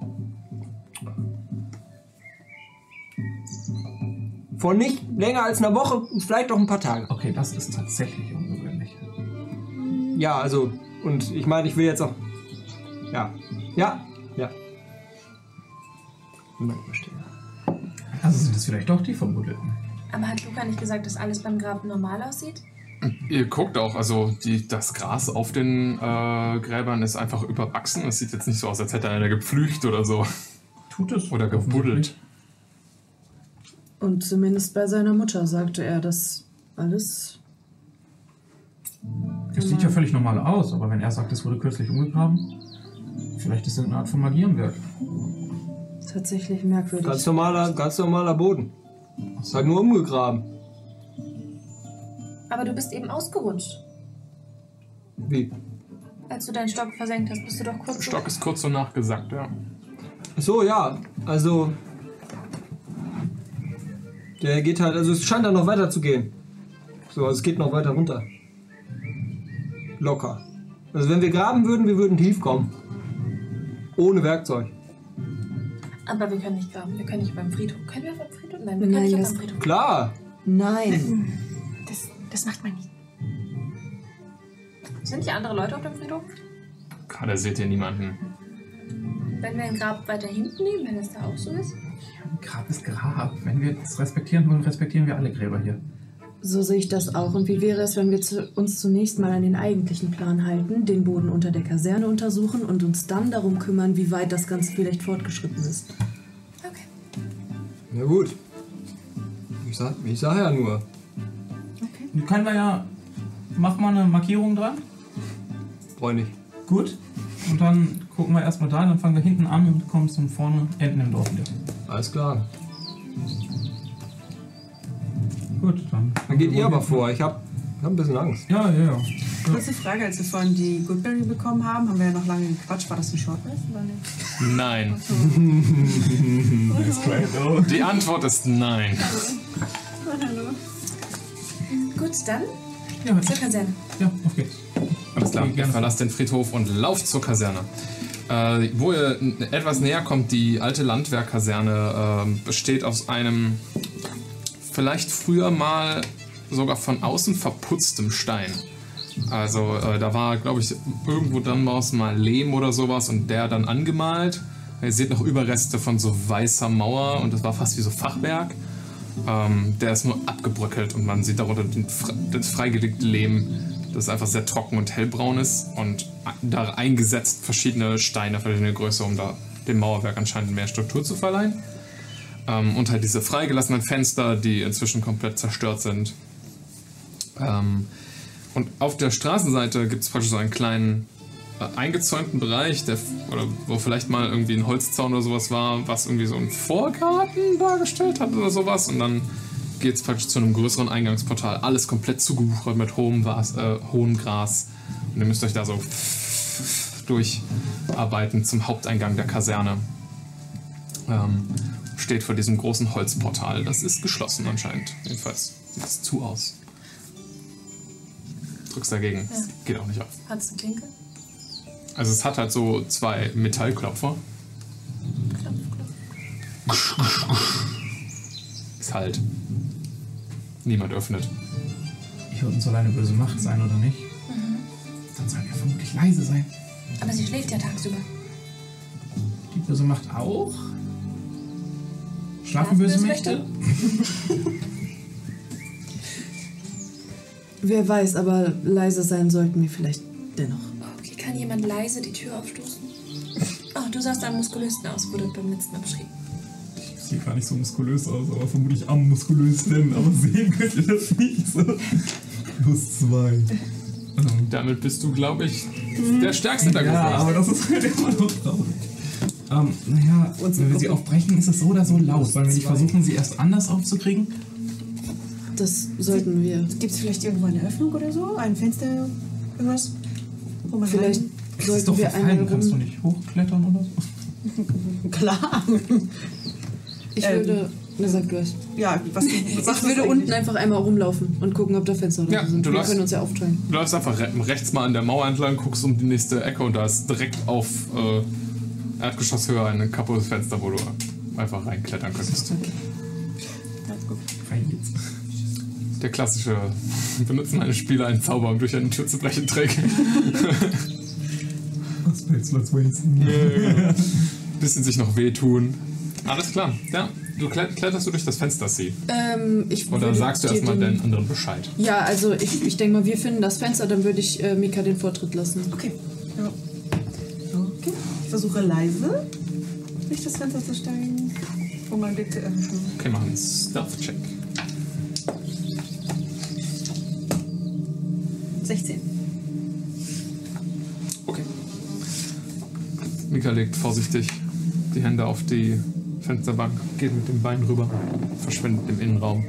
vor nicht länger als einer Woche, vielleicht auch ein paar Tage. Okay, das ist tatsächlich ungewöhnlich. Ja, also, und ich meine, ich will jetzt auch... Ja. Moment mal stehen. Also sind es vielleicht doch die Verbuddelten. Aber hat Luca nicht gesagt, dass alles beim Grab normal aussieht? Ihr guckt auch, also das Gras auf den Gräbern ist einfach überwachsen. Es sieht jetzt nicht so aus, als hätte einer gepflügt oder so. Tut es? Oder gebuddelt. Und zumindest bei seiner Mutter sagte er, dass alles... Es sieht ja völlig normal aus, aber wenn er sagt, es wurde kürzlich umgegraben, vielleicht ist es eine Art von Magie am Werk. tatsächlich merkwürdig. Ganz normaler Boden. Ist halt nur umgegraben. Aber du bist eben ausgerutscht. Wie? Als du deinen Stock versenkt hast, bist du doch kurz... Der Stock ist kurz so nachgesackt, ja. Ach so, ja. Also... Der geht halt... Also es scheint da noch weiter zu gehen. So, also es geht noch weiter runter. Locker. Also wenn wir graben würden, wir würden tief kommen. Ohne Werkzeug. Aber wir können nicht graben. Wir können nicht beim Friedhof. Können wir beim Friedhof? Nein, wir können Nein, nicht das- beim Friedhof. Klar. Nein. Das macht man nicht. Sind hier andere Leute auf dem Friedhof? Gerade seht ihr niemanden. Wenn wir ein Grab weiter hinten nehmen, wenn es da auch so ist? Grab ist Grab. Wenn wir es respektieren wollen, respektieren wir alle Gräber hier. So sehe ich das auch. Und wie wäre es, wenn wir uns zunächst mal an den eigentlichen Plan halten, den Boden unter der Kaserne untersuchen und uns dann darum kümmern, wie weit das Ganze vielleicht fortgeschritten ist? Okay. Na gut. Ich sag ja nur. Können wir ja... Mach mal eine Markierung dran. Freundlich. Gut. Und dann gucken wir erstmal da, dann fangen wir hinten an und kommen zum vorne, enden im Dorf wieder. Alles klar. Gut, dann... Dann geht ihr aber vor. Ich hab ein bisschen Angst. Ja. Kurze Frage, als wir vorhin die Goodberry bekommen haben wir ja noch lange gequatscht. War das ein Shortrest oder nicht? Nein. Die Antwort ist nein. Gut, dann Ja, zur Kaserne. ja, auf geht's. Alles klar, Okay, ihr gerne. verlasst den Friedhof und lauft zur Kaserne. Wo ihr etwas näher kommt, die alte Landwehrkaserne besteht aus einem vielleicht früher mal sogar von außen verputztem Stein. Also da war, glaube ich, irgendwo dann mal Lehm oder sowas und der dann angemalt. Ihr seht noch Überreste von so weißer Mauer und das war fast wie so Fachwerk. Der ist nur abgebröckelt und man sieht darunter das freigelegte Lehm, das einfach sehr trocken und hellbraun ist und da eingesetzt verschiedene Steine, verschiedene Größe, um da dem Mauerwerk anscheinend mehr Struktur zu verleihen. Und halt diese freigelassenen Fenster, die inzwischen komplett zerstört sind. Und auf der Straßenseite gibt es praktisch so einen kleinen eingezäunten Bereich, wo vielleicht mal irgendwie ein Holzzaun oder sowas war, was irgendwie so einen Vorgarten dargestellt hat oder sowas. Und dann geht es praktisch zu einem größeren Eingangsportal. Alles komplett zugewuchert mit hohem Gras. Und ihr müsst euch da so durcharbeiten zum Haupteingang der Kaserne. Steht vor diesem großen Holzportal. Das ist geschlossen anscheinend. Jedenfalls sieht es zu aus. Drückst dagegen. Ja. Es geht auch nicht auf. Hat es eine Klinke? Also es hat halt so 2 Metallklopfer. Ist halt. Niemand öffnet. Hier unten soll eine böse Macht sein, oder nicht? Dann sollen wir vermutlich leise sein. Aber sie schläft ja tagsüber. Die böse Macht auch? Schlafen böse böse Mächte? Wer weiß, aber leise sein sollten wir vielleicht dennoch. Okay, kann jemand leise die Tür aufstoßen? Oh, du sahst am muskulösten aus, wurde beim letzten Mal beschrieben. Ich sehe gar nicht so muskulös aus, aber vermutlich am muskulösten. Aber sehen könnt ihr das nicht so. +2. Damit bist du, glaube ich, der Stärkste der Ja, Gruppe. aber das ist halt immer noch traurig. Naja, wenn wir sie aufbrechen, ist es so oder so laut. Wollen wir nicht versuchen, sie erst anders aufzukriegen? Das sollten wir. Gibt es vielleicht irgendwo eine Öffnung oder so? Ein Fenster? Irgendwas? Wo man Vielleicht Das ist doch sollten wir einmal verfallen. Kannst du rum. nicht hochklettern oder so? Klar. Ich würde Na, sag du es. Ja, was du Ich würde unten einfach einmal rumlaufen und gucken, ob da Fenster oder Ja, so sind. du Wir läufst- können uns ja aufteilen. Du läufst einfach rechts mal an der Mauer entlang, guckst um die nächste Ecke und da ist direkt auf Erdgeschosshöhe ein kaputtes Fenster, wo du einfach reinklettern könntest. Der klassische, benutzen eine Spieler einen Zauber, um durch eine Tür zu brechen, Trick. Let's wasten. Bisschen sich noch wehtun. Alles klar, ja. Du kletterst du durch das Fenster, Sie. Ich Oder würde sagst du dir erstmal den- den anderen Bescheid? Ja, also ich denke mal, wir finden das Fenster, dann würde ich Mika den Vortritt lassen. Okay. Ja. Okay. Ich versuche leise durch das Fenster zu steigen, um mein Blick zu öffnen. Okay, mach einen Stealth-Check. 16. Okay. Mika legt vorsichtig die Hände auf die Fensterbank, geht mit dem Bein rüber, verschwindet im Innenraum.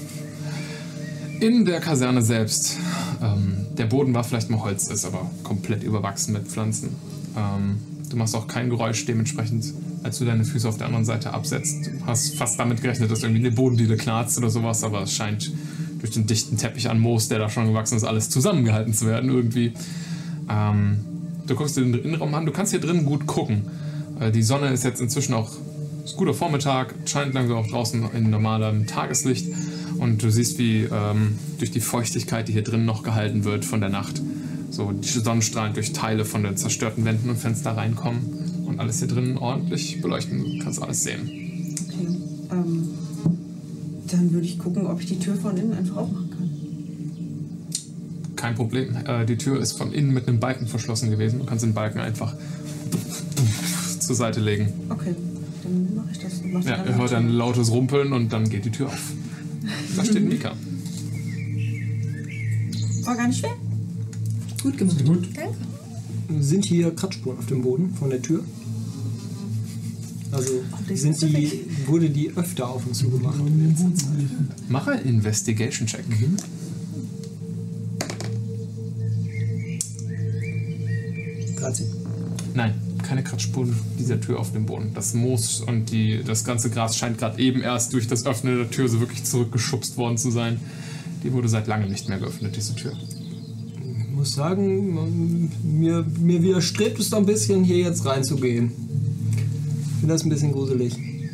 In der Kaserne selbst, der Boden war vielleicht mal Holz, ist aber komplett überwachsen mit Pflanzen. Du machst auch kein Geräusch, dementsprechend, als du deine Füße auf der anderen Seite absetzt. Du hast fast damit gerechnet, dass irgendwie eine Bodendiele knarzt oder sowas, aber es scheint durch den dichten Teppich an Moos, der da schon gewachsen ist, alles zusammengehalten zu werden irgendwie. Du guckst dir den Innenraum an, du kannst hier drin gut gucken. Die Sonne ist jetzt inzwischen auch, ist guter Vormittag, scheint langsam auch draußen in normalem Tageslicht und du siehst, wie durch die Feuchtigkeit, die hier drin noch gehalten wird von der Nacht, so die Sonnenstrahlen durch Teile von den zerstörten Wänden und Fenster reinkommen und alles hier drin ordentlich beleuchten. Du kannst alles sehen. Okay. Dann würde ich gucken, ob ich die Tür von innen einfach aufmachen kann. Kein Problem. Die Tür ist von innen mit einem Balken verschlossen gewesen. Du kannst den Balken einfach zur Seite legen. Okay, dann mache ich das. Mach Ja, ihr hört ein lautes Rumpeln und dann geht die Tür auf. Da steht Mika. War gar nicht schwer. Gut gemacht. Gut. Danke. Sind hier Kratzspuren auf dem Boden von der Tür? Also das ist wurde die öfter auf und zu gemacht? Mache einen Investigation-Check. 13. Nein, keine Kratzspuren dieser Tür auf dem Boden. Das Moos und das ganze Gras scheint gerade eben erst durch das Öffnen der Tür so wirklich zurückgeschubst worden zu sein. Die wurde seit langem nicht mehr geöffnet, diese Tür. Ich muss sagen, mir widerstrebt es da ein bisschen, hier jetzt reinzugehen. Ich finde das ein bisschen gruselig.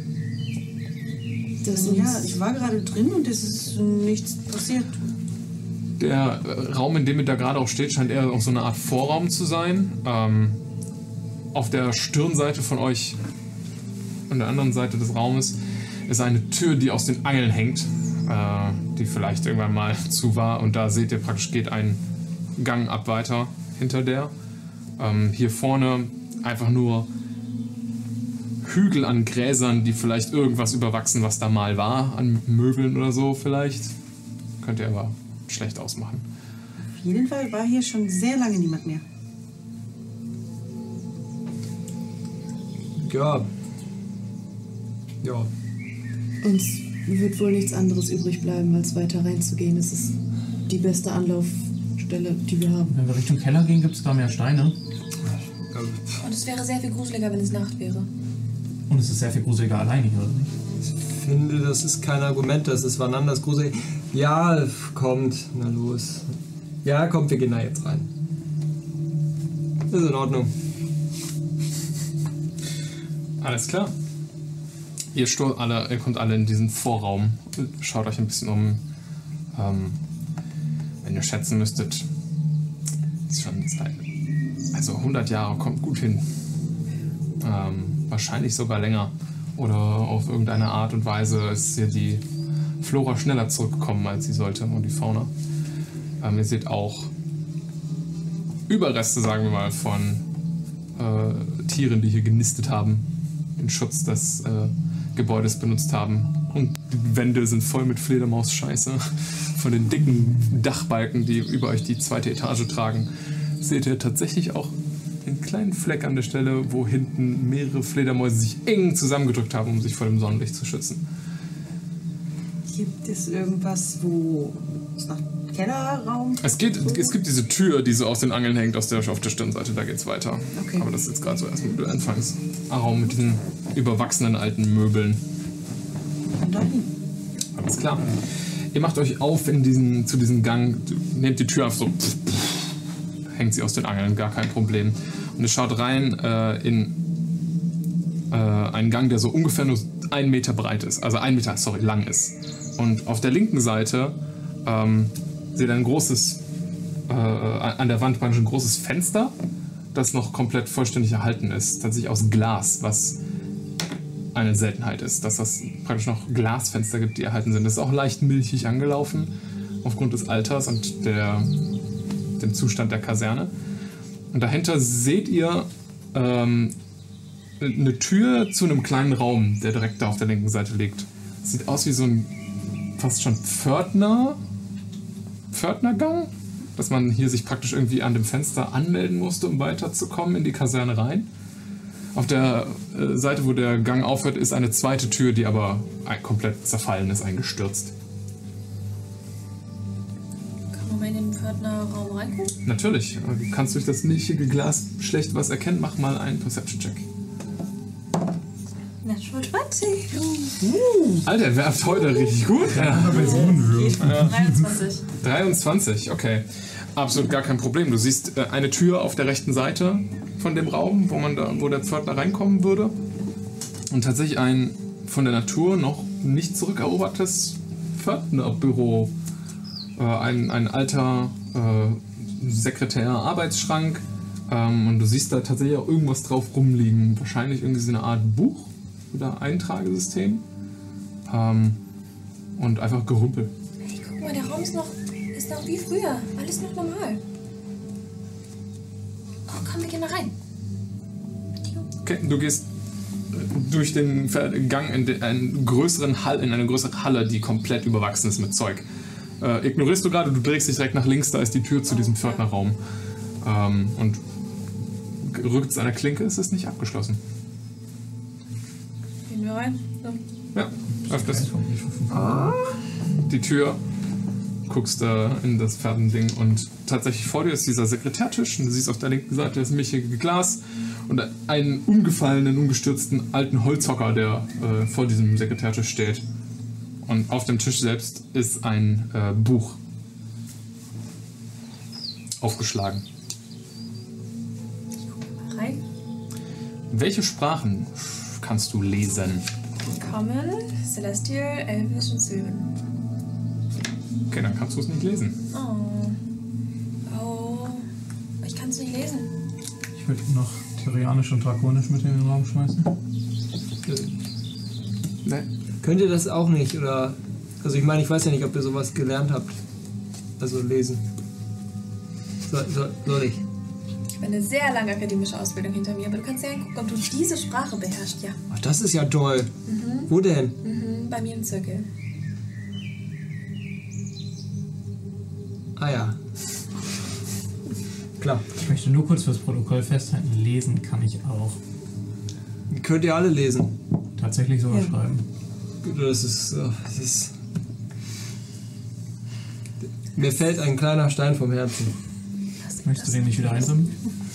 Ja, ich war gerade drin und es ist nichts passiert. Der Raum, in dem ihr da gerade auch steht, scheint eher auch so eine Art Vorraum zu sein. Auf der Stirnseite von euch, an der anderen Seite des Raumes, ist eine Tür, die aus den Angeln hängt, die vielleicht irgendwann mal zu war. Und da seht ihr praktisch, geht ein Gang ab weiter hinter der. Hier vorne einfach nur Hügel an Gräsern, die vielleicht irgendwas überwachsen, was da mal war, an Möbeln oder so vielleicht. Könnt ihr aber schlecht ausmachen. Auf jeden Fall war hier schon sehr lange niemand mehr. Ja. Ja. Uns wird wohl nichts anderes übrig bleiben, als weiter reinzugehen. Es ist die beste Anlaufstelle, die wir haben. Wenn wir Richtung Keller gehen, gibt es da mehr Steine. Und es wäre sehr viel gruseliger, wenn es Nacht wäre. Und es ist sehr viel gruseliger alleine hier, oder nicht? Ich finde, das ist kein Argument, das ist wann anders gruselig. Ja, kommt, na los. Ja, kommt, wir gehen da jetzt rein. Ist in Ordnung. Alles klar. Ihr kommt alle in diesen Vorraum. Schaut euch ein bisschen um. Wenn ihr schätzen müsstet, ist schon Zeit. Also 100 Jahre kommt gut hin. Wahrscheinlich sogar länger. Oder auf irgendeine Art und Weise ist hier die Flora schneller zurückgekommen, als sie sollte, und die Fauna. Ihr seht auch Überreste, sagen wir mal, von Tieren, die hier genistet haben, den Schutz des Gebäudes benutzt haben. Und die Wände sind voll mit Fledermaus-Scheiße. Von den dicken Dachbalken, die über euch die zweite Etage tragen, seht ihr tatsächlich auch einen kleinen Fleck an der Stelle, wo hinten mehrere Fledermäuse sich eng zusammengedrückt haben, um sich vor dem Sonnenlicht zu schützen. Gibt es irgendwas, wo es nach Kellerraum? Es gibt diese Tür, die so aus den Angeln hängt, auf der Stirnseite, da geht's weiter. Okay. Aber das ist jetzt gerade so erstmal der Anfangsraum mit diesen überwachsenen alten Möbeln. Dann dahin. Alles klar. Ihr macht euch auf zu diesem Gang, nehmt die Tür auf, so hängt sie aus den Angeln, gar kein Problem. Und ihr schaut rein in einen Gang, der so ungefähr nur 1 Meter breit ist, also 1 Meter, lang ist. Und auf der linken Seite seht ihr ein großes, an der Wand ein großes Fenster, das noch komplett vollständig erhalten ist. Tatsächlich aus Glas, was eine Seltenheit ist, dass das praktisch noch Glasfenster gibt, die erhalten sind. Das ist auch leicht milchig angelaufen, aufgrund des Alters und dem Zustand der Kaserne. Und dahinter seht ihr eine Tür zu einem kleinen Raum, der direkt da auf der linken Seite liegt. Sieht aus wie so ein fast schon Pförtnergang, dass man hier sich praktisch irgendwie an dem Fenster anmelden musste, um weiterzukommen in die Kaserne rein. Auf der Seite, wo der Gang aufhört, ist eine zweite Tür, die aber komplett zerfallen ist, eingestürzt. Kann man mal in den Pförtnerraum reingucken? Natürlich, aber du kannst durch das milchige Glas schlecht was erkennen. Mach mal einen Perception-Check. Natural 20. Alter, er werft heute richtig gut. Ja. 23. 23, okay. Absolut gar kein Problem. Du siehst eine Tür auf der rechten Seite von dem Raum, wo der Pförtner reinkommen würde. Und tatsächlich ein von der Natur noch nicht zurückerobertes Pförtnerbüro. Ein alter Sekretär-Arbeitsschrank. Und du siehst da tatsächlich auch irgendwas drauf rumliegen. Wahrscheinlich irgendwie so eine Art Buch oder Eintragesystem. Und einfach Gerümpel. Hey, guck mal, der Raum ist noch wie früher. Alles noch normal. Oh, komm, wir gehen da rein. Okay, du gehst durch den Gang in eine größere Halle, die komplett überwachsen ist mit Zeug. Ignorierst du gerade, du drehst dich direkt nach links, da ist die Tür zu diesem Pförtnerraum. Und rückt an der Klinke, ist es nicht abgeschlossen. Gehen wir rein? So. Ja, öfters. Die Tür, guckst in das Pferdending und tatsächlich vor dir ist dieser Sekretärtisch und du siehst auf der linken Seite das milchige Glas und einen umgefallenen, umgestürzten alten Holzhocker, der vor diesem Sekretärtisch steht. Und auf dem Tisch selbst ist ein Buch aufgeschlagen. Rein. Welche Sprachen kannst du lesen? Common, Celestial, Elvish und Sylvan. Okay, dann kannst du es nicht lesen. Oh, ich kann es nicht lesen. Ich würde noch Tyrianisch und Drakonisch mit in den Raum schmeißen. Nein. Könnt ihr das auch nicht? Oder? Also ich meine, ich weiß ja nicht, ob ihr sowas gelernt habt. Also lesen. Soll ich? Ich habe eine sehr lange akademische Ausbildung hinter mir, aber du kannst ja gucken, ob du diese Sprache beherrschst, ja. Ach, das ist ja toll. Wo denn? Bei mir im Zirkel. Ah ja. Klar. Ich möchte nur kurz fürs Protokoll festhalten, lesen kann ich auch. Könnt ihr alle lesen? Tatsächlich sogar schreiben. Das ist... Mir fällt ein kleiner Stein vom Herzen. Möchtest du den nicht wieder einsammeln?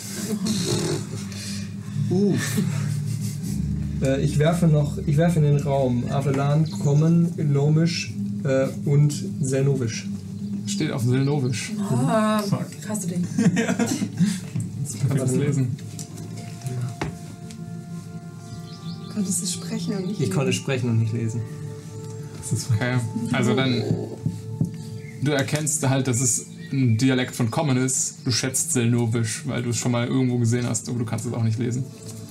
Ich werfe in den Raum Avelan, Common, Gnomisch und Selnovisch. Steht auf Selnovisch. Fuck. Hast du den? Kann man das lesen? Konntest du sprechen und nicht Ich konnte sprechen und nicht lesen. Das ist okay. Also dann, du erkennst halt, dass es ein Dialekt von Common ist. Du schätzt Selnovisch, weil du es schon mal irgendwo gesehen hast, aber du kannst es auch nicht lesen.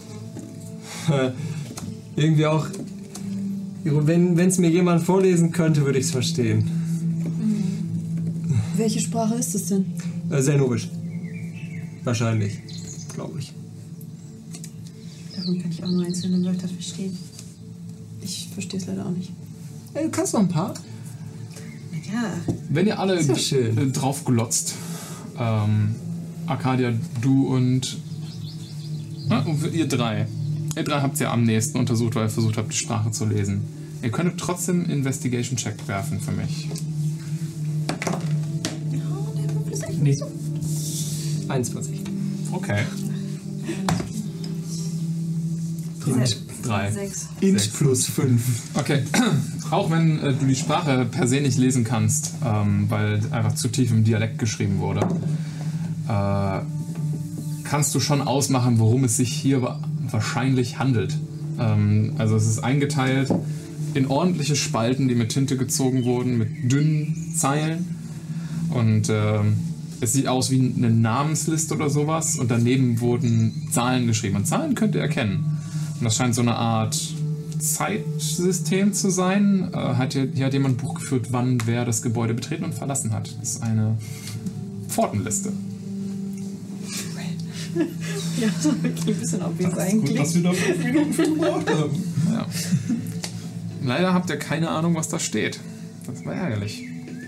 Irgendwie auch, wenn es mir jemand vorlesen könnte, würde ich es verstehen. Welche Sprache ist es denn? Selnovisch. Wahrscheinlich, glaube ich. Davon kann ich auch nur einzelne Wörter verstehen. Ich verstehe es leider auch nicht. Du kannst noch ein paar. Ja. Wenn ihr alle Sehr schön. drauf glotzt, Arcadia, du und ihr drei habt es ja am nächsten untersucht, weil ihr versucht habt, die Sprache zu lesen. Ihr könntet trotzdem einen Investigation-Check werfen für mich. Nee. 21. Okay. 3. 6. Int plus 5. Okay. Auch wenn du die Sprache per se nicht lesen kannst, weil einfach zu tief im Dialekt geschrieben wurde, kannst du schon ausmachen, worum es sich hier wahrscheinlich handelt. Also es ist eingeteilt in ordentliche Spalten, die mit Tinte gezogen wurden, mit dünnen Zeilen. Und es sieht aus wie eine Namensliste oder sowas. Und daneben wurden Zahlen geschrieben. Und Zahlen könnt ihr erkennen. Und das scheint so eine Art Zeitsystem zu sein. Hier hat jemand ein Buch geführt, wann wer das Gebäude betreten und verlassen hat. Das ist eine Pfortenliste. Ja, so wirklich ein bisschen obvious eigentlich. Gut, dass wir da 5 Minuten für gebraucht haben. Ja. Leider habt ihr keine Ahnung, was da steht. Das war ärgerlich.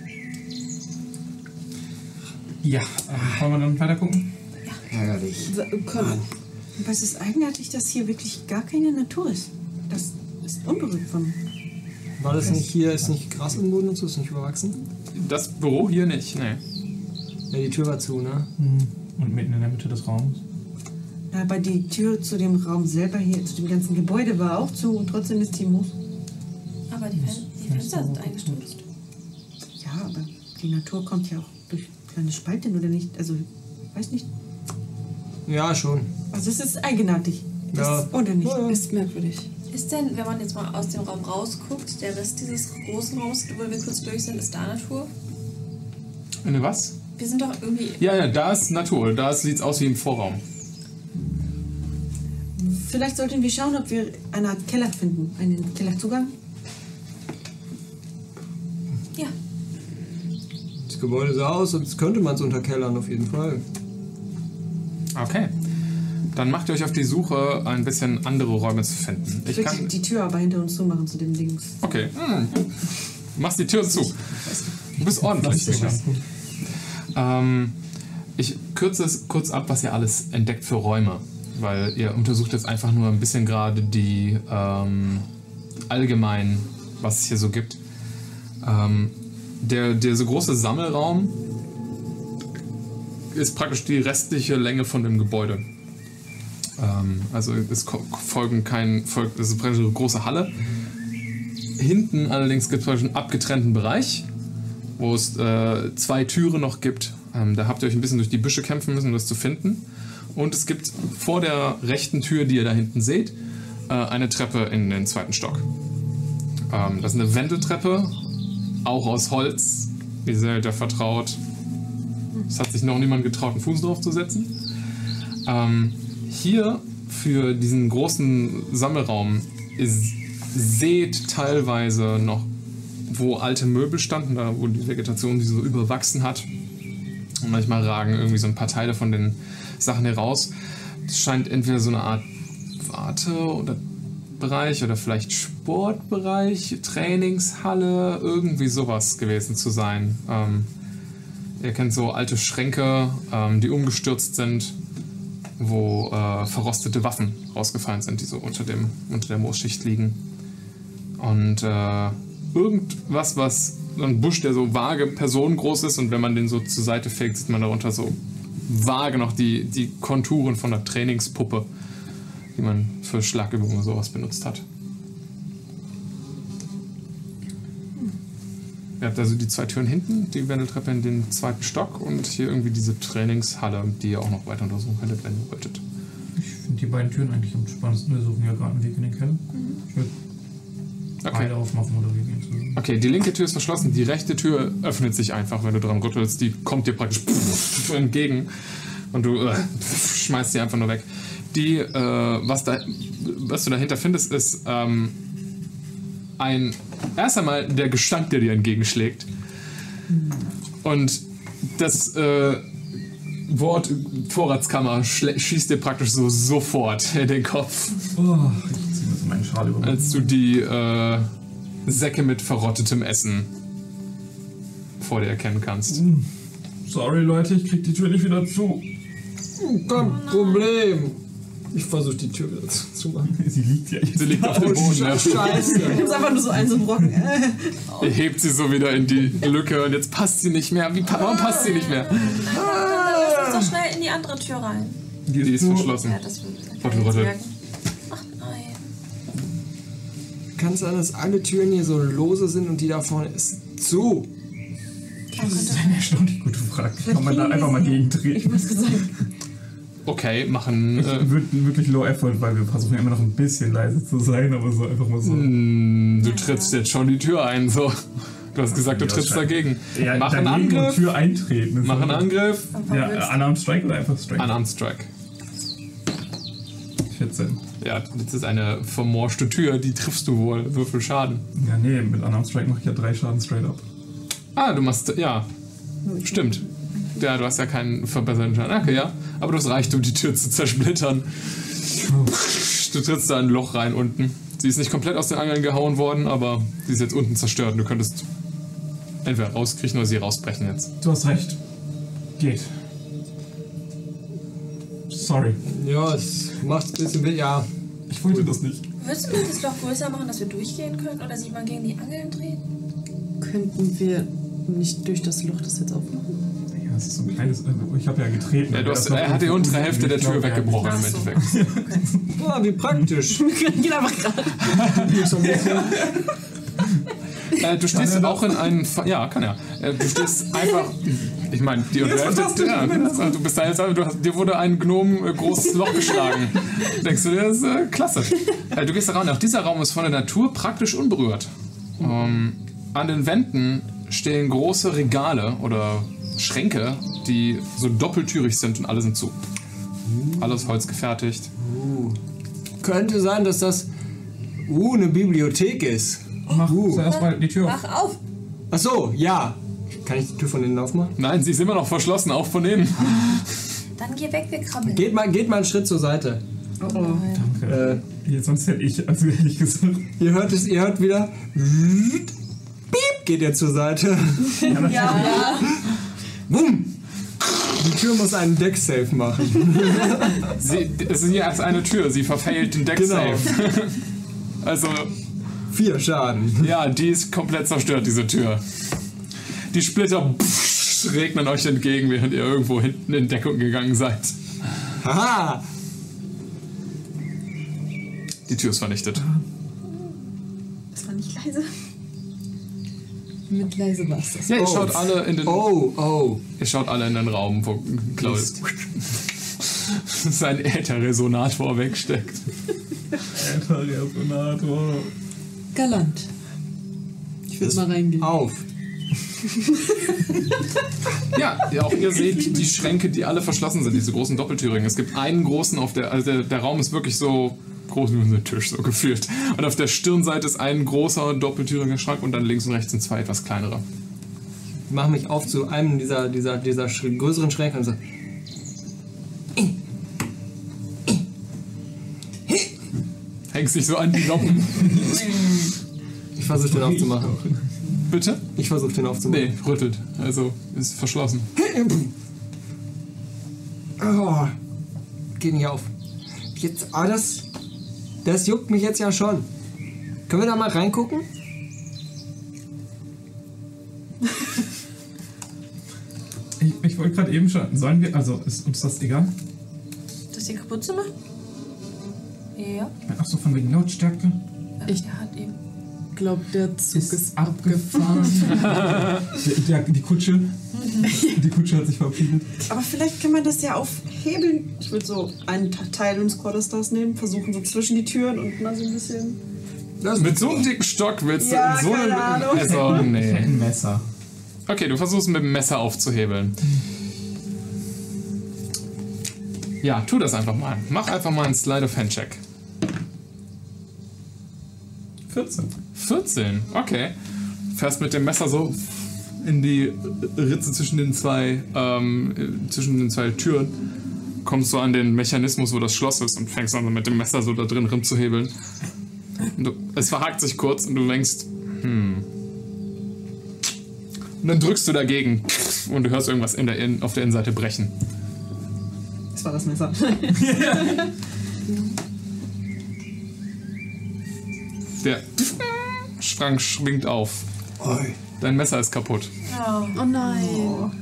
Ja, wollen wir dann weiter gucken? Ärgerlich. Was ist eigenartig, dass hier wirklich gar keine Natur ist? Das ist unberührt von... War das nicht hier, ist nicht Gras im Boden und so, ist nicht überwachsen? Das Büro hier nicht, ne. Ja, die Tür war zu, ne? Und mitten in der Mitte des Raums. Ja, aber die Tür zu dem Raum selber hier, zu dem ganzen Gebäude war auch zu und trotzdem ist die Moos. Aber die Fenster sind eingestürzt. Ja, aber die Natur kommt ja auch durch kleine Spalten, oder nicht? Also, weiß nicht. Ja, schon. Also es ist eigenartig. Ja. Oder nicht? Ist merkwürdig. Ist denn, wenn man jetzt mal aus dem Raum rausguckt, der Rest dieses großen Raums, wo wir kurz durch sind, ist da Natur? Eine was? Wir sind doch irgendwie... Ja, da ist Natur. Da sieht es aus wie im Vorraum. Vielleicht sollten wir schauen, ob wir eine Art Keller finden. Einen Kellerzugang. Ja. Das Gebäude sah aus, als könnte man es unterkellern, auf jeden Fall. Okay. Dann macht ihr euch auf die Suche, ein bisschen andere Räume zu finden. Ich würde die Tür aber hinter uns zumachen zu dem Dings. Okay. Du machst die Tür zu. Du bist ordentlich. Ich kürze es kurz ab, was ihr alles entdeckt für Räume. Weil ihr untersucht jetzt einfach nur ein bisschen gerade die allgemein, was es hier so gibt. Der so große Sammelraum ist praktisch die restliche Länge von dem Gebäude. Also es folgt das ist praktisch eine große Halle. Hinten allerdings gibt es einen abgetrennten Bereich, wo es 2 Türen noch gibt. Da habt ihr euch ein bisschen durch die Büsche kämpfen müssen, um das zu finden. Und es gibt vor der rechten Tür, die ihr da hinten seht, eine Treppe in den 2. Stock. Das ist eine Wendeltreppe, auch aus Holz. Ihr seid ja vertraut. Es hat sich noch niemand getraut, einen Fuß drauf zu setzen. Hier für diesen großen Sammelraum seht teilweise noch, wo alte Möbel standen, da wo die Vegetation die so überwachsen hat. Und manchmal ragen irgendwie so ein paar Teile von den Sachen heraus. Es scheint entweder so eine Art Warte- oder Bereich oder vielleicht Sportbereich, Trainingshalle, irgendwie sowas gewesen zu sein. Ihr kennt so alte Schränke, die umgestürzt sind, wo verrostete Waffen rausgefallen sind, die so unter der Moosschicht liegen. Und irgendwas, was so ein Busch, der so vage personengroß ist, und wenn man den so zur Seite fegt, sieht man darunter so vage noch die Konturen von einer Trainingspuppe, die man für Schlagübungen oder sowas benutzt hat. Ihr habt also die 2 Türen hinten, die Wendeltreppe in den 2. Stock und hier irgendwie diese Trainingshalle, die ihr auch noch weiter untersuchen könntet, wenn ihr wolltet. Ich finde die beiden Türen eigentlich am spannendsten. Wir suchen ja gerade einen Weg in den Keller. Ich würde beide aufmachen oder wir gehen zusammen. Okay, die linke Tür ist verschlossen, die rechte Tür öffnet sich einfach, wenn du dran rüttelst. Die kommt dir praktisch entgegen und du schmeißt sie einfach nur weg. Was du dahinter findest, ist erst einmal der Gestank, der dir entgegenschlägt. Und das Wort Vorratskammer schießt dir praktisch so sofort in den Kopf. Oh, ich ziehe mir so meinen Schal über. Als du die Säcke mit verrottetem Essen vor dir erkennen kannst. Sorry Leute, ich krieg die Tür nicht wieder zu. Kein Problem. Ich versuche die Tür wieder zu machen. Sie liegt ja jetzt. Sie liegt auf dem Boden. Ja. Scheiße. Ich hab's einfach nur so einen Brocken. Ihr hebt sie so wieder in die Lücke und jetzt passt sie nicht mehr. Warum passt sie nicht mehr? Dann lass uns doch schnell in die andere Tür rein. Die ist verschlossen. Ja, das würde Rottel. Ach nein. kann es sein, dass alle Türen hier so lose sind und die da vorne ist zu? Das ist eine erstaunlich gute Frage. Kann man da einfach mal gegentreten? Okay, machen... Wird wirklich low effort, weil wir versuchen immer noch ein bisschen leise zu sein, aber so einfach mal so. Du trittst jetzt schon die Tür ein, so. Du hast gesagt, du trittst dagegen. Ja, mach einen dagegen Angriff. Tür eintreten. Mach einen Angriff. Ja, Unarmed Strike oder einfach Strike? Unarmed Strike. 14. Ja, das ist eine vermorschte Tür, die triffst du wohl. Würfel Schaden. Ja, nee, mit Unarmed Strike mache ich ja 3 Schaden straight up. Ah, du machst, ja. Stimmt. Ja, du hast ja keinen verbesserten Schaden. Okay, ja. Aber das reicht, um die Tür zu zersplittern. Du trittst da ein Loch rein unten. Sie ist nicht komplett aus den Angeln gehauen worden, aber sie ist jetzt unten zerstört. Und du könntest entweder rauskriechen oder sie rausbrechen jetzt. Du hast recht. Geht. Sorry. Ja, es macht ein bisschen weh, ja. Ich wollte das nicht. Würdest du mal das Loch größer machen, dass wir durchgehen können? Oder sich mal gegen die Angeln drehen? Könnten wir nicht durch das Loch das jetzt aufmachen? Ja, das ist so ein kleines. Ich habe ja getreten. Ja, er hat die untere Hälfte der Tür weggebrochen im Endeffekt. Ja, wie praktisch. Geht einfach gerade. Du stehst auch in einem... Ja, kann er. Du stehst einfach... Ich meine, die untere Hälfte... Ja, du bist da jetzt... Dir wurde ein Gnom großes Loch geschlagen. Denkst du dir, das ist klasse. Du gehst da rein. Auch dieser Raum ist von der Natur praktisch unberührt. An den Wänden stehen große Regale oder Schränke, die so doppeltürig sind und alle sind zu. Alles Holz gefertigt. Könnte sein, dass das eine Bibliothek ist. Mach zuerst mal die Tür auf. Mach auf! Ach so, ja. Kann ich die Tür von innen aufmachen? Nein, sie ist immer noch verschlossen, auch von innen. Dann geh weg, wir krabbeln. Geht mal einen Schritt zur Seite. Danke. Sonst hätte ich, also ehrlich gesagt. Ihr hört wieder. Piep, geht ihr zur Seite. Ja. Bumm. Die Tür muss einen Deck-Safe machen. Es ist hier erst eine Tür, sie verfehlt den Deck-Safe. Genau. Also, 4 Schaden. ja, die ist komplett zerstört, diese Tür. Die Splitter regnen euch entgegen, während ihr irgendwo hinten in Deckung gegangen seid. Haha! Die Tür ist vernichtet. Das war nicht leise. Mit leise war es das. Ja, ihr schaut alle in den... Ihr schaut alle in den Raum, wo Claudius sein Ätherresonator wegsteckt. Ätherresonator. Galant. Ich will mal reingehen. Auf! Ja, auch ihr seht die Schränke, die alle verschlossen sind, diese großen Doppeltürigen. Es gibt einen großen also der Raum ist wirklich so groß wie ein Tisch, so gefühlt. Und auf der Stirnseite ist ein großer doppeltüriger Schrank und dann links und rechts sind 2 etwas kleinere. Ich mache mich auf zu einem dieser größeren Schränke und so. Hängst dich so an die Noppen. Ich versuche den aufzumachen. Bitte? Ich versuche den aufzumachen. Nee, rüttelt. Also ist verschlossen. Oh, geht nicht auf. Jetzt, das juckt mich jetzt ja schon. Können wir da mal reingucken? Ich wollte gerade eben schon. Sollen wir. Also ist uns das egal? Das hier kaputt zu machen? Ja. Ich meine, ach so, von wegen Lautstärke. Ich hat eben. glaube, der Zug ist abgefahren. Die Kutsche. Die Kutsche hat sich verabschiedet. Aber vielleicht kann man das ja aufhebeln. Ich würde so einen Teil des Quarterstars nehmen, versuchen so zwischen die Türen und mal so ein bisschen... Mit so einem dicken Stock willst du Ja, in so keine einem... Ahnung. Also, nee. Ein Messer. Okay, du versuchst mit dem Messer aufzuhebeln. Ja, tu das einfach mal. Mach einfach mal einen Slide of Hand Check. 14. 14, okay. Fährst mit dem Messer so in die Ritze zwischen den zwei Türen. Kommst so an den Mechanismus, wo das Schloss ist und fängst an mit dem Messer so da drin rumzuhebeln. Es verhakt sich kurz und du denkst, Und dann drückst du dagegen und du hörst irgendwas auf der Innenseite brechen. Das war das Messer. Der Schrank schwingt auf. Oi. Dein Messer ist kaputt. Oh nein.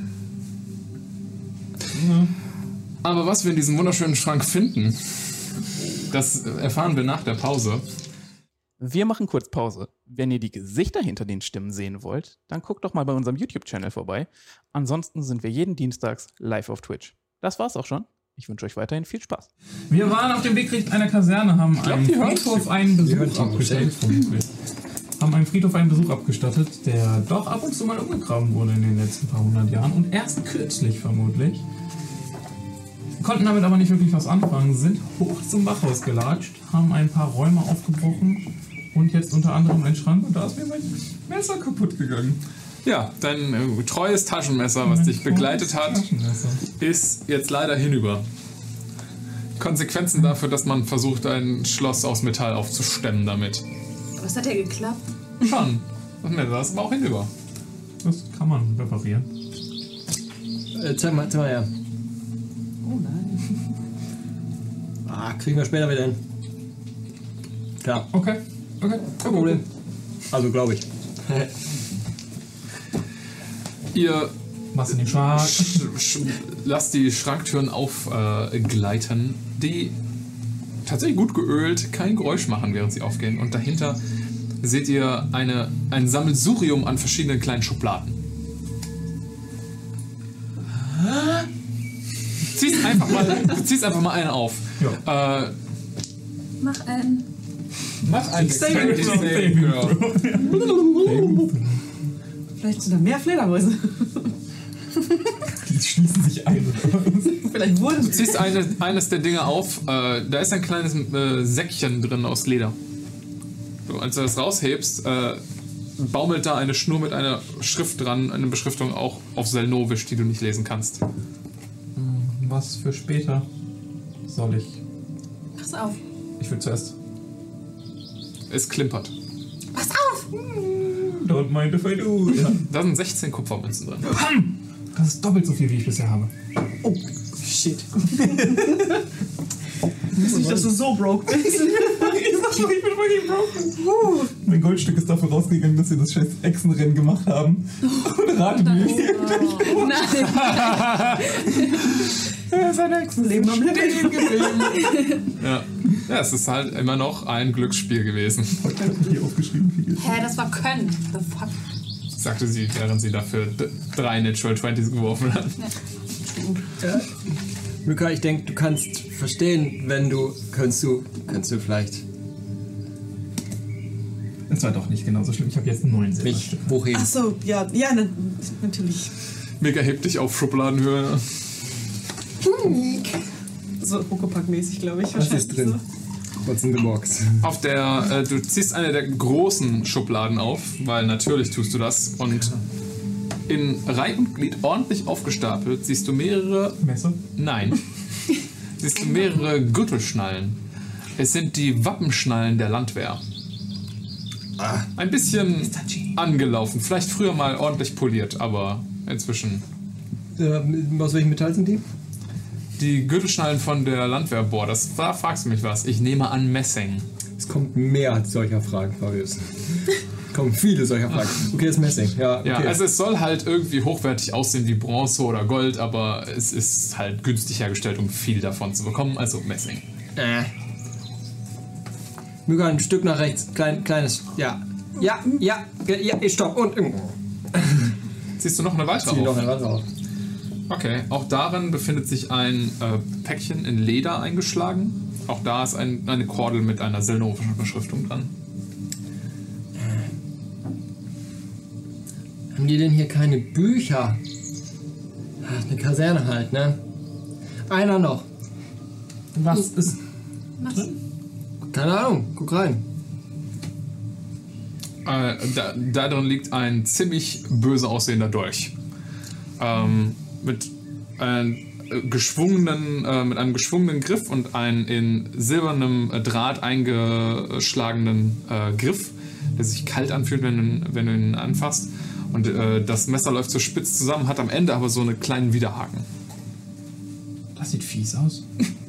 Aber was wir in diesem wunderschönen Schrank finden, das erfahren wir nach der Pause. Wir machen kurz Pause. Wenn ihr die Gesichter hinter den Stimmen sehen wollt, dann guckt doch mal bei unserem YouTube-Channel vorbei. Ansonsten sind wir jeden Dienstags live auf Twitch. Das war's auch schon. Ich wünsche euch weiterhin viel Spaß. Wir waren auf dem Weg Richtung einer Kaserne, haben einen Friedhof einen Besuch abgestattet. Haben einem Friedhof einen Besuch abgestattet, der doch ab und zu mal umgegraben wurde in den letzten paar hundert Jahren und erst kürzlich vermutlich. Konnten damit aber nicht wirklich was anfangen, sind hoch zum Bachhaus gelatscht, haben ein paar Räume aufgebrochen und jetzt unter anderem ein Schrank und da ist mir mein Messer kaputt gegangen. Ja, dein treues Taschenmesser, was dich begleitet hat, ist jetzt leider hinüber. Konsequenzen dafür, dass man versucht, ein Schloss aus Metall aufzustemmen damit. Was hat ja geklappt? Schon. Das Messer ist aber auch hinüber. Das kann man reparieren. Zeig mal her. Oh nein. Kriegen wir später wieder hin. Klar. Okay. Kein Problem. Also, glaube ich. Ihr Was in den Schrank? lasst die Schranktüren aufgleiten, die tatsächlich gut geölt kein Geräusch machen, während sie aufgehen. Und dahinter seht ihr ein Sammelsurium an verschiedenen kleinen Schubladen. Du ziehst einfach mal eine auf. Ja. Mach einen. Mach ein Saving Vielleicht sind da mehr Fledermäuse. Die schließen sich ein. Vielleicht wurden Du ziehst eines der Dinge auf, da ist ein kleines Säckchen drin aus Leder. So, als du das raushebst, baumelt da eine Schnur mit einer Schrift dran, eine Beschriftung auch auf Selnovisch, die du nicht lesen kannst. Was für später soll ich? Pass auf. Ich will zuerst. Es klimpert. Pass auf! Don't mind if I do. Ja. Da sind 16 Kupfermünzen drin. Das ist doppelt so viel, wie ich bisher habe. Oh, shit. Nicht, dass du so broke bist. Ich bin wirklich broken. Mein Goldstück ist dafür rausgegangen, dass wir das scheiß Echsenrennen gemacht haben. Und ratet mir. Nein. Er ist ein Echsenleben am Leben geblieben. Ja, es ist halt immer noch ein Glücksspiel gewesen, Heute habe ich hier aufgeschrieben, viel. Hä, das war Können. The fuck? sagte sie, während sie dafür 3 Natural 20s geworfen hat. Mika, ich denke, du kannst verstehen, wenn du... Kannst du vielleicht Das war doch nicht genauso schlimm. Ich habe jetzt 9 mich Silberstücke. hochheben? Ach so, ja, natürlich. Mega hebt dich auf Schubladenhöhe. So Huckepack-mäßig, glaube ich. Was ist wahrscheinlich drin? What's in the box? Auf der, du ziehst eine der großen Schubladen auf, weil natürlich tust du das. Und in Reih und Glied ordentlich aufgestapelt siehst du mehrere... Messer? Nein. Siehst du mehrere Gürtelschnallen. Es sind die Wappenschnallen der Landwehr. Ein bisschen angelaufen. Vielleicht früher mal ordentlich poliert, aber inzwischen... Aus welchem Metall sind die? Die Gürtelschnallen von der Landwehr, boah, da fragst du mich was. Ich nehme an Messing. Es kommt mehr als solcher Fragen, Fabius. Es kommen viele solcher Fragen. Okay, das ist Messing. Ja, okay. Ja, also es soll halt irgendwie hochwertig aussehen wie Bronze oder Gold, aber es ist halt günstig hergestellt, um viel davon zu bekommen, also Messing. Mika, ein Stück nach rechts. Kleines. Ja, stopp. Und. Siehst du noch eine weitere Zieh noch auf? eine Wand auf. Okay, auch darin befindet sich ein Päckchen in Leder eingeschlagen. Auch da ist eine Kordel mit einer selnovischen Beschriftung dran. Haben die denn hier keine Bücher? Ach, eine Kaserne halt, ne? Einer noch. Was ist... Keine Ahnung, guck rein. Da drin liegt ein ziemlich böse aussehender Dolch. Mit einem geschwungenen Griff und einem in silbernem Draht eingeschlagenen Griff, der sich kalt anfühlt, wenn du ihn anfasst. Und das Messer läuft so spitz zusammen, hat am Ende aber so einen kleinen Widerhaken. Das sieht fies aus.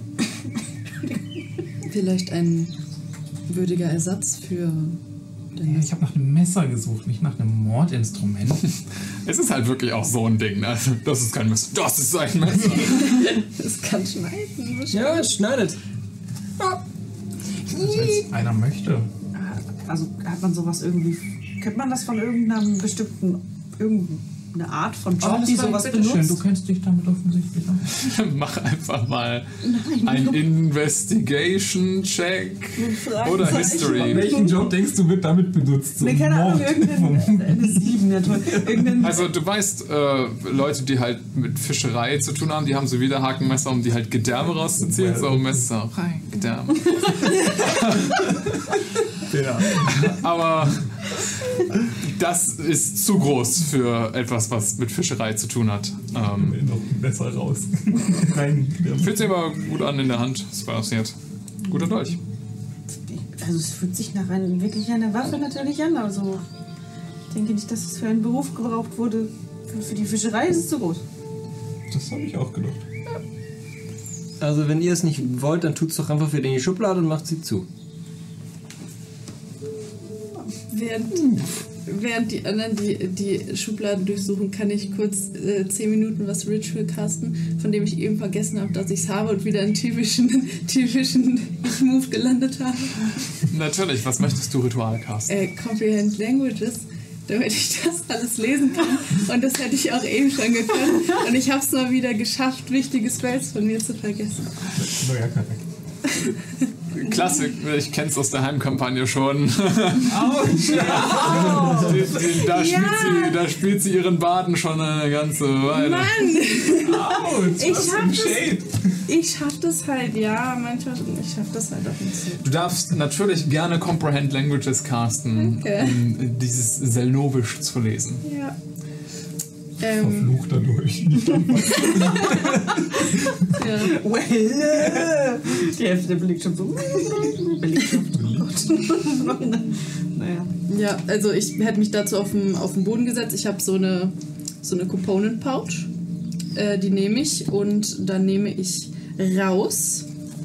Vielleicht ein würdiger Ersatz für... Ja, ich habe nach einem Messer gesucht, nicht nach einem Mordinstrument. Es ist halt wirklich auch so ein Ding, ne? Das ist kein Messer, das ist ein Messer. Das kann schneiden. Ja, es schneidet. Also, wenn es einer möchte. Also hat man sowas irgendwie, kennt man das von irgendeiner Art von Job, die sowas benutzt? Schön, du kennst dich damit offensichtlich aus. Mach einfach mal ein Investigation-Check oder History. Welchen Job denkst du wird damit benutzt? So keine Ahnung, Mord. irgendeine 7, ja toll. Also du weißt, Leute, die halt mit Fischerei zu tun haben, die haben so Widerhakenmesser, um die halt Gedärme rauszuziehen. So Messer rein, Gedärme. Ja. Aber das ist zu groß für etwas, was mit Fischerei zu tun hat. Noch besser raus. Rein. Fühlt sich aber gut an in der Hand. Das passiert. Guter Dolch. Also es fühlt sich nach wirklich einer Waffe natürlich an, aber so, ich denke nicht, dass es für einen Beruf gebraucht wurde. Für die Fischerei ist es zu groß. Das habe ich auch gedacht. Also wenn ihr es nicht wollt, dann tut's doch einfach wieder in die Schublade und macht sie zu. Während die anderen die Schubladen durchsuchen, kann ich kurz 10 Minuten was Ritual casten, von dem ich eben vergessen habe, dass ich es habe und wieder einen typischen Move gelandet habe. Natürlich, was möchtest du Ritual casten? Comprehend Languages, damit ich das alles lesen kann. Und das hätte ich auch eben schon gekonnt. Und ich habe es mal wieder geschafft, wichtige Spells von mir zu vergessen. Neuer Charakter. Klassik, ich kenn's aus der Heimkampagne schon. Autsch! Da spielt sie ihren Baden schon eine ganze Weile. Mann! Autsch! Ich schaff das halt, ja, manchmal, ich schaff das halt auch nicht so. Du darfst natürlich gerne Comprehend Languages casten, um dieses Selnovisch zu lesen. Ja. Verflucht dadurch. Die Hälfte der Belegschaft so. Naja. Ja, also ich hätte mich dazu auf den Boden gesetzt. Ich habe so eine Component Pouch. Die nehme ich und dann nehme ich raus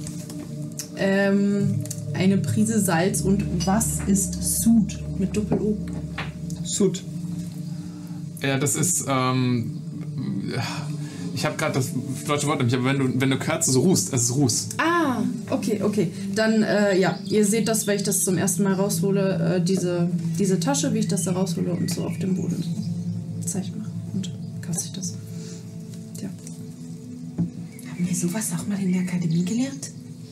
eine Prise Salz und was ist Sud mit Doppel-O? Sud. Ja, das ist, ich habe gerade das deutsche Wort nicht, aber wenn du Kerze so ruhst, es ist Ruß. Ah, okay. Dann, ja, ihr seht das, weil ich das zum ersten Mal raushole, diese Tasche, wie ich das da raushole und so auf dem Boden Zeichen mache und kasse ich das. Ja. Haben wir sowas auch mal in der Akademie gelernt?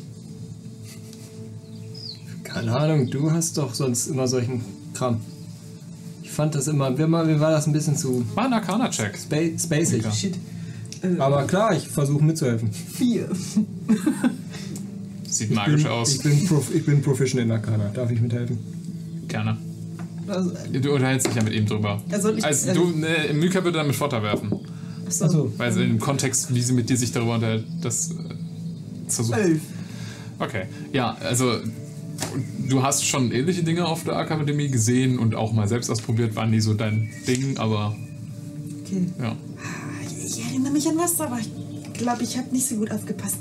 Keine Ahnung, du hast doch sonst immer solchen Kram. Ich fand das immer, mir war das ein bisschen zu War ein Arcana-Check. spacig. Okay. Shit. Aber klar, ich versuche mitzuhelfen. 4. Sieht magisch aus. Ich bin Professional in Arcana. Darf ich mithelfen? Gerne. Also, Du unterhältst dich ja mit ihm drüber. Mika würde damit Vorteil werfen. Achso. Weil sie im Kontext, wie sie mit dir sich darüber unterhält, das versucht. 11. Okay. Ja, also du hast schon ähnliche Dinge auf der Akademie gesehen und auch mal selbst ausprobiert, waren nie so dein Ding, aber Okay. ja. Ich erinnere mich an was, aber ich glaube, ich habe nicht so gut aufgepasst.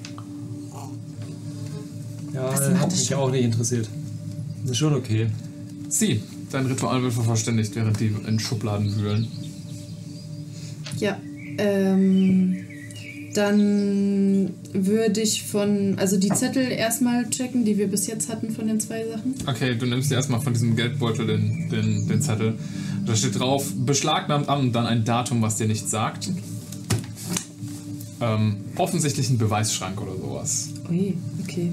Ja, Was das macht hat das mich schon? auch nicht interessiert. Das ist schon okay. Sie, dein Ritual wird vervollständigt, während die in Schubladen wühlen. Ja, dann würde ich also die Zettel erstmal checken, die wir bis jetzt hatten von den 2 Sachen. Okay, du nimmst dir erstmal von diesem Geldbeutel den Zettel. Da steht drauf, beschlagnahmt an und dann ein Datum, was dir nichts sagt. Offensichtlich ein Beweisschrank oder sowas. Ui, okay.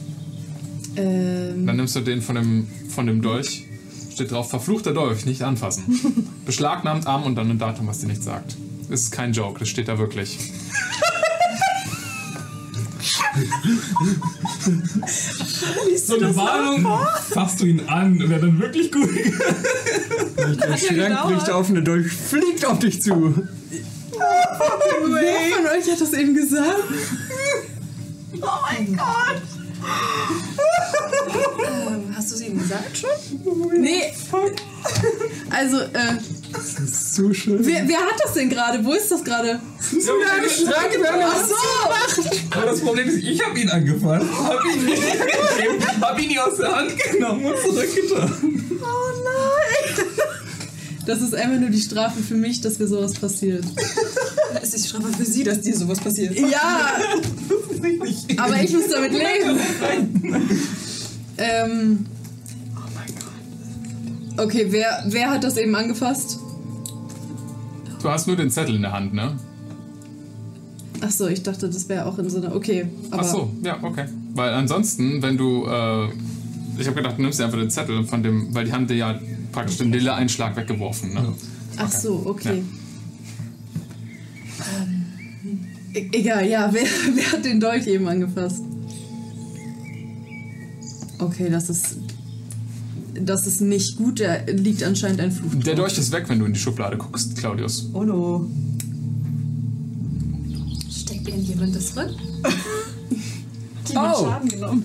Dann nimmst du den von dem Dolch. Steht drauf, verfluchter Dolch, nicht anfassen. Beschlagnahmt Arm und dann ein Datum, was dir nichts sagt. Das ist kein Joke, das steht da wirklich. So eine Warnung, fasst du ihn an, wäre dann wirklich gut. Der Schrank bricht auf und der Dolch fliegt auf dich zu. Wer von euch hat das eben gesagt? Oh mein Gott! Hast du es ihm gesagt schon? Nee. Also, Das ist so schön. wer hat das denn gerade? Wo ist das gerade? Ach so! Aber das Problem ist, ich habe ihn angefasst, habe ihn nicht gegeben, habe ihn aus der Hand genommen und zurückgetan. Oh nein! Das ist einfach nur die Strafe für mich, dass mir sowas passiert. Es ist die Strafe für sie, dass dir sowas passiert. Ja! Aber ich muss damit leben. Okay, wer hat das eben angefasst? Du hast nur den Zettel in der Hand, ne? Ach so, ich dachte, das wäre auch in so einer... Okay, aber... Ach so, ja, okay. Weil ansonsten, wenn du... ich habe gedacht, du nimmst dir einfach den Zettel von dem... Weil die haben dir ja praktisch den lila Einschlag weggeworfen, ne? Ach so, okay. Ja. Egal, ja, wer hat den Dolch eben angefasst? Okay, das ist nicht gut, da liegt anscheinend ein Fluch. Der Dolch ist weg, wenn du in die Schublade guckst, Claudius. Oh no. Steckt irgendjemand das drin? Die hat Schaden genommen.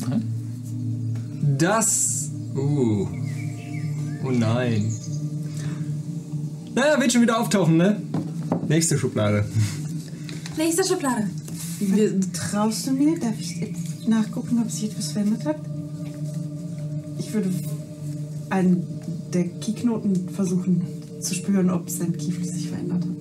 Das... Oh nein. Naja, wird schon wieder auftauchen, ne? Nächste Schublade. Nächste Schublade. Traust du mir? Darf ich jetzt nachgucken, ob sich etwas verändert hat? Ich würde einen der Kieknoten versuchen zu spüren, ob sein Kiefer sich verändert hat.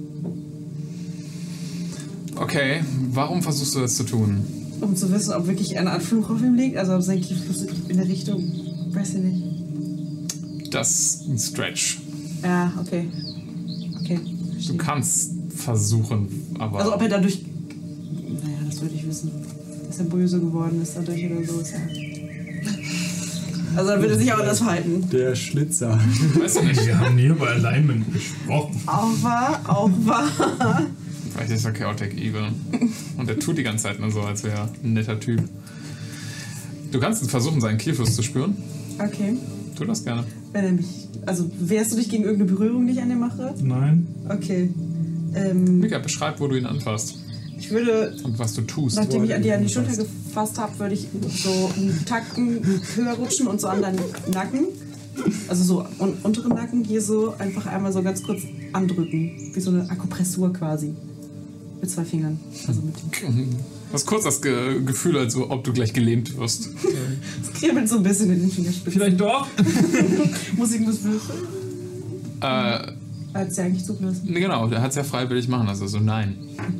Okay, warum versuchst du das zu tun? Um zu wissen, ob wirklich eine Art Fluch auf ihm liegt, also ob sein Kiefer in der Richtung, weiß ich nicht. Das ist ein Stretch. Ja, okay. Okay. Du kannst versuchen, aber... Also ob er dadurch... Naja, das würde ich wissen. Dass er böse geworden ist dadurch oder so. Ist ja. Also dann würde er sich auch anders verhalten. Der Schlitzer. Weißt du nicht? Wir haben nie über Alignment gesprochen. Auch wahr. Vielleicht ist er Chaotic Evil. Und er tut die ganze Zeit nur so, als wäre er ein netter Typ. Du kannst versuchen, seinen Kielfluss zu spüren. Okay. Tu das gerne. Wenn er mich... Also wehrst du dich gegen irgendeine Berührung, die ich an dir mache? Nein. Okay. Mika, beschreib, wo du ihn anfasst. Ich würde... Und was du tust. Nachdem ich an dir an die Schulter gefasst habe, würde ich so einen Tacken höher rutschen und so an deinen Nacken, also so unteren Nacken, hier so einfach einmal so ganz kurz andrücken. Wie so eine Akupressur quasi. Mit 2 Fingern. Also mit Du hast kurz das Gefühl, als ob du gleich gelähmt wirst. Es kribbelt so ein bisschen in den Fingerspitzen. Vielleicht doch. Muss ich was würfeln? Hat es ja eigentlich zugelassen. Nee, genau, der hat es ja freiwillig machen lassen, also nein.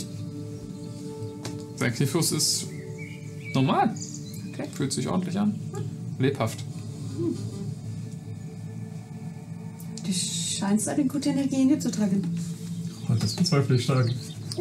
Sein Kniefluss ist normal. Okay. Fühlt sich ordentlich an. Lebhaft. Du scheinst eine gute Energie in dir zu tragen. Oh, das bezweifle ich stark.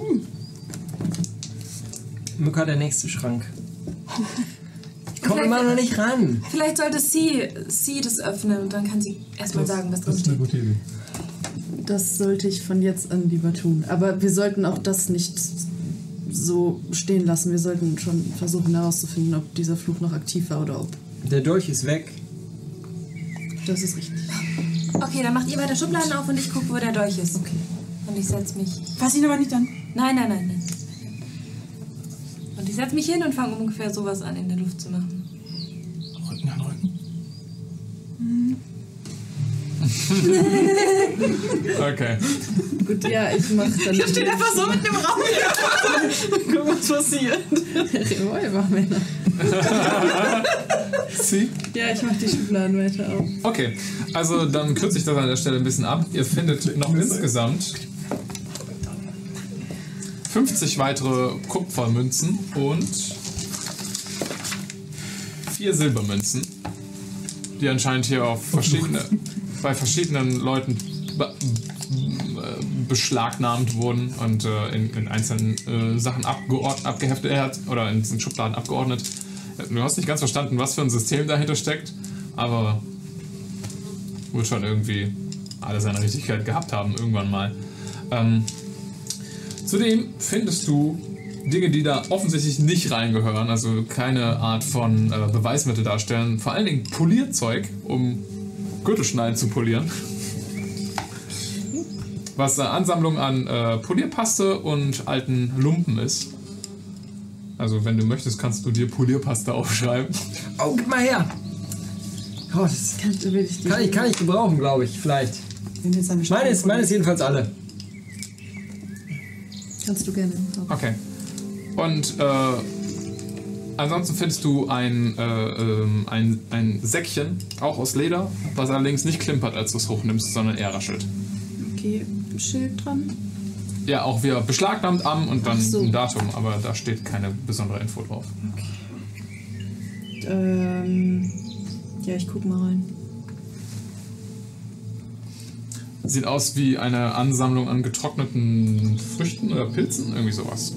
Muka, der nächste Schrank. Ich komme immer noch nicht ran. Vielleicht sollte sie das öffnen und dann kann sie erstmal sagen, was drin Das ist eine steht. gute Idee. Das sollte ich von jetzt an lieber tun. Aber wir sollten auch das nicht so stehen lassen. Wir sollten schon versuchen herauszufinden, ob dieser Fluch noch aktiv war oder ob... Der Dolch ist weg. Das ist richtig. Okay, dann macht ihr weiter Schubladen auf und ich gucke, wo der Dolch ist. Okay. Und ich setze mich... Fass ihn aber nicht an. Nein. Und ich setze mich hin und fange ungefähr sowas an, in der Luft zu machen. Rücken an Rücken. Okay. Gut, ja, ich mach dann... Ich stehe einfach so mit dem Raum. Guck, was passiert. Revolvermänner. Sie? Ja, ich mach die Schubladen weiter auf. Okay, also dann kürze ich das an der Stelle ein bisschen ab. Ihr findet noch insgesamt 50 weitere Kupfermünzen und 4 Silbermünzen, die anscheinend hier auf bei verschiedenen Leuten beschlagnahmt wurden und in einzelnen Sachen abgeheftet oder in diesen Schubladen abgeordnet. Du hast nicht ganz verstanden, was für ein System dahinter steckt, aber wird schon irgendwie alle seine Richtigkeit gehabt haben, irgendwann mal. Zudem findest du Dinge, die da offensichtlich nicht reingehören, also keine Art von Beweismittel darstellen. Vor allen Dingen Polierzeug, um Gürtelschneiden zu polieren. Was eine Ansammlung an Polierpaste und alten Lumpen ist. Also wenn du möchtest, kannst du dir Polierpaste aufschreiben. Oh, gib mal her. Oh, das kann ich gebrauchen, glaube ich, vielleicht. Meine ist jedenfalls alle. Kannst du gerne. Okay. Und ansonsten findest du ein Säckchen, auch aus Leder, was allerdings nicht klimpert, als du es hochnimmst, sondern eher raschelt. Okay, Schild dran. Ja, auch wieder beschlagnahmt am und dann So. ein Datum, aber da steht keine besondere Info drauf. Ja, ich guck mal rein. Sieht aus wie eine Ansammlung an getrockneten Früchten oder Pilzen, irgendwie sowas.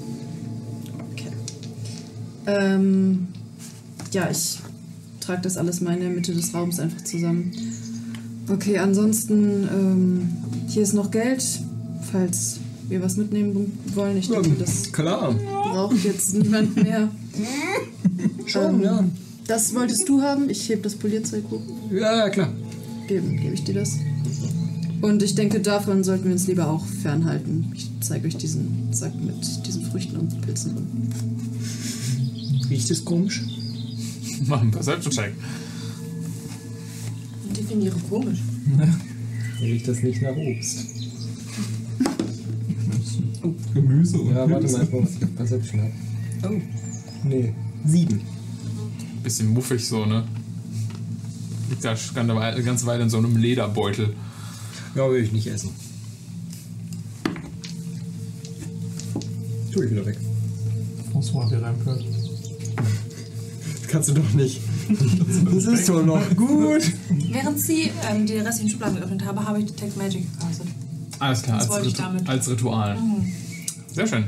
Ja, ich trage das alles mal in der Mitte des Raums einfach zusammen. Okay, ansonsten, hier ist noch Geld, falls wir was mitnehmen wollen. Ich denke, das Klar. braucht jetzt niemand mehr. Schon, ja. Das wolltest du haben? Ich heb das Polierzeug hoch. Ja, klar. Gebe ich dir das. Und ich denke, davon sollten wir uns lieber auch fernhalten. Ich zeige euch diesen Sack mit diesen Früchten und Pilzen drin. Riecht es komisch? Mach einen Perception-Check. Definiere komisch. Riecht das nicht nach Obst? Gemüse und Ja, warte Pilze. mal erstmal, was ich auf Perception habe. Oh. Nee. 7. Bisschen muffig so, ne? Liegt da eine ganze Weile in so einem Lederbeutel. Ja, will ich nicht essen. Tue ich wieder weg. François wäre empört. Das kannst du doch nicht. Das ist doch noch gut. Während sie die restlichen Schubladen geöffnet habe ich Detect Magic gecastet. Alles klar, Das wollte ich damit. als Ritual. Sehr schön.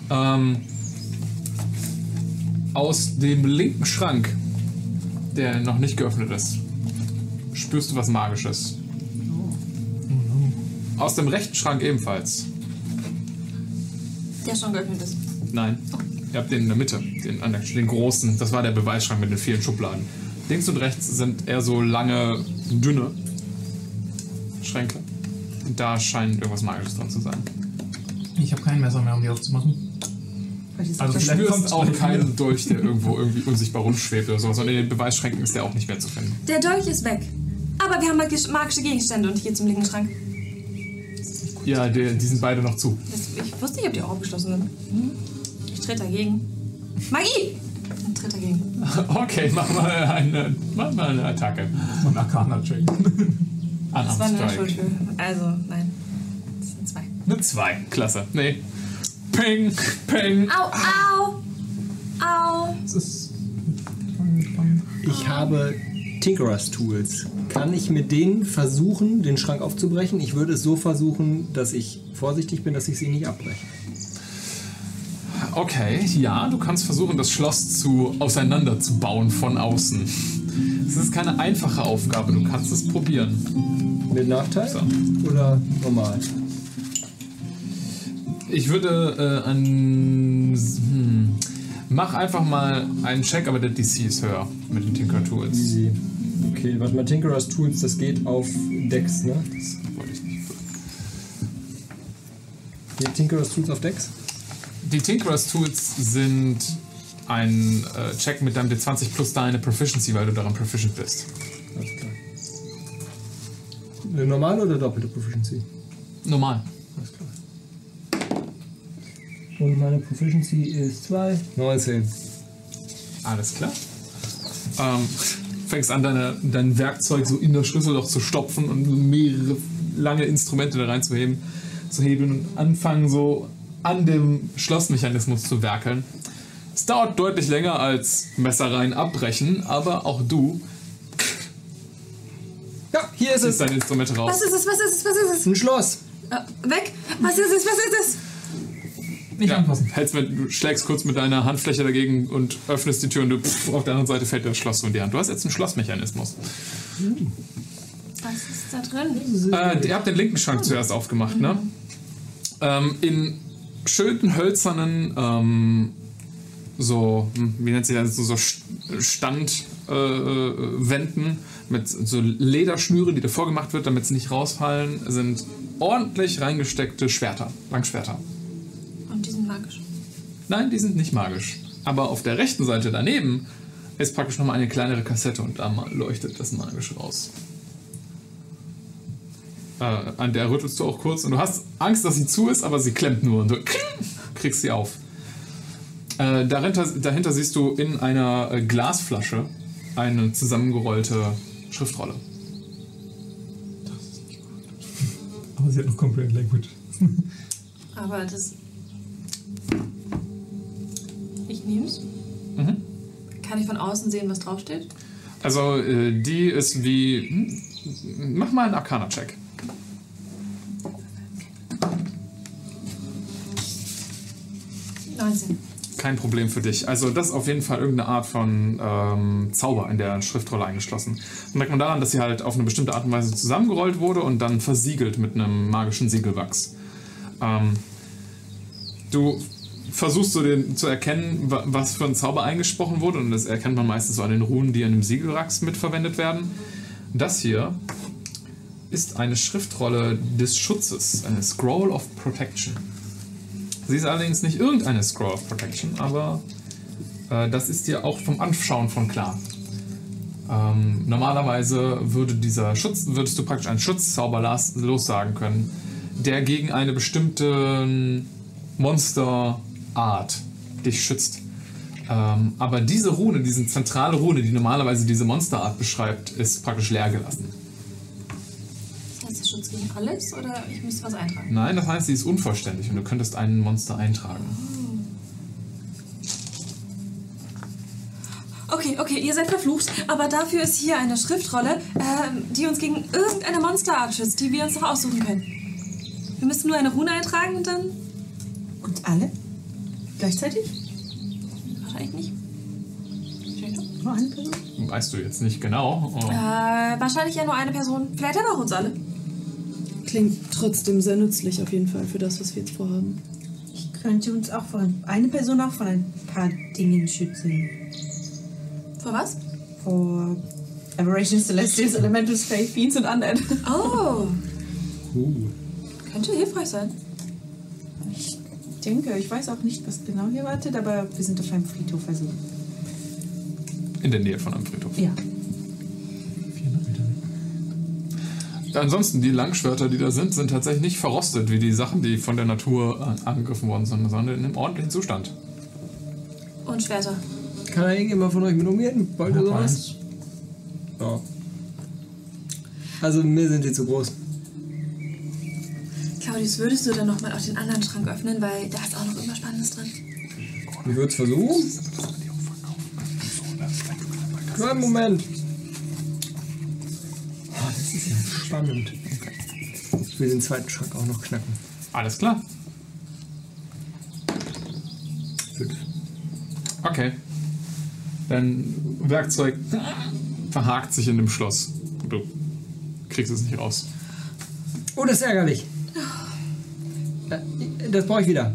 Aus dem linken Schrank, der noch nicht geöffnet ist, spürst du was Magisches. Aus dem rechten Schrank ebenfalls. Der schon geöffnet ist. Nein. Ihr habt den in der Mitte, den großen. Das war der Beweisschrank mit den vielen Schubladen. Links und rechts sind eher so lange, dünne Schränke. Und da scheint irgendwas Magisches dran zu sein. Ich habe kein Messer mehr, um die aufzumachen. Also du vielleicht kommt's spürst auch gleich keinen wieder. Dolch, der irgendwo irgendwie unsichtbar rumschwebt oder sowas. Und in den Beweisschränken ist der auch nicht mehr zu finden. Der Dolch ist weg. Aber wir haben magische Gegenstände und hier zum linken Schrank. Ja, die sind beide noch zu. Ich wusste nicht, ob die auch abgeschlossen sind. Ich trete dagegen. Magie! Und trete dagegen. Okay, mach mal eine Attacke. Und Arcana-Check. Das war eine Unarmed Strike. Schuld. Also, nein. Das sind 2. Eine 2. Klasse. Nee. Ping, ping. Au, au! Au! Das ist. Ich habe Tinkerers Tools. Kann ich mit denen versuchen, den Schrank aufzubrechen? Ich würde es so versuchen, dass ich vorsichtig bin, dass ich sie nicht abbreche. Okay, ja, du kannst versuchen, das Schloss auseinanderzubauen von außen. Es ist keine einfache Aufgabe, du kannst es probieren. Mit Nachteil? So. Oder normal? Ich würde mach einfach mal einen Check, aber der DC ist höher mit den Tinker Tools. Easy. Okay, warte mal, Tinkerers Tools, das geht auf Dex, ne? Das wollte ich nicht. Geht Tinkerers Tools auf Dex? Die Tinkerers Tools sind ein Check mit deinem D20 plus deine Proficiency, weil du daran proficient bist. Alles klar. Eine normale oder doppelte Proficiency? Normal. Alles klar. Und meine Proficiency ist 2. 19. Alles klar. Fängst an, dein Werkzeug so in das Schlüsselloch zu stopfen und mehrere lange Instrumente da reinzuheben, zu hebeln und anfangen so an dem Schlossmechanismus zu werkeln. Es dauert deutlich länger als Messereien abbrechen, aber auch du Ja, hier ist ziehst es. deine Instrumente raus. Was ist es? Was ist es? Was ist es? Ein Schloss. Weg! Was ist es? Was ist es? Nicht anfassen. Du schlägst kurz mit deiner Handfläche dagegen und öffnest die Tür und auf der anderen Seite fällt dir das Schloss so in die Hand. Du hast jetzt einen Schlossmechanismus. Was ist da drin? Ihr habt den linken Schrank zuerst aufgemacht, ne? In schönen hölzernen, wie nennt sich das, so Standwänden mit so Lederschnüren, die davor gemacht wird, damit sie nicht rausfallen, sind ordentlich reingesteckte Schwerter, Langschwerter. Und die sind magisch. Nein, die sind nicht magisch. Aber auf der rechten Seite daneben ist praktisch nochmal eine kleinere Kassette und da leuchtet das magisch raus. An der rüttelst du auch kurz und du hast Angst, dass sie zu ist, aber sie klemmt nur und du kriegst sie auf. Dahinter siehst du in einer Glasflasche eine zusammengerollte Schriftrolle. Das ist nicht gut. Aber sie hat noch Comprehend Language. Aber das... Ich nehm's. Mhm. Kann ich von außen sehen, was draufsteht? Also die ist wie... Mach mal einen Arcana-Check. 19. Kein Problem für dich. Also das ist auf jeden Fall irgendeine Art von Zauber in der Schriftrolle eingeschlossen. Das merkt man daran, dass sie halt auf eine bestimmte Art und Weise zusammengerollt wurde und dann versiegelt mit einem magischen Siegelwachs. Du versuchst zu erkennen, was für ein Zauber eingesprochen wurde, und das erkennt man meistens so an den Runen, die an dem Siegelwachs mitverwendet werden. Das hier ist eine Schriftrolle des Schutzes, eine Scroll of Protection. Sie ist allerdings nicht irgendeine Scroll of Protection, aber das ist dir auch vom Anschauen von klar. Normalerweise würdest du praktisch einen Schutzzauber lossagen können, der gegen eine bestimmte Monsterart dich schützt. Aber diese Rune, diese zentrale Rune, die normalerweise diese Monsterart beschreibt, ist praktisch leer gelassen. Das heißt, der Schutz gegen alles oder ich müsste was eintragen? Nein, das heißt, sie ist unvollständig und du könntest ein Monster eintragen. Okay, ihr seid verflucht, aber dafür ist hier eine Schriftrolle, die uns gegen irgendeine Monsterart schützt, die wir uns noch aussuchen können. Wir müssen nur eine Rune eintragen und dann... Und alle? Gleichzeitig? Wahrscheinlich nicht. Nur eine Person? Weißt du jetzt nicht genau. Wahrscheinlich ja nur eine Person. Vielleicht aber auch uns alle. Klingt trotzdem sehr nützlich auf jeden Fall für das, was wir jetzt vorhaben. Ich könnte uns auch eine Person auch von ein paar Dingen schützen. Vor was? Vor Aberrations, Celestials, Elementals, Fae, Fiends und Undead. Oh. Könnte hilfreich sein. Ich denke, ich weiß auch nicht, was genau hier wartet, aber wir sind auf einem Friedhof, also... In der Nähe von einem Friedhof. Ja. Ansonsten, die Langschwerter, die da sind tatsächlich nicht verrostet, wie die Sachen, die von der Natur angegriffen worden sind, sondern in einem ordentlichen Zustand. Und Schwerter. Kann da irgendjemand von euch mit umgehen? Wollt ihr sowas? Ja. Also mir sind die zu groß. Claudius, würdest du dann nochmal auch den anderen Schrank öffnen, weil da ist auch noch irgendwas Spannendes drin. Ich würde es versuchen. Kleinen Moment. Oh, das ist ja spannend. Ich will den zweiten Schrank auch noch knacken. Alles klar. 5. Okay. Dein Werkzeug verhakt sich in dem Schloss. Du kriegst es nicht raus. Oh, das ist ärgerlich. Das brauche ich wieder.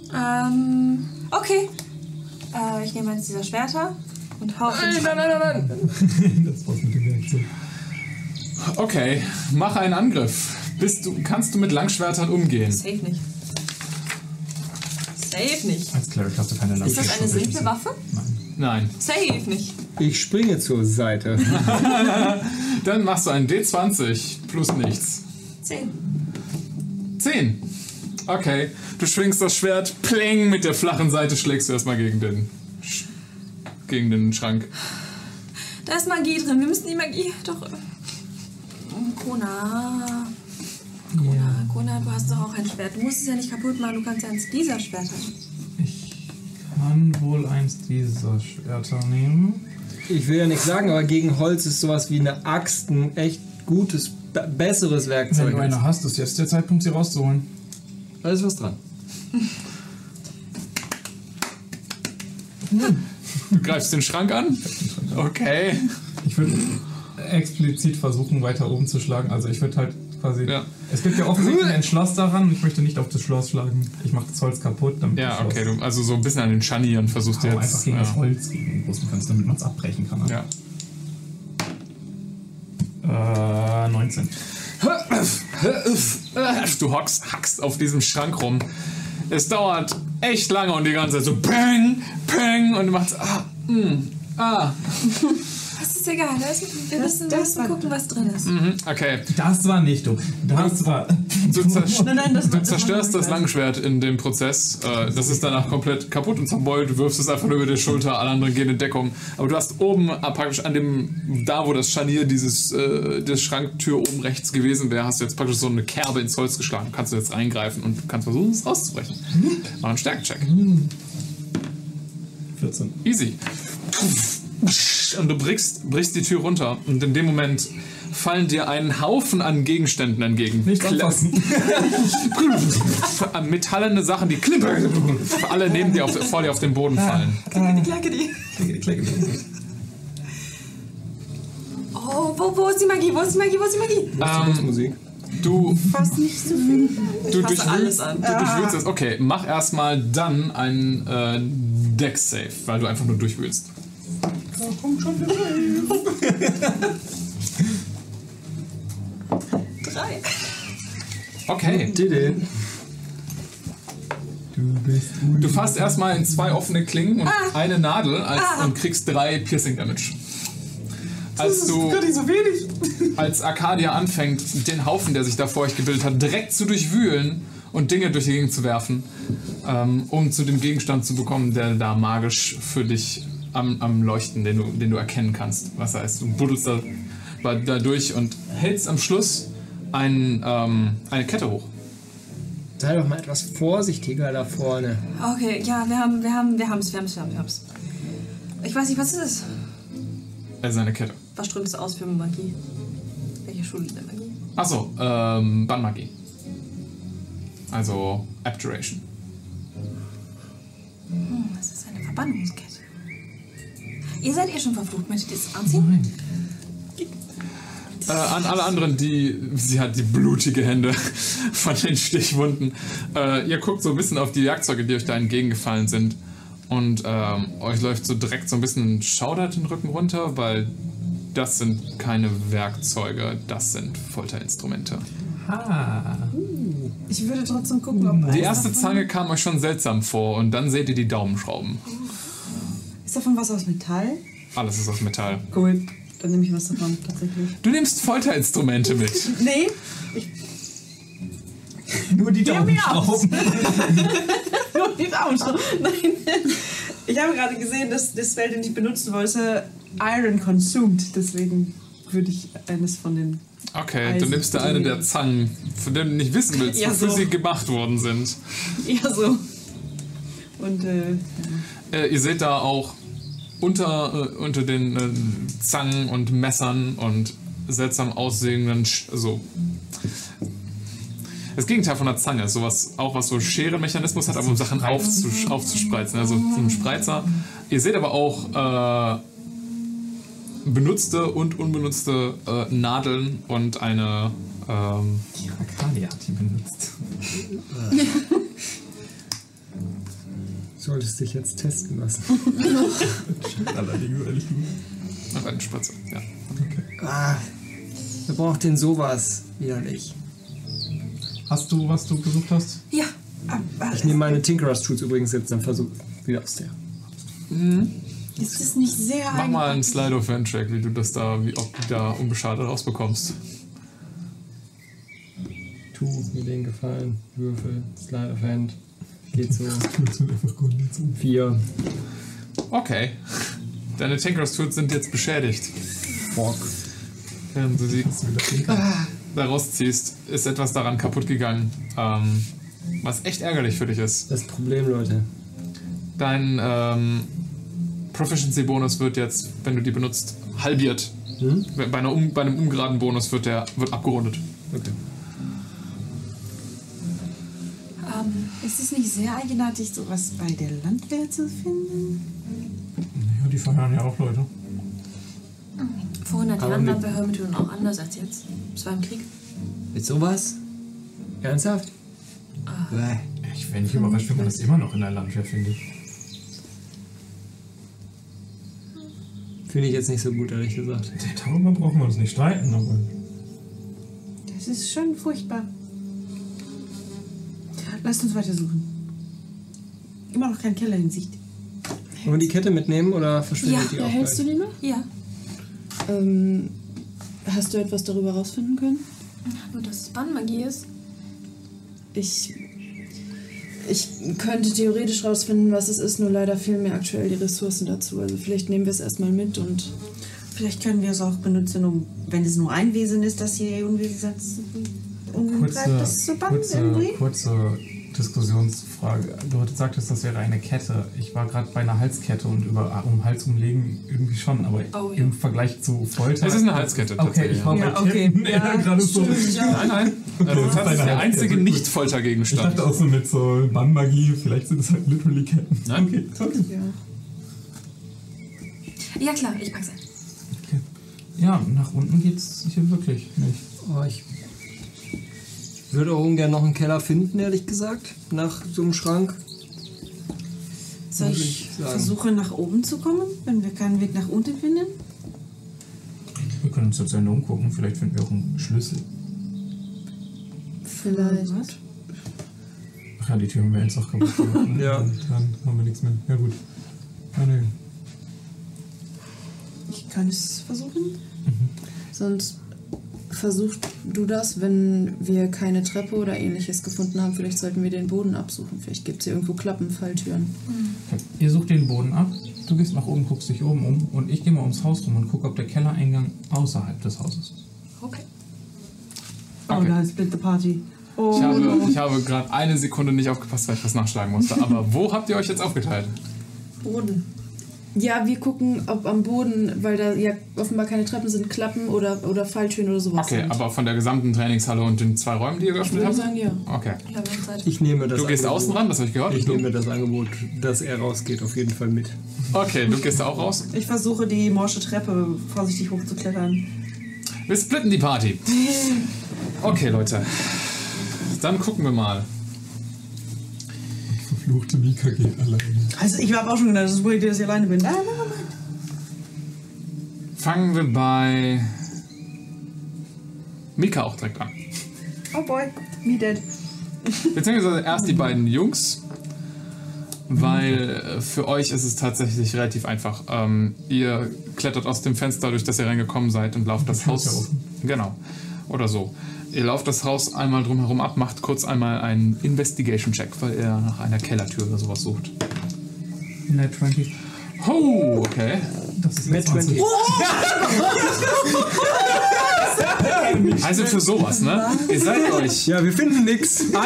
Okay. Ich nehme eins dieser Schwerter und hau... Nein. Das war's mit dem Werkzeug. Okay, mach einen Angriff. Kannst du mit Langschwertern umgehen? Safe nicht. Safe nicht. Als Cleric hast du keine Lampe. Ist das eine simple Waffe? Nein. Safe nicht. Ich springe zur Seite. Dann machst du einen D20 plus nichts. 10. 10. Okay, du schwingst das Schwert, pling, mit der flachen Seite schlägst du erstmal gegen den Schrank. Da ist Magie drin. Wir müssen die Magie doch... Kona, du hast doch auch ein Schwert. Du musst es ja nicht kaputt machen. Du kannst ja eins dieser Schwerter nehmen. Ich kann wohl eins dieser Schwerter nehmen. Ich will ja nichts sagen, aber gegen Holz ist sowas wie eine Axt ein echt gutes, besseres Wenn Werkzeug. du eine hast, ist jetzt der Zeitpunkt, sie rauszuholen. Da ist was dran. Du greifst den Schrank an? Okay. Ich würde explizit versuchen, weiter oben zu schlagen. Also ich würde halt quasi... Ja. Es gibt ja offensichtlich ein Schloss daran und ich möchte nicht auf das Schloss schlagen. Ich mache das Holz kaputt, damit Ja, das Schloss... okay, du, also so ein bisschen an den Scharnieren versuchst du Hau jetzt... einfach gegen das Holz gegen den großen Fenster, damit man es abbrechen kann. Ja. 19. Du hackst auf diesem Schrank rum. Es dauert echt lange und die ganze Zeit so Peng, Peng und du machst Das ist egal. Wir müssen gucken, was drin ist. Okay. Das war nicht dumm. Das war... Du das zerstörst das Langschwert in dem Prozess. Das ist danach komplett kaputt und zerbeult. Du wirfst es einfach nur über die Schulter, alle anderen gehen in Deckung. Aber du hast oben praktisch da wo das Scharnier der Schranktür oben rechts gewesen wäre, hast du jetzt praktisch so eine Kerbe ins Holz geschlagen. Kannst du jetzt reingreifen und kannst versuchen, es rauszubrechen. Mach einen Stärkencheck. 14. Easy. Und du brichst die Tür runter und in dem Moment fallen dir einen Haufen an Gegenständen entgegen. Nicht anfassen. Metallene Sachen, die klimpern. Alle neben dir, vor dir auf den Boden fallen. Klackedi. Oh, wo ist die Magie? Wo ist die Magie? Wo ist die Magie? Musik. Du Fast nicht so viel. Du fasse alles an. durchwühlst es. Okay, mach erstmal dann einen Dex-Save, weil du einfach nur durchwühlst. Da kommt schon wieder 3. Okay. Du fasst erstmal in 2 offene Klingen und eine Nadel und kriegst 3 Piercing Damage. Als du so wenig. als Arcadia anfängt, den Haufen, der sich da vor euch gebildet hat, direkt zu durchwühlen und Dinge durch die Gegend zu werfen, um zu dem Gegenstand zu bekommen, der da magisch für dich am Leuchten, den du erkennen kannst, was er ist. Du buddelst da durch und hältst am Schluss eine Kette hoch. Sei doch mal etwas vorsichtiger da vorne. Okay, ja, wir haben's. Ich weiß nicht, was ist es? Eine Kette. Was strömt es aus für Magie? Welche Schule der Magie? Achso, Bannmagie. Also Abjuration. Das ist eine Verbannungskette. Ihr seid schon verflucht. Möchtet ihr es anziehen? An alle anderen, sie hat die blutige Hände von den Stichwunden. Ihr guckt so ein bisschen auf die Werkzeuge, die euch da entgegengefallen sind. Und euch läuft so direkt so ein bisschen ein Schauder den Rücken runter, weil das sind keine Werkzeuge, das sind Folterinstrumente. Ich würde trotzdem gucken, ob Die erste Zange kam euch schon seltsam vor und dann seht ihr die Daumenschrauben. Ist davon was aus Metall? Alles ist aus Metall. Cool. Dann nehme ich was davon, tatsächlich. Du nimmst Folterinstrumente mit. Nee. Nur die Daumenschrauben. Nur die Daumenschrauben. Nein. Ich habe gerade gesehen, dass das Spell, den ich benutzen wollte, Iron consumed. Deswegen würde ich eines von den... Okay, du nimmst da eine der Zangen, von denen du nicht wissen willst, Ja, wofür so. sie gemacht worden sind. Ja, so. Und, Ihr seht da auch unter den Zangen und Messern und seltsam aussehenden, das Gegenteil von einer Zange ist sowas, auch was so Scherenmechanismus hat, aber um Sachen aufzuspreizen, also so ein Spreizer. Ihr seht aber auch benutzte und unbenutzte Nadeln und eine... Die Arcadia hat die benutzt. Solltest dich jetzt testen lassen. Allerdings, ehrlich und eine Spritze, ja. Ah, wer braucht denn sowas? Widerlich. Hast du, was du gesucht hast? ja. Ich nehme meine Tinkerers Tools übrigens jetzt dann versuch wieder aus der. Ist das nicht sehr Mach mal einen Slide-of-Hand-Check, ob du da unbeschadet rauskommst. Tu mir den Gefallen, Würfel, Slide of Hand. Geht so. 4. Okay. Deine Tinkerers Tools sind jetzt beschädigt. Fuck. Während du sie da rausziehst, ist etwas daran kaputt gegangen. Was echt ärgerlich für dich ist. Das Problem, Leute. Dein Proficiency-Bonus wird jetzt, wenn du die benutzt, halbiert. Bei einem ungeraden Bonus wird abgerundet. Okay. Ist es nicht sehr eigenartig, sowas bei der Landwehr zu finden? Ja, die verhören ja auch Leute. Vor 100 Aber Jahren mit- waren Verhörmethoden auch anders als jetzt. Es war im Krieg. Mit sowas? Ernsthaft? Ich wäre nicht überrascht, wenn man das immer noch in der Landwehr findet. Finde ich jetzt nicht so gut, ehrlich gesagt. Darüber brauchen wir uns nicht streiten, aber... Das ist schon furchtbar. Lasst uns weiter suchen. Immer noch kein Keller in Sicht. Wollen wir die Kette mitnehmen oder verschwindet die auch Hältst du gleich? die noch? Ja. Hast du etwas darüber rausfinden können? Nur, dass es Bannmagie ist. Ich könnte theoretisch rausfinden, was es ist, nur leider fehlen mir aktuell die Ressourcen dazu. Also vielleicht nehmen wir es erstmal mit und... Vielleicht können wir es auch benutzen, um, wenn es nur ein Wesen ist, das hier Unwesen umtreibt, das zu bannen irgendwie. Kurze Diskussionsfrage. Du sagtest, das wäre eine Kette. Ich war gerade bei einer Halskette und um Hals umlegen irgendwie schon, aber im Vergleich zu Folter... Es ist eine Halskette Okay, tatsächlich. ich war bei Ketten gerade so... Nein. Also das ist der einzige Nicht-Foltergegenstand. Ich dachte auch so mit so Bannmagie, vielleicht sind es halt literally Ketten. Nein. Okay. Ja klar, ich pack's ein. Okay. Ja, nach unten geht's hier wirklich nicht. Oh, ich würde auch ungern noch einen Keller finden, ehrlich gesagt, nach so einem Schrank. Soll ich versuchen, nach oben zu kommen, wenn wir keinen Weg nach unten finden? Wir können uns jetzt ja nur umgucken, vielleicht finden wir auch einen Schlüssel. Vielleicht. Was? Ach ja, die Tür haben wir jetzt auch kaputt gemacht. Ne? Ja. Dann haben wir nichts mehr. Ja gut. Ja, nee. Ich kann es versuchen. Sonst versuchst du das, wenn wir keine Treppe oder ähnliches gefunden haben. Vielleicht sollten wir den Boden absuchen. Vielleicht gibt es hier irgendwo Klappen, Falltüren. Okay. Ihr sucht den Boden ab, du gehst nach oben, guckst dich oben um und ich gehe mal ums Haus rum und gucke, ob der Kellereingang außerhalb des Hauses ist. Okay. Oh, da ist Split the Party. Oh, Ich habe gerade eine Sekunde nicht aufgepasst, weil ich was nachschlagen musste. Aber wo habt ihr euch jetzt aufgeteilt? Boden. Ja, wir gucken, ob am Boden, weil da ja offenbar keine Treppen sind, Klappen oder Falltüren oder sowas Okay, sind. aber von der gesamten Trainingshalle und den 2 Räumen, die ihr Ich geöffnet würde habt? sagen, ja. Okay. Ich nehme das Du gehst Angebot. außen ran, das habe ich gehört. Ich nehme das Angebot, dass er rausgeht, auf jeden Fall mit. Okay, du gehst auch raus. ich versuche, die morsche Treppe vorsichtig hochzuklettern. Wir splitten die Party. Okay, Leute. Dann gucken wir mal. Verfluchte Mika geht alleine. Also, ich habe auch schon gedacht, das ist wohl, dass ich alleine bin. Nein, Fangen wir bei Mika auch direkt an. oh boy, me dead. Beziehungsweise erst die beiden Jungs, weil für euch ist es tatsächlich relativ einfach. Ihr klettert aus dem Fenster, durch das ihr reingekommen seid und lauft das Haus. Genau. Oder so. Ihr lauft das Haus einmal drumherum ab, macht kurz einmal einen Investigation-Check, weil ihr nach einer Kellertür oder sowas sucht. Net 20. Oh, okay. Das ist Net 20. Also für sowas, ne? Ihr seid euch Ja, wir finden nix. 100%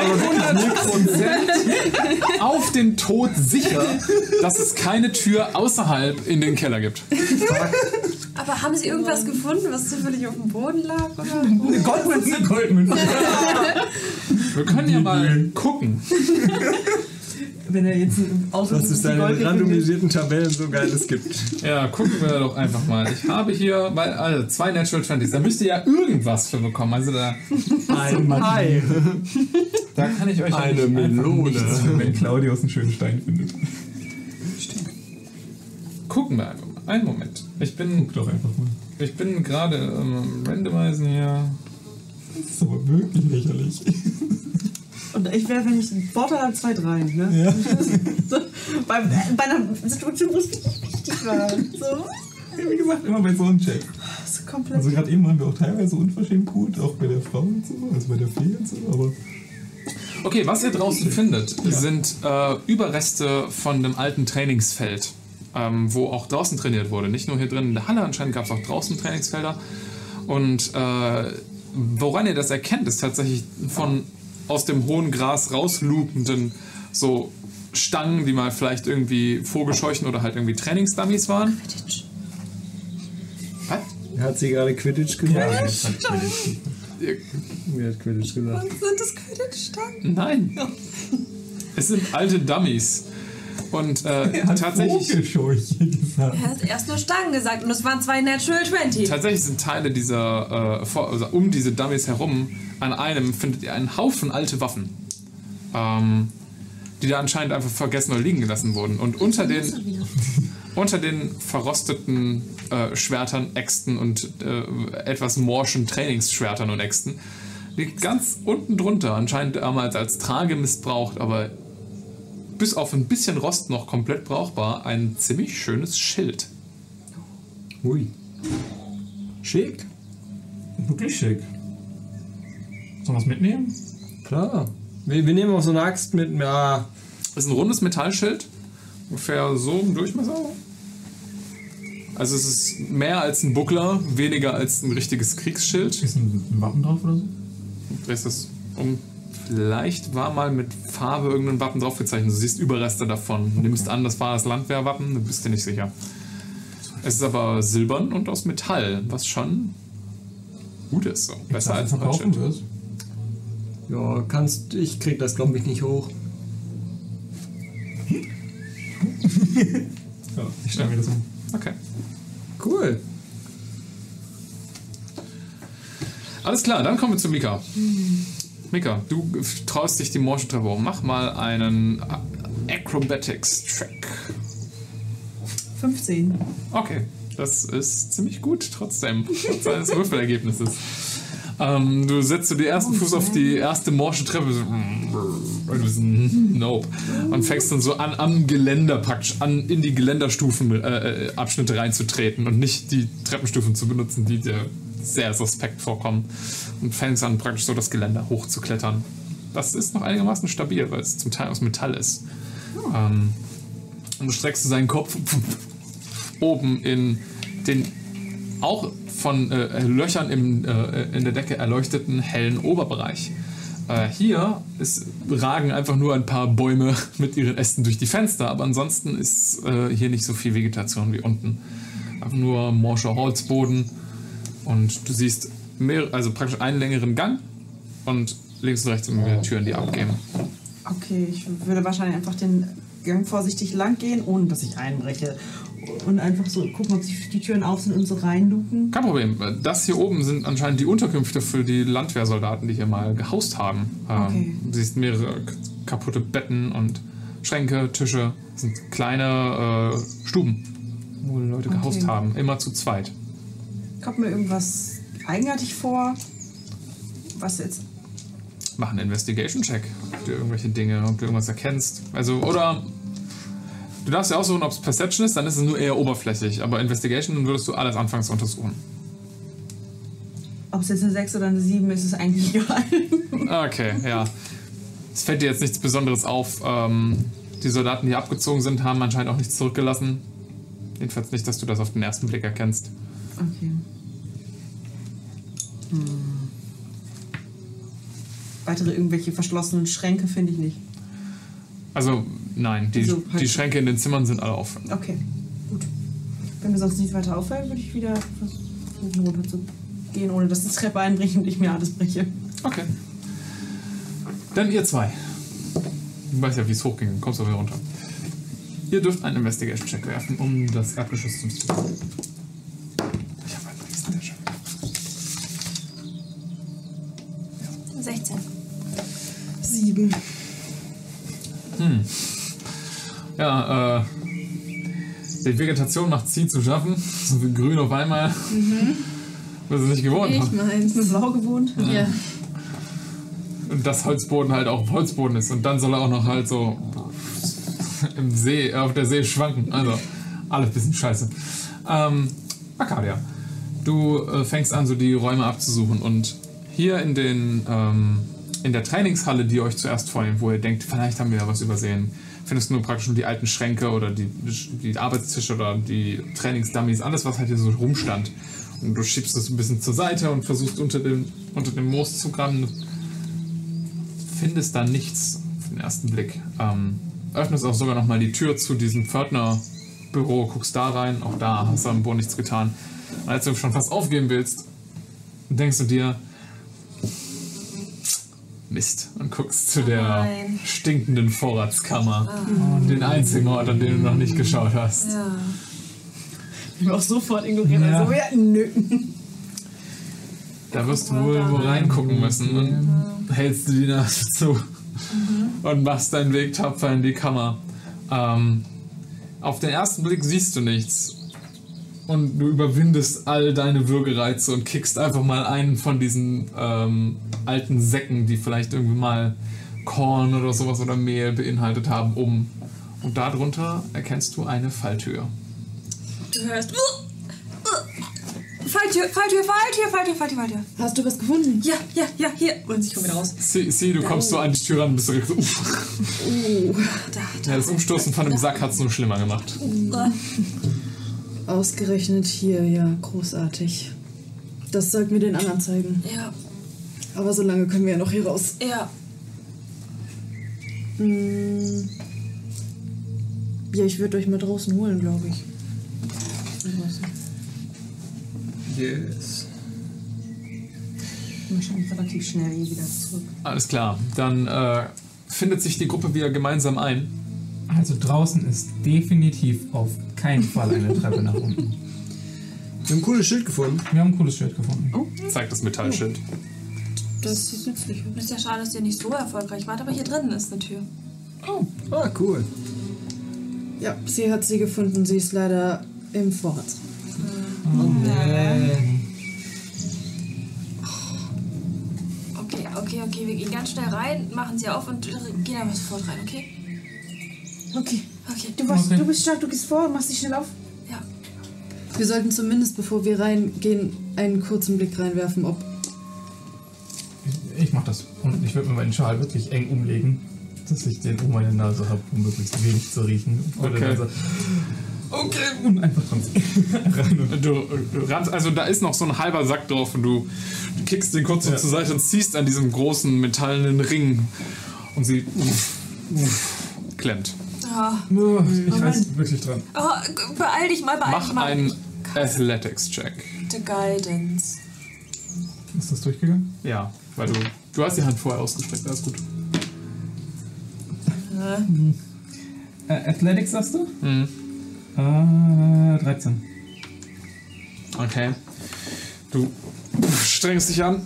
auf den Tod sicher, dass es keine Tür außerhalb in den Keller gibt. Aber haben Sie irgendwas gefunden, was zufällig auf dem Boden lag? Oder? Eine Goldmünze. Wir können ja mal gucken. Wenn er jetzt Dass es da in randomisierten Tabellen so Geiles gibt. Ja, gucken wir doch einfach mal. Ich habe hier also 2 Natural 20s. Da müsst ihr ja irgendwas für bekommen. Also da Ein Ei. Da kann ich euch Eine einfach Melone. nichts für Wenn Claudius einen schönen Stein findet. Gucken wir einfach mal. Einen Moment. Ich bin Doch einfach mal. gerade randomisieren hier. Das ist aber wirklich lächerlich. Und ich wäre, wenn ich einen Vorteil habe, 2-3, ne? Ja. So, bei einer Situation, wo es wichtig war. So, Wie gesagt, immer bei so einem Check. so komplett. Also gerade eben waren wir auch teilweise unverschämt gut, auch bei der Frau und so, also bei der Fee und so, aber... Okay, was ihr draußen findet, sind Überreste von dem alten Trainingsfeld, wo auch draußen trainiert wurde. Nicht nur hier drin in der Halle, anscheinend gab es auch draußen Trainingsfelder. Und woran ihr das erkennt, ist tatsächlich von aus dem hohen Gras rauslugenden so Stangen, die mal vielleicht irgendwie Vogelscheuchen oder halt irgendwie Trainingsdummies waren. Was? Hat sie gerade Quidditch gesagt? Ihr- Mir hat Quidditch gesagt. Sind das Quidditch-Stangen? Nein. Es sind alte Dummies. Und tatsächlich, Vogelscheuche gesagt. Er hat erst nur Stangen gesagt und es waren 2 Natural 20. tatsächlich sind Teile dieser, also um diese Dummies herum, an einem findet ihr einen Haufen alte Waffen. Die da anscheinend einfach vergessen oder liegen gelassen wurden. Und unter den verrosteten Schwertern, Äxten und etwas morschen Trainingsschwertern und Äxten liegt ganz unten drunter, anscheinend damals als Trage missbraucht, aber bis auf ein bisschen Rost noch komplett brauchbar, ein ziemlich schönes Schild. Ui. Schick. Wirklich schick. Sollen wir es mitnehmen? Klar. Wir nehmen auch so eine Axt mit. Ja. Das ist ein rundes Metallschild, ungefähr so im Durchmesser. Also es ist mehr als ein Buckler, weniger als ein richtiges Kriegsschild. Ist ein Wappen drauf oder so? Du drehst es um. Vielleicht war mal mit Farbe irgendein Wappen draufgezeichnet. Du siehst Überreste davon. Du nimmst an, das war das Landwehrwappen, du bist dir nicht sicher. Es ist aber silbern und aus Metall, was schon gut ist. So. Besser als ein verkaufen wirst. Ja, ich krieg das glaube ich nicht hoch. Ja, ich stelle mir das um. Okay. Cool. Alles klar, dann kommen wir zu Mika. Mika, du traust dich die Morsche-Treppe um. Mach mal einen Acrobatics-Check. 15. Okay, das ist ziemlich gut trotzdem, trotz eines Würfelergebnisses. Du setzt so den ersten Fuß auf die erste morsche Treppe so, nope, und fängst dann so an, am Geländer praktisch an, in die Geländerstufen Abschnitte reinzutreten und nicht die Treppenstufen zu benutzen, die dir sehr suspekt vorkommen, und fängst an, praktisch so das Geländer hochzuklettern. Das ist noch einigermaßen stabil, weil es zum Teil aus Metall ist. Und du streckst seinen Kopf oben in den auch von Löchern in der Decke erleuchteten hellen Oberbereich. Hier ragen einfach nur ein paar Bäume mit ihren Ästen durch die Fenster, aber ansonsten ist hier nicht so viel Vegetation wie unten. Einfach nur morscher Holzboden, und du siehst also praktisch einen längeren Gang und links und rechts immer Türen, die abgehen. Okay, ich würde wahrscheinlich einfach den Gang vorsichtig lang gehen, ohne dass ich einbreche. Und einfach so gucken, ob die Türen auf sind und so reinluken. Kein Problem. Das hier oben sind anscheinend die Unterkünfte für die Landwehrsoldaten, die hier mal gehaust haben. Okay. Du siehst mehrere kaputte Betten und Schränke, Tische. Das sind kleine Stuben, wo Leute gehaust haben. Immer zu zweit. Kommt mir irgendwas eigenartig vor? Was jetzt? Mach einen Investigation-Check. Ob du irgendwelche Dinge, ob du irgendwas erkennst. Also, oder... Du darfst ja aussuchen, ob es Perception ist, dann ist es nur eher oberflächlich. Aber Investigation, dann würdest du alles anfangen zu untersuchen. Ob es jetzt eine 6 oder eine 7 ist, ist eigentlich egal. Okay, ja. Es fällt dir jetzt nichts Besonderes auf. Die Soldaten, die abgezogen sind, haben anscheinend auch nichts zurückgelassen. Jedenfalls nicht, dass du das auf den ersten Blick erkennst. Okay. Weitere irgendwelche verschlossenen Schränke finde ich nicht. Also, nein, die Schränke in den Zimmern sind alle offen. Okay, gut. Wenn mir sonst nichts weiter auffällt, würde ich wieder versuchen, runter zu gehen, ohne dass die Treppe einbricht und ich mir alles breche. Okay. Dann ihr zwei. Du weißt ja, wie es hochging, kommst du wieder runter. Ihr dürft einen Investigation-Check werfen, um das Erdgeschoss zu untersuchen. Ich habe einen Investigation. 16. 7. Ja, die Vegetation macht sie zu schaffen. So viel Grün auf einmal. Was es nicht gewohnt hat. Ich mein's. Nur blau gewohnt? Ja. Und dass Holzboden halt auch Holzboden ist. Und dann soll er auch noch halt so im See, auf der See schwanken. Also, alles ein bisschen scheiße. Arcadia, du fängst an, so die Räume abzusuchen. Und hier in der Trainingshalle, die ihr euch zuerst vornehmt, wo ihr denkt, vielleicht haben wir ja was übersehen, findest du nur praktisch nur die alten Schränke oder die Arbeitstische oder die Trainingsdummies, alles, was halt hier so rumstand. Und du schiebst es ein bisschen zur Seite und versuchst unter dem Moos zu graben. Findest da nichts auf den ersten Blick. Öffnest auch sogar nochmal die Tür zu diesem Pförtnerbüro, guckst da rein, auch da hast du am Boden nichts getan. Und als du schon fast aufgeben willst, denkst du dir, Mist, und guckst zu der stinkenden Vorratskammer. Den einzigen Ort, an den du noch nicht geschaut hast. Ja. Ich will auch sofort ignorieren. Also, ja, nö. Da wirst du wohl wo reingucken müssen und hältst du die Nase zu und machst deinen Weg tapfer in die Kammer. Auf den ersten Blick siehst du nichts. Und du überwindest all deine Würgereize und kickst einfach mal einen von diesen alten Säcken, die vielleicht irgendwie mal Korn oder sowas oder Mehl beinhaltet haben, um. Und darunter erkennst du eine Falltür. Du hörst... Falltür. Hast du was gefunden? Ja, hier. Und ich komme wieder raus. Du kommst so an die Tür ran und bist direkt so, Ja, das Umstoßen von dem Sack hat es nur schlimmer gemacht. Ausgerechnet hier, ja, großartig. Das sollten wir den anderen zeigen. Ja. Aber so lange können wir ja noch hier raus. Ja. Ja, ich würde euch mal draußen holen, glaube ich. Yes. Wir schon relativ schnell hier wieder zurück. Alles klar. Dann findet sich die Gruppe wieder gemeinsam ein. Also draußen ist definitiv auf keinen Fall eine Treppe nach unten. Wir haben ein cooles Schild gefunden. Wir haben ein cooles Schild gefunden. Oh. Zeigt das Metallschild. Das ist nützlich. Ist ja schade, dass ihr nicht so erfolgreich wart, aber hier drinnen ist eine Tür. Ah, cool. Ja, sie hat sie gefunden. Sie ist leider im Vorratsraum. Okay, wir gehen ganz schnell rein, machen sie auf und gehen aber sofort rein, okay? Okay. Okay. Du bist stark, du gehst vor und machst dich schnell auf. Ja. Wir sollten zumindest, bevor wir reingehen, einen kurzen Blick reinwerfen, ob... Ich mach das. Und ich würde mir meinen Schal wirklich eng umlegen, dass ich den um meine Nase habe, um möglichst wenig zu riechen. Okay. Okay, und einfach dran rein. Und Du rammst, also da ist noch so ein halber Sack drauf und du kickst den kurz so zur Seite und ziehst an diesem großen metallenen Ring und sie klemmt. ich reiß wirklich dran. Oh, beeil dich mal. Mach einen Athletics-Check. The Guidance. Ist das durchgegangen? Ja, weil du hast die Hand vorher ausgestreckt, alles gut. Athletics sagst du? 13. Okay. Du strengst dich an.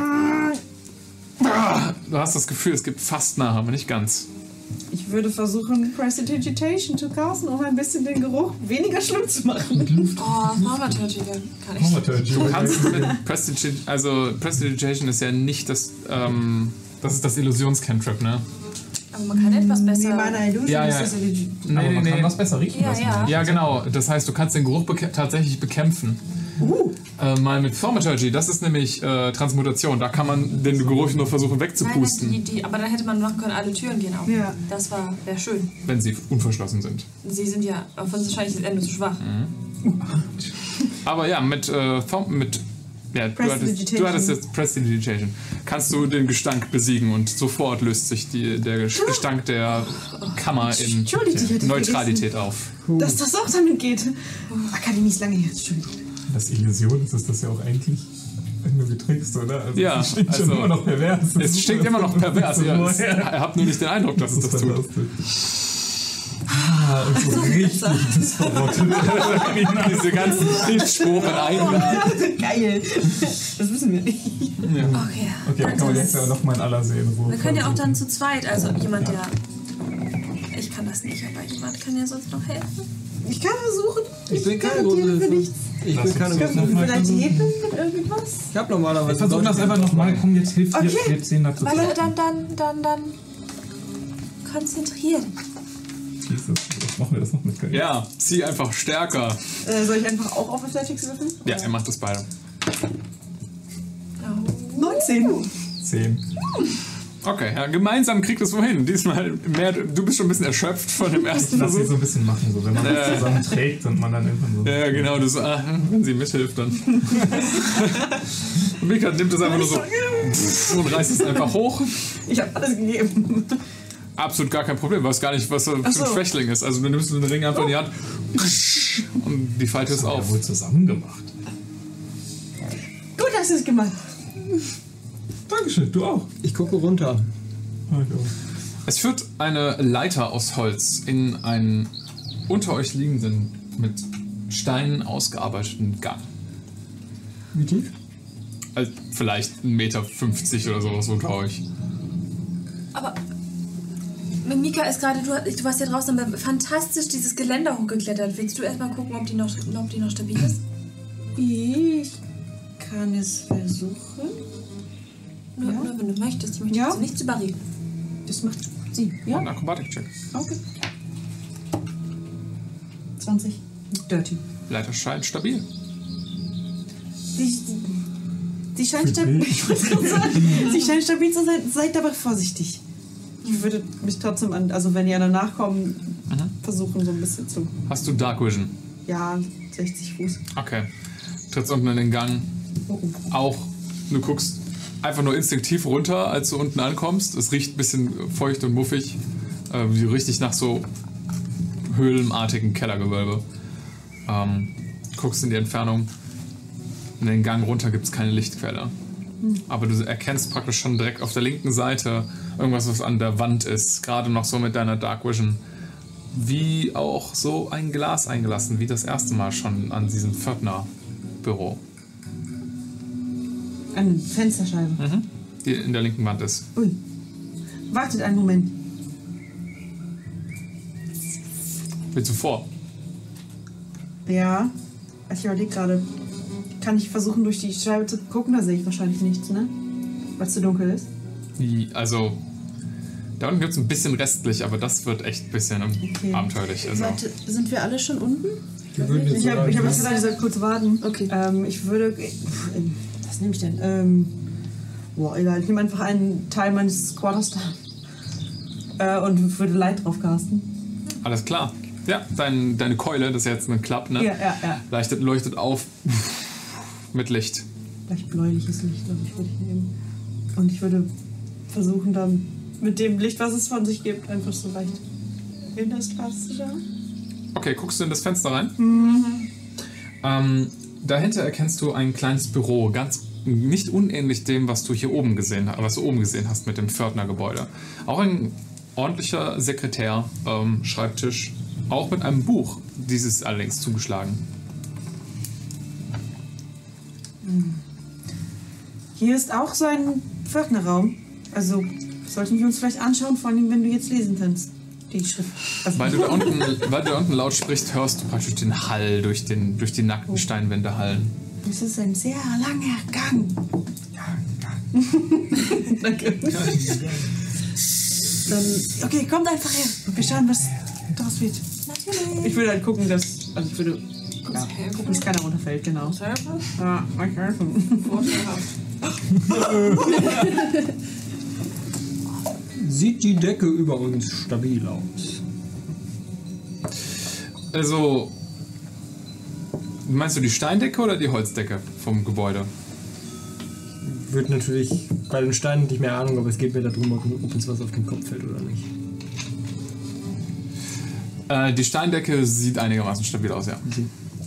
Du hast das Gefühl, es gibt fast nach, aber nicht ganz. Ich würde versuchen, Prestidigitation zu casten, um ein bisschen den Geruch weniger schlimm zu machen. Oh, Thaumaturgy kann ich. Du kannst mit Prestidigitation ist ja nicht das, das ist das Illusions-Cantrip, ne? Aber man kann etwas besser. Nee, meiner Illusion Ja, ist ja. das Illusion. Aber man kann was besser riechen lassen. Ja. Ja, genau. Das heißt, du kannst den Geruch tatsächlich bekämpfen. Mal mit Thaumaturgy, das ist nämlich Transmutation. Da kann man den Geruch nur versuchen wegzupusten, Nein, aber dann hätte man machen können, alle Türen gehen auf. Ja. Das wäre schön. wenn sie unverschlossen sind. Sie sind ja auf uns wahrscheinlich das Ende zu schwach. Aber ja, du hattest jetzt Prestidigitation. Kannst du den Gestank besiegen und sofort löst sich der Gestank der Kammer in Entschuldigt, ich hätte Neutralität auf. Dass das auch damit geht. Akademie ist lange her, Entschuldigung. Das Illusion ist das ja auch eigentlich, wenn du getrickst, oder? Also Ja, es stinkt also, schon immer noch pervers. Es stinkt immer noch pervers. Ihr habt nur nicht den Eindruck, dass es das tut. Und so richtig das verrottet. Diese ganzen Giftsporen einladen. Geil. Das wissen wir nicht. Okay. Okay, dann kann man jetzt ja noch mal in aller Seelenruhe. Wir können ja auch dann zu zweit, also jemand, der... Ich kann das nicht, aber jemand kann ja sonst noch helfen. Ich kann versuchen. Ich bin keine garantiere große für Hilfe. nichts. Ich bin keine große Können wir Hilfe. vielleicht hebeln mit irgendwas? Ich hab normalerweise... Wir versuchen das einfach nochmal. Komm, jetzt hilft dir. Okay. Wir ziehen dazu. Dann konzentrieren. Jesus, machen wir das noch mit? Ja, zieh einfach stärker. Soll ich einfach auch auf Athletics würfeln? Ja, ihr macht das beide. 19. 10. Okay, ja, gemeinsam kriegt es wohin. Diesmal mehr, du bist schon ein bisschen erschöpft von dem ersten Lass sie Versuch. so ein bisschen machen, so wenn man das zusammen trägt und man dann irgendwann so. Ja, genau, du so, wenn sie mithilft, dann. Und Mika nimmt es einfach nur so und reißt es einfach hoch. Ich habe alles gegeben. Absolut gar kein Problem, weiß gar nicht, was so für ein Schwächling ist. Also du nimmst den Ring einfach in die Hand und die Falte ist Ja, auf. wohl zusammen gemacht. Gut, hast du es gemacht. Dankeschön, du auch. Ich gucke runter. Es führt eine Leiter aus Holz in einen unter euch liegenden, mit Steinen ausgearbeiteten Gang. Wie tief? Also vielleicht 1,50 Meter oder sowas unter euch. Aber Mika ist gerade, du warst ja draußen fantastisch dieses Geländer hochgeklettert. Willst du erstmal gucken, ob die noch stabil ist? Ich kann es versuchen. Nur wenn du möchtest. Ich möchte Ja. also nichts überreden. Das macht sie. Und Ja? ein Akrobatik-Check. Okay. 20. Dirty. Leiter scheint stabil. Sie scheint stabil. Ich wollte gerade sagen, sie scheint stabil zu sein. Seid aber vorsichtig. Ich würde mich trotzdem also wenn ihr danach kommen, versuchen so ein bisschen zu. Hast du Dark Vision? Ja, 60 Fuß. Okay. Trittst unten in den Gang. Auch, du guckst einfach nur instinktiv runter, als du unten ankommst. Es riecht ein bisschen feucht und muffig. Wie richtig nach so höhlenartigen Kellergewölbe. Guckst in die Entfernung. In den Gang runter gibt es keine Lichtquelle. Aber du erkennst praktisch schon direkt auf der linken Seite irgendwas, was an der Wand ist. Gerade noch so mit deiner Dark Vision. Wie auch so ein Glas eingelassen, wie das erste Mal schon an diesem Pförtner-Büro. Eine Fensterscheibe. Die in der linken Wand ist. Ui. Wartet einen Moment. Wie zuvor. Ja, ich überlege gerade. Kann ich versuchen, durch die Scheibe zu gucken? Da sehe ich wahrscheinlich nichts, ne? Weil es zu dunkel ist. Also, da unten gibt es ein bisschen restlich, aber das wird echt ein bisschen abenteuerlich. Also. Warte, sind wir alle schon unten? Ich habe was gesagt, ich soll kurz warten. Okay. Ich würde... Was nehme ich denn? Boah, egal. Ich nehme einfach einen Teil meines Squatters da. Und würde Light drauf casten. Alles klar. Ja, deine Keule, das ist jetzt ein Klapp, ne? Ja. Leuchtet auf mit Licht. Vielleicht bläuliches Licht, glaube ich, würde ich nehmen. Und ich würde versuchen, dann mit dem Licht, was es von sich gibt, einfach so leicht in das Glas zu schauen. Okay, guckst du in das Fenster rein? Dahinter erkennst du ein kleines Büro, ganz nicht unähnlich dem, was du hier oben gesehen hast mit dem Pförtnergebäude. Auch ein ordentlicher Sekretär, Schreibtisch, auch mit einem Buch, dieses allerdings zugeschlagen. Hier ist auch so ein Pförtnerraum. Also sollten wir uns vielleicht anschauen, vor allem wenn du jetzt lesen kannst. Die Schrift. Also Weil du da unten laut sprichst, hörst du praktisch den Hall durch die nackten Steinwände hallen. Das ist ein sehr langer Gang. Danke. Dann, okay, kommt einfach her. Wir schauen, was daraus wird. Natürlich. Ich würde halt gucken, dass keiner runterfällt, genau. Ja, ich helfen. Sieht die Decke über uns stabil aus? Also, meinst du die Steindecke oder die Holzdecke vom Gebäude? Wird natürlich bei den Steinen nicht mehr Ahnung, aber es geht mir darum, ob uns was auf den Kopf fällt oder nicht. Die Steindecke sieht einigermaßen stabil aus, ja. Okay.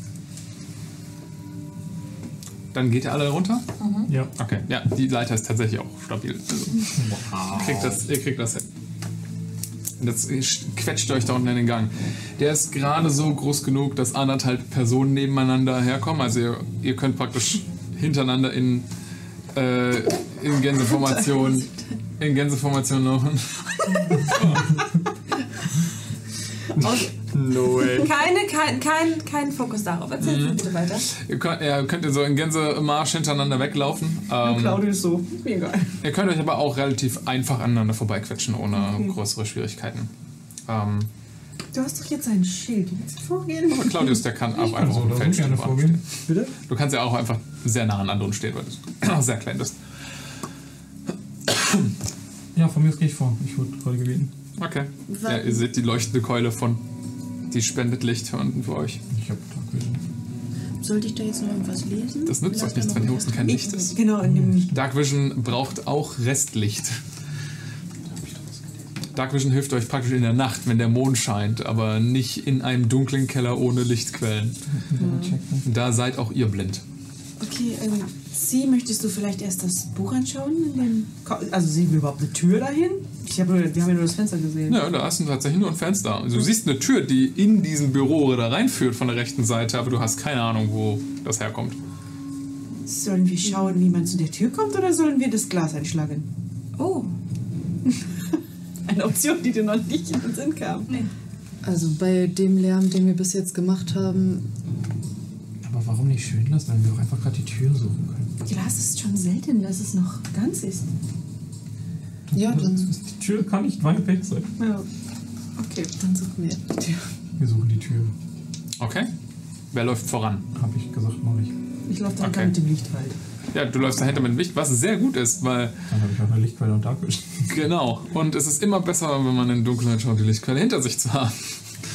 Dann geht ihr alle runter? Ja. Okay, ja, die Leiter ist tatsächlich auch stabil. Also, ihr kriegt das hin. Und jetzt quetscht euch da unten in den Gang. Der ist gerade so groß genug, dass 1,5 Personen nebeneinander herkommen. Also ihr könnt praktisch hintereinander in Gänseformation noch. No way. Kein Fokus darauf. Erzähl bitte weiter. Ihr könnt so in Gänsemarsch hintereinander weglaufen. Claudio ist so. Mir egal. Ihr könnt euch aber auch relativ einfach aneinander vorbeiquetschen, ohne größere Schwierigkeiten. Du hast doch jetzt ein Schild. Du willst vorgehen? Aber Claudius, der kann auch einfach auf dem Feld stehen. Bitte? Du kannst ja auch einfach sehr nah an anderen stehen, weil du sehr klein bist. Ja, von mir aus gehe ich vor. Ich wurde gerade gebeten. Okay. Ja, ihr seht die leuchtende Keule die spendet Licht für unten für euch. Ich habe Dark Vision. Sollte ich da jetzt noch irgendwas lesen? Das nützt euch nichts, wenn hier unten kein Licht ist. Genau, in dem. Dark Vision braucht auch Restlicht. Dark Vision hilft euch praktisch in der Nacht, wenn der Mond scheint, aber nicht in einem dunklen Keller ohne Lichtquellen. Da seid auch ihr blind. Okay, möchtest du vielleicht erst das Buch anschauen? Also sehen wir überhaupt eine Tür dahin? Wir haben ja nur das Fenster gesehen. Ja, da ist tatsächlich nur ein Fenster. Also, du siehst eine Tür, die in diesen Büro da reinführt von der rechten Seite, aber du hast keine Ahnung, wo das herkommt. Sollen wir schauen, wie man zu der Tür kommt, oder sollen wir das Glas einschlagen? Oh. Eine Option, die dir noch nicht in den Sinn kam. Nee. Also bei dem Lärm, den wir bis jetzt gemacht haben... Aber warum nicht schön lassen, wenn wir auch einfach gerade die Tür suchen können? Glas ist schon selten, dass es noch ganz ist. Ja, dann... Die Tür kann nicht weit weg sein. Ja. Okay, dann suchen wir die Tür. Wir suchen die Tür. Okay. Wer läuft voran? Hab ich gesagt, mach ich. Ich laufe dann mit dem Licht halt. Ja, du läufst dahinter mit dem Licht, was sehr gut ist, weil... Dann habe ich auch eine Lichtquelle und Dark Vision. Genau. Und es ist immer besser, wenn man in Dunkelheit schaut, die Lichtquelle hinter sich zu haben.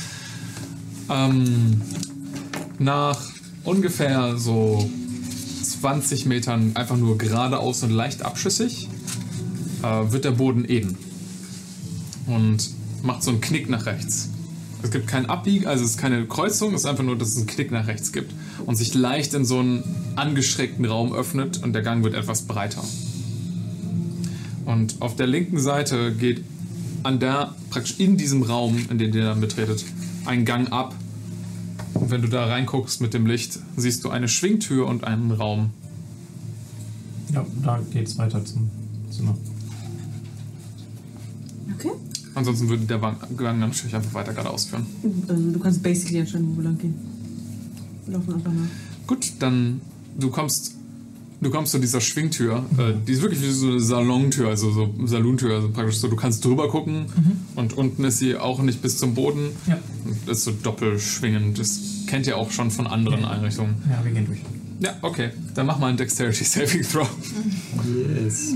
Nach ungefähr so 20 Metern einfach nur geradeaus und leicht abschüssig, wird der Boden eben. Und macht so einen Knick nach rechts. Es gibt kein Abbiegen, also es ist keine Kreuzung, es ist einfach nur, dass es einen Knick nach rechts gibt. Und sich leicht in so einen angeschrägten Raum öffnet und der Gang wird etwas breiter. Und auf der linken Seite geht praktisch in diesem Raum, in den ihr dann betretet, ein Gang ab. Und wenn du da reinguckst mit dem Licht, siehst du eine Schwingtür und einen Raum. Ja, da geht's weiter zum Zimmer. Okay. Ansonsten würde der Gang natürlich einfach weiter geradeaus führen. Also du kannst basically entscheiden, wo wir lang gehen. Wir laufen einfach mal. Gut, dann du kommst zu dieser Schwingtür. Die ist wirklich wie so eine Salontür, also so Salontür, also praktisch so, du kannst drüber gucken und unten ist sie auch nicht bis zum Boden. Ja. Und das ist so doppelschwingend. Das kennt ihr auch schon von anderen Einrichtungen. Ja, wir gehen durch. Ja, okay. Dann mach mal einen Dexterity Saving Throw. Yes.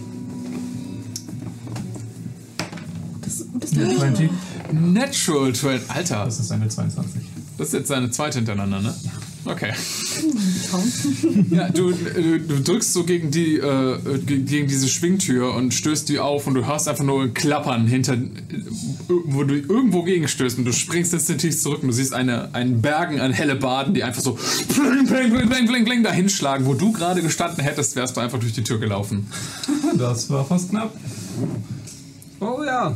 Das ist eine 20. Natural 12. Alter, Das ist eine 22. das ist jetzt deine zweite hintereinander, ne? Okay. Ja, du drückst so gegen diese Schwingtür und stößt die auf und du hörst einfach nur ein Klappern wo du irgendwo gegenstößt und du springst instinktiv zurück und du siehst einen Bergen an Hellebarden, die einfach so bling, bling, bling, bling, bling, bling dahinschlagen. Wo du gerade gestanden hättest, wärst du einfach durch die Tür gelaufen. Das war fast knapp. Oh ja.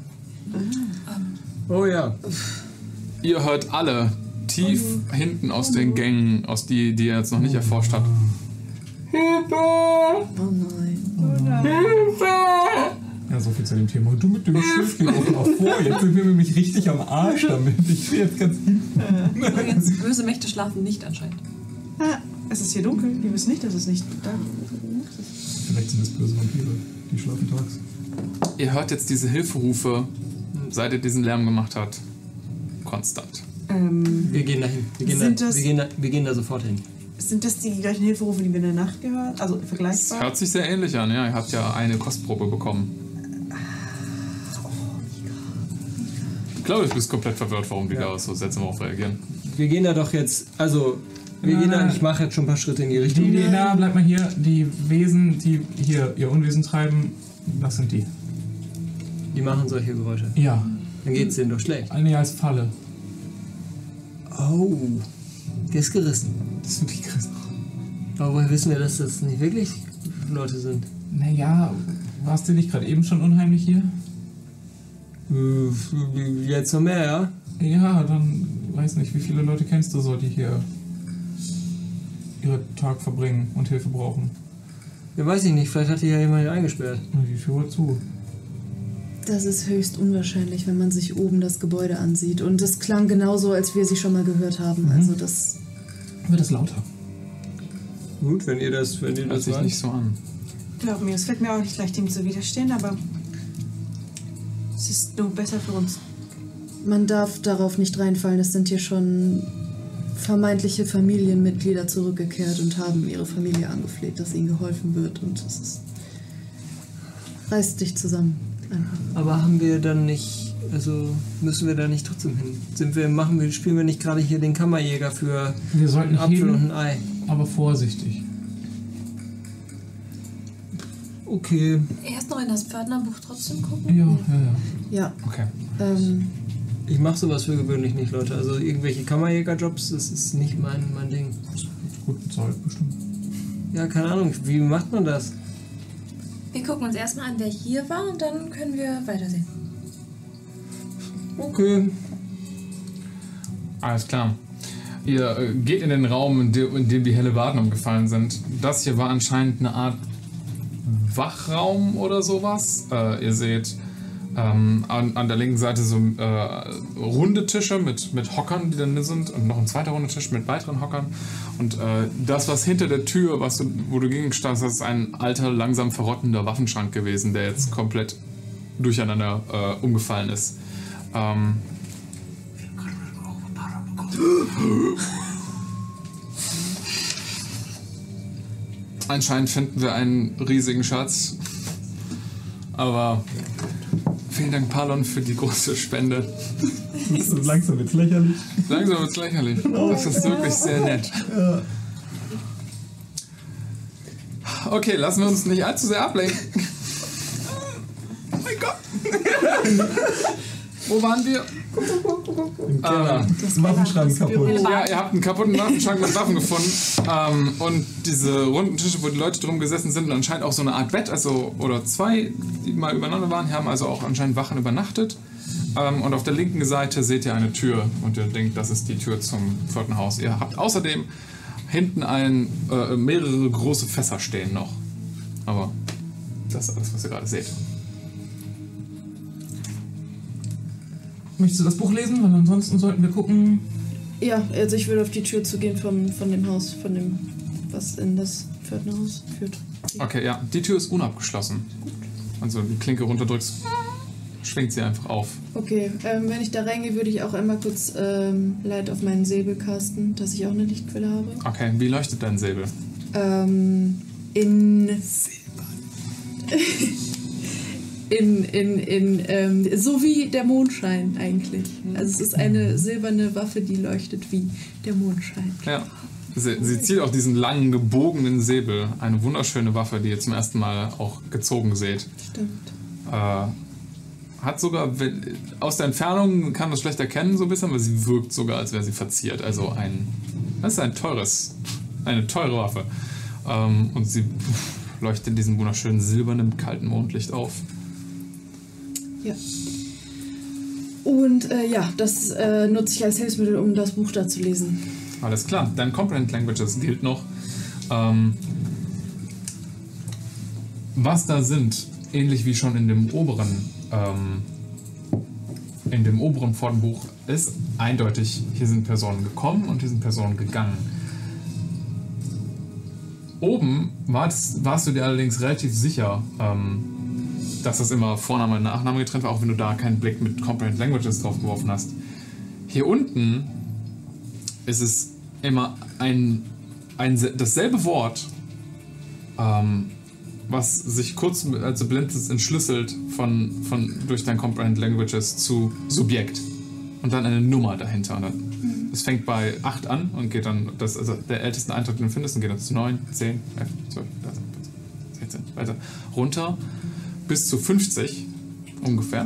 Oh ja. Ihr hört alle tief hinten aus den Gängen, die ihr jetzt noch nicht erforscht habt. Oh nein. Ja, so viel zu dem Thema. Und du mit dem Schiff geht auch noch vor. Jetzt sind wir nämlich richtig am Arsch damit. Ich stehe jetzt ganz hinten. Übrigens, böse Mächte schlafen nicht anscheinend. Ah, es ist hier dunkel. Die wissen nicht, dass es nicht da ist. Vielleicht sind es böse Vampire. Die schlafen tags. Ihr hört jetzt diese Hilferufe, seit ihr diesen Lärm gemacht habt, konstant. Wir gehen dahin. Wir gehen da sofort hin. Sind das die gleichen Hilferufe, die wir in der Nacht gehört? Also Das vergleichbar? hört sich sehr ähnlich an, ja. Ihr habt ja eine Kostprobe bekommen. Ich glaube, du bist komplett verwirrt, warum die da so seltsam darauf reagieren. Wir gehen da doch jetzt, also, ich mache jetzt schon ein paar Schritte in die Richtung. Na, bleib mal hier. Die Wesen, die hier ihr Unwesen treiben, das sind die. Die machen solche Geräusche. Ja. Dann geht's denen doch schlecht. Eine als Falle. Oh, der ist gerissen. Das sind die Christen. Aber woher wissen wir, dass das nicht wirklich Leute sind? Naja, warst du nicht gerade eben schon unheimlich hier? Jetzt noch mehr, ja? Ja, dann weiß nicht, wie viele Leute kennst du so, die hier ihren Tag verbringen und Hilfe brauchen? Ja, weiß ich nicht. Vielleicht hat hier ja jemand eingesperrt. Na, die Tür zu. Das ist höchst unwahrscheinlich, wenn man sich oben das Gebäude ansieht. Und es klang genauso, als wir sie schon mal gehört haben. Also das... Wird es lauter? Gut, wenn ihr das Hört sich meint. nicht so an. Glaub mir, es fällt mir auch nicht leicht, dem zu widerstehen, aber es ist nur besser für uns. Man darf darauf nicht reinfallen. Es sind hier schon vermeintliche Familienmitglieder zurückgekehrt und haben ihre Familie angefleht, dass ihnen geholfen wird. Und es ist... Reißt dich zusammen. Einfach. Aber haben wir dann nicht, also müssen wir da nicht trotzdem hin? Spielen wir nicht gerade hier den Kammerjäger für Wir sollten einen Apfel hin, und ein Ei? aber vorsichtig. Okay. Erst noch in das Pförtnerbuch trotzdem gucken? Ja. Ja. Okay. Ich mache sowas für gewöhnlich nicht, Leute. Also irgendwelche Kammerjägerjobs, das ist nicht mein Ding. Gut bezahlt, bestimmt. Ja, keine Ahnung. Wie macht man das? Wir gucken uns erstmal an, wer hier war und dann können wir weitersehen. Okay. Alles klar. Ihr geht in den Raum, in dem die Hellebarden umgefallen sind. Das hier war anscheinend eine Art Wachraum oder sowas. Ihr seht an der linken Seite so runde Tische mit Hockern, die dann sind, und noch ein zweiter runder Tisch mit weiteren Hockern. Und das, was hinter der Tür, wo du gegengestanden hast, ist ein alter, langsam verrottender Waffenschrank gewesen, der jetzt komplett durcheinander umgefallen ist. Anscheinend finden wir einen riesigen Schatz. Aber vielen Dank, Palon, für die große Spende. Langsam wird's lächerlich. Langsam wird's lächerlich. Das ist wirklich sehr nett. Okay, lassen wir uns nicht allzu sehr ablenken. Oh mein Gott. Wo waren wir? Das Waffenschrank kaputt. Ja, ihr habt einen kaputten Waffenschrank mit Waffen gefunden. Und diese runden Tische, wo die Leute drum gesessen sind, und anscheinend auch so eine Art Bett, also oder zwei, die mal übereinander waren, haben also auch anscheinend Wachen übernachtet. Und auf der linken Seite seht ihr eine Tür und ihr denkt, das ist die Tür zum 4. Haus. Ihr habt außerdem hinten mehrere große Fässer stehen noch. Aber das ist alles, was ihr gerade seht. Möchtest du das Buch lesen? Weil ansonsten sollten wir gucken. Ja, also ich würde auf die Tür zugehen von dem Haus, von dem, was in das 4. Haus führt. Okay, ja, die Tür ist unabgeschlossen. Also die Klinke runterdrückst, schwingt sie einfach auf. Okay, wenn ich da reingehe, würde ich auch einmal kurz Light auf meinen Säbel casten, dass ich auch eine Lichtquelle habe. Okay, wie leuchtet dein Säbel? So wie der Mondschein eigentlich. Also es ist eine silberne Waffe, die leuchtet wie der Mondschein. Ja. Sie zielt auch diesen langen, gebogenen Säbel. Eine wunderschöne Waffe, die ihr zum ersten Mal auch gezogen seht. Stimmt. Hat sogar, aus der Entfernung kann man das schlecht erkennen so ein bisschen, aber sie wirkt sogar, als wäre sie verziert. Also das ist eine teure Waffe. Und sie leuchtet in diesem wunderschönen silbernen, kalten Mondlicht auf. Ja. Und das nutze ich als Hilfsmittel, um das Buch da zu lesen. Alles klar, dein Comprehend Languages gilt noch. Was da sind, ähnlich wie schon in dem oberen Fordenbuch, ist eindeutig, hier sind Personen gekommen und hier sind Personen gegangen. Oben warst du dir allerdings relativ sicher, dass das immer Vorname und Nachname getrennt war, auch wenn du da keinen Blick mit Comprehend Languages drauf geworfen hast. Hier unten ist es immer dasselbe Wort, was sich kurz, also blendet es entschlüsselt durch dein Comprehend Languages zu Subjekt und dann eine Nummer dahinter. Es fängt bei 8 an und geht dann, also der älteste Eintrag, den du findest, und geht dann zu 9, 10, 11, 12, 13, 14, 16, weiter runter bis zu 50 ungefähr.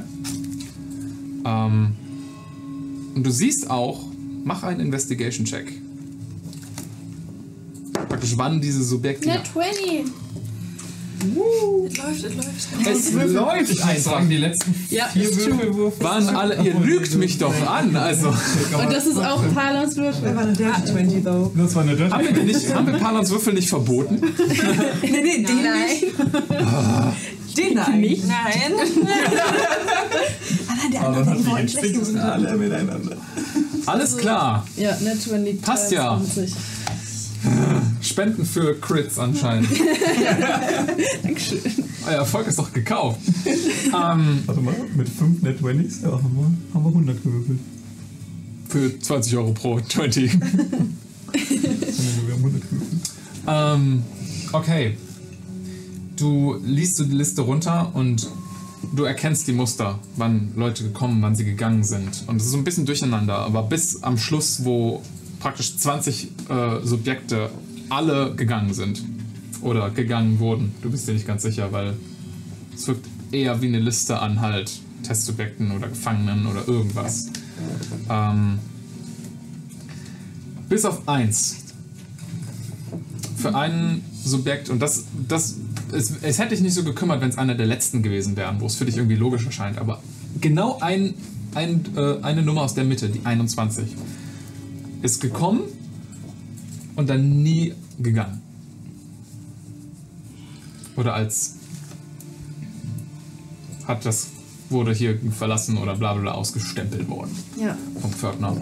Und du siehst auch, mach einen Investigation-Check. Praktisch, wann diese Subjekte... Net 20! Es läuft einfach. Die letzten 4 Würfelwürfe Waren alle... Ihr lügt mich doch an, also... Und das ist auch Palans Würfel. war eine Dirty 20, though. Das war eine Dirty. Haben wir Palans Würfel nicht verboten? Nee, den nicht. Den nicht? Nein. Der andere dann irgendwo hat ein die schlechtes. Entwicklung alle miteinander. Alles klar. Ja, Net 20. Passt ja. 20. Spenden für Crits anscheinend. Dankeschön. Euer Erfolg ist doch gekauft. Warte mal, mit 5 Net 20s ja, haben wir 100 gewürfelt. Für 20 Euro pro 20. Wir haben 100 gewürfelt. Okay. Du liest die Liste runter und du erkennst die Muster, wann Leute gekommen, wann sie gegangen sind. Und es ist so ein bisschen durcheinander, aber bis am Schluss, wo praktisch 20 Subjekte alle gegangen sind oder gegangen wurden. Du bist dir nicht ganz sicher, weil es wirkt eher wie eine Liste an halt Testsubjekten oder Gefangenen oder irgendwas. Bis auf 1. Für einen Subjekt, und es hätte dich nicht so gekümmert, wenn es einer der letzten gewesen wären, wo es für dich irgendwie logisch erscheint, aber genau eine Nummer aus der Mitte, die 21, ist gekommen und dann nie gegangen. Oder wurde hier verlassen oder bla bla ausgestempelt worden. Ja. Vom Pförtner.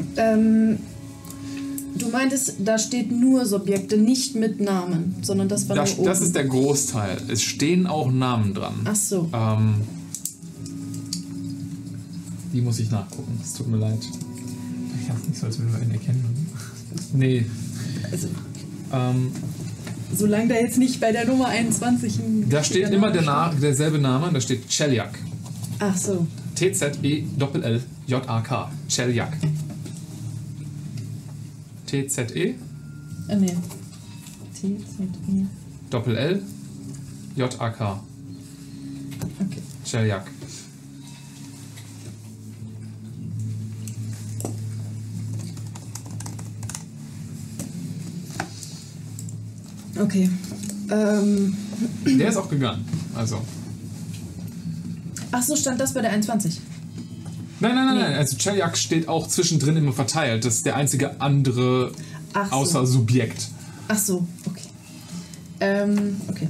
Du meintest, da steht nur Subjekte, nicht mit Namen, sondern das war nur oben. Das ist der Großteil. Es stehen auch Namen dran. Ach so. Die muss ich nachgucken. Es tut mir leid. Ich dachte nicht so, als würden wir einen erkennen. Nee. Also, solange da jetzt nicht bei der Nummer 21 ein... Da steht immer derselbe Name, da steht Chelyaq. Ach so. T-Z-E-L-L-J-A-K. Chelyaq. T-Z-E? Nee. T-Z-E. Doppel-L, J-A-K. Okay. Celjak. Okay. Der ist auch gegangen. Also. Ach so, stand das bei der 21? Nein. Also Celjak steht auch zwischendrin immer verteilt. Das ist der einzige andere Ach so. außer Subjekt. Ach so, okay. Okay.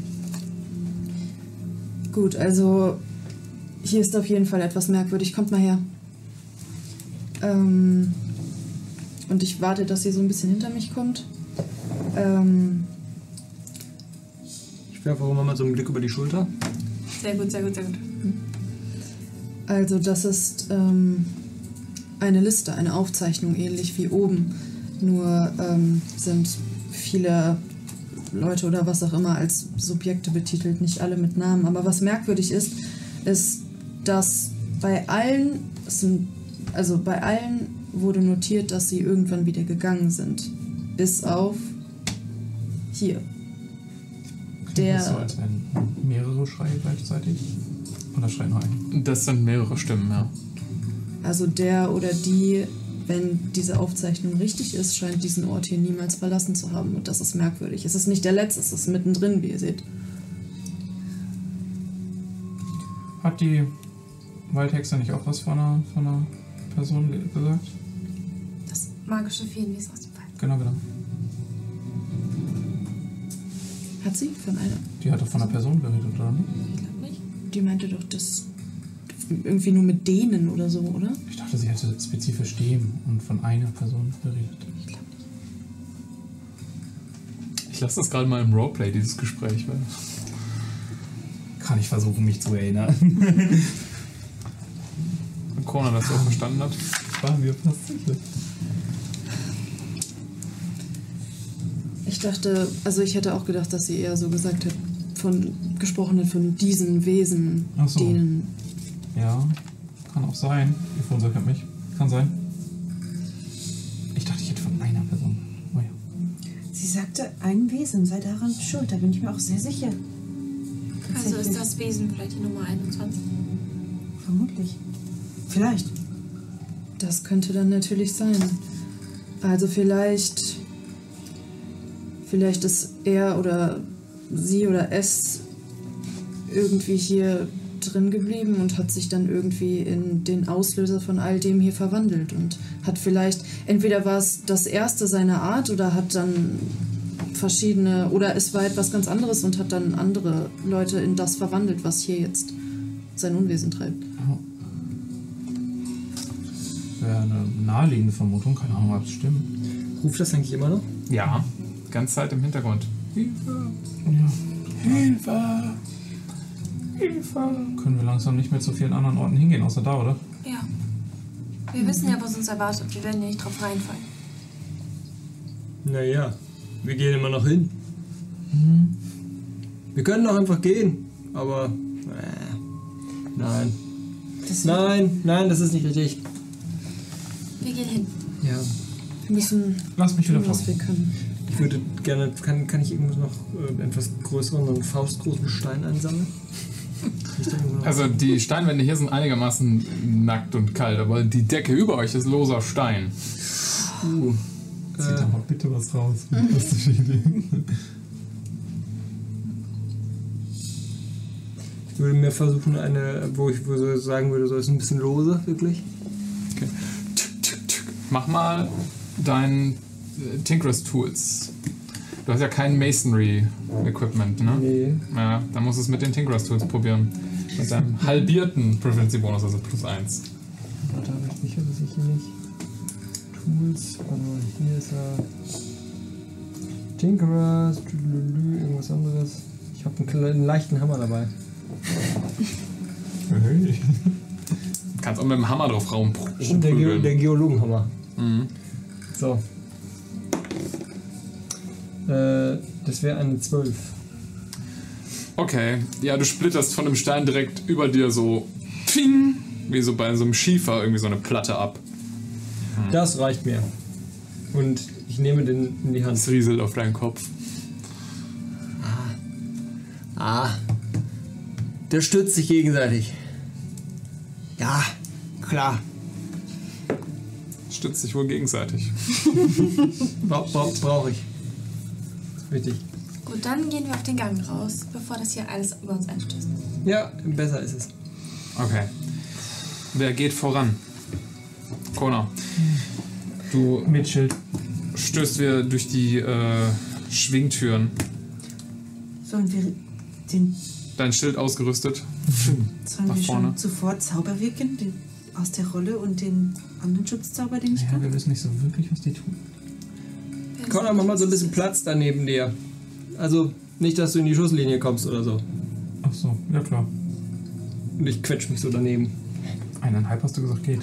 Gut, also hier ist auf jeden Fall etwas merkwürdig. Kommt mal her. Und ich warte, dass sie so ein bisschen hinter mich kommt. Ich werfe auch mal so einen Blick über die Schulter. Sehr gut, sehr gut, sehr gut. Also das ist eine Liste, eine Aufzeichnung, ähnlich wie oben. Nur sind viele Leute oder was auch immer als Subjekte betitelt, nicht alle mit Namen. Aber was merkwürdig ist, dass bei allen wurde notiert, dass sie irgendwann wieder gegangen sind. Bis auf hier. Klingt das so, als wären mehrere Schreie gleichzeitig? Oder schreit nur ein? Das sind mehrere Stimmen, ja. Also der oder die, wenn diese Aufzeichnung richtig ist, scheint diesen Ort hier niemals verlassen zu haben. Und das ist merkwürdig. Es ist nicht der letzte, es ist mittendrin, wie ihr seht. Hat die Waldhexe nicht auch was von einer Person gesagt? Das magische Feenwesen aus dem Wald. Genau. Hat sie? Von einer? Die hat doch von einer Person geredet, oder nicht? Ich glaube nicht. Die meinte doch, das irgendwie nur mit denen oder so, oder? Ich dachte, sie hätte spezifisch dem und von einer Person geredet. Ich glaube nicht. Ich lasse das gerade mal im Roleplay, dieses Gespräch. Weil Kann ich versuchen, mich zu erinnern. wenn Corona das auch verstanden hat. War mir fast sicher. Ich dachte, also ich hätte auch gedacht, dass sie eher so gesagt hat, gesprochen hat von diesen Wesen, Ach so. denen. Ja, kann auch sein. Ihr verunsichert mich. Kann sein. Ich dachte, ich hätte von einer Person. Oh ja. Sie sagte, ein Wesen sei daran schuld. Da bin ich mir auch sehr sicher. Also ist das Wesen vielleicht die Nummer 21? Vermutlich. Vielleicht. Das könnte dann natürlich sein. Also vielleicht ist er oder sie oder es irgendwie hier drin geblieben und hat sich dann irgendwie in den Auslöser von all dem hier verwandelt und hat vielleicht, entweder war es das erste seiner Art oder hat dann verschiedene, oder es war etwas ganz anderes und hat dann andere Leute in das verwandelt, was hier jetzt sein Unwesen treibt. Wäre eine naheliegende Vermutung, keine Ahnung, ob es stimmt. Ruft das eigentlich immer noch? Ja, ganz Zeit im Hintergrund. Hilfe! Ja. Hilfe! Hilfe! Können wir langsam nicht mehr zu vielen anderen Orten hingehen, außer da, oder? Ja. Wir wissen ja, was uns erwartet. Wir werden ja nicht drauf reinfallen. Naja, wir gehen immer noch hin. Wir können doch einfach gehen, aber nein. Nein, das ist nicht richtig. Wir gehen hin. Ja. Wir müssen Lass mich wieder tun, was wir folgen. können. Ich würde gerne, kann ich irgendwas noch etwas größeren, einen faustgroßen Stein einsammeln? Also die Steinwände hier sind einigermaßen nackt und kalt, aber die Decke über euch ist loser Stein. Zieh da mal bitte was raus. Fantastische Idee. Ich würde mir versuchen, wo ich so sagen würde, so ist ein bisschen lose, wirklich. Okay. Mach mal dein Tinker's Tools. Du hast ja kein Masonry-Equipment, ne? Nee. Ja, dann musst du es mit den Tinker's Tools probieren. Mit deinem halbierten Proficiency-Bonus, also +1. Warte, aber ich sicher, dass ich hier nicht. Tools, hier ist er. Tinkerers, irgendwas anderes. Ich habe einen leichten Hammer dabei. Hey. Du kannst auch mit dem Hammer drauf Und der Geologenhammer. Mhm. So. Das wäre eine 12. Okay, ja, du splitterst von dem Stein direkt über dir so, ping, wie so bei so einem Schiefer irgendwie so eine Platte ab. Das reicht mir. Und ich nehme den in die Hand. Es rieselt auf deinen Kopf. Der stützt sich gegenseitig. Ja, klar. Stützt sich wohl gegenseitig. Brauche ich. Richtig. Gut, dann gehen wir auf den Gang raus, bevor das hier alles über uns einstößt. Ja, besser ist es. Okay. Wer geht voran? Kona. Du Mit Schild. stößt wir durch die Schwingtüren. Sollen wir den Dein Schild ausgerüstet. Sollen Nach wir vorne. schon zuvor Zauber wirken, den aus der Rolle und den anderen Schutzzauber, den ich Ja, kann? wir wissen nicht so wirklich, was die tun. Connor, mach mal so ein bisschen Platz da neben dir. Also nicht, dass du in die Schusslinie kommst oder so. Ach so, ja klar. Und ich quetsch mich so daneben. 1,5 hast du gesagt, geht.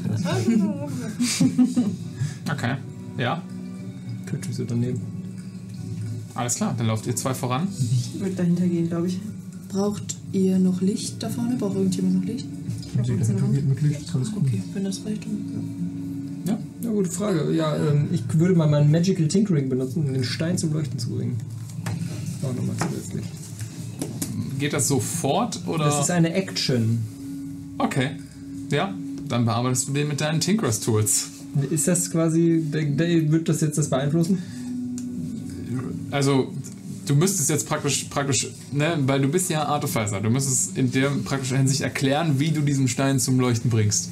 Okay. Ja, Quetsch mich so daneben. alles klar. Dann lauft ihr 2 voran. Ich würde dahinter gehen, glaube ich. Braucht ihr noch Licht da vorne? Braucht irgendjemand noch Licht? Ich habe uns in der Hand. Geht mit Licht, ist alles gut. Okay, wenn das reicht, dann. Ja, gute Frage. Ja, ich würde mal mein Magical Tinkering benutzen, um den Stein zum Leuchten zu bringen. Auch nochmal zusätzlich. Geht das sofort oder? Das ist eine Action. Okay. Ja, dann bearbeitest du den mit deinen Tinkerers Tools. Ist das quasi, wird das jetzt das beeinflussen? Also, du müsstest jetzt praktisch, ne, weil du bist ja Artificer, du müsstest in der praktischen Hinsicht erklären, wie du diesen Stein zum Leuchten bringst.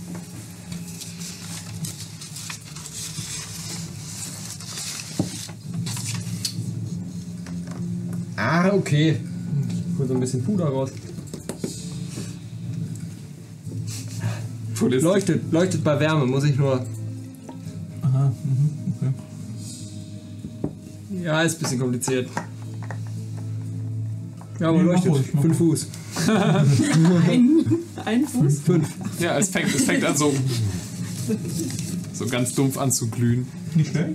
Okay. Ich hol so ein bisschen Puder raus. Leuchtet bei Wärme, muss ich nur... Aha, okay. Ja, ist ein bisschen kompliziert. Ja, aber Nee, mach leuchtet. ruhig, mach 5 Fuß. Ein Fuß? 5. Ja, es fängt an so ganz dumpf an zu glühen. Nicht schlecht.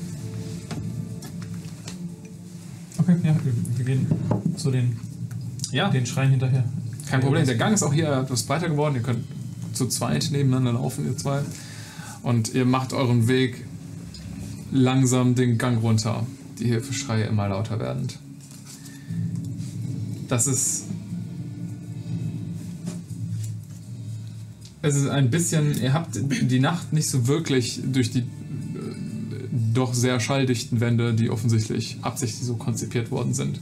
Okay, ja, wir gehen zu den Schreien hinterher. Kein Problem, der Gang ist auch hier etwas breiter geworden. Ihr könnt zu zweit nebeneinander laufen, ihr zwei. Und ihr macht euren Weg langsam den Gang runter. Die Hilfeschreie immer lauter werdend. Es ist ein bisschen, ihr habt die Nacht nicht so wirklich durch die doch sehr schalldichten Wände, die offensichtlich absichtlich so konzipiert worden sind.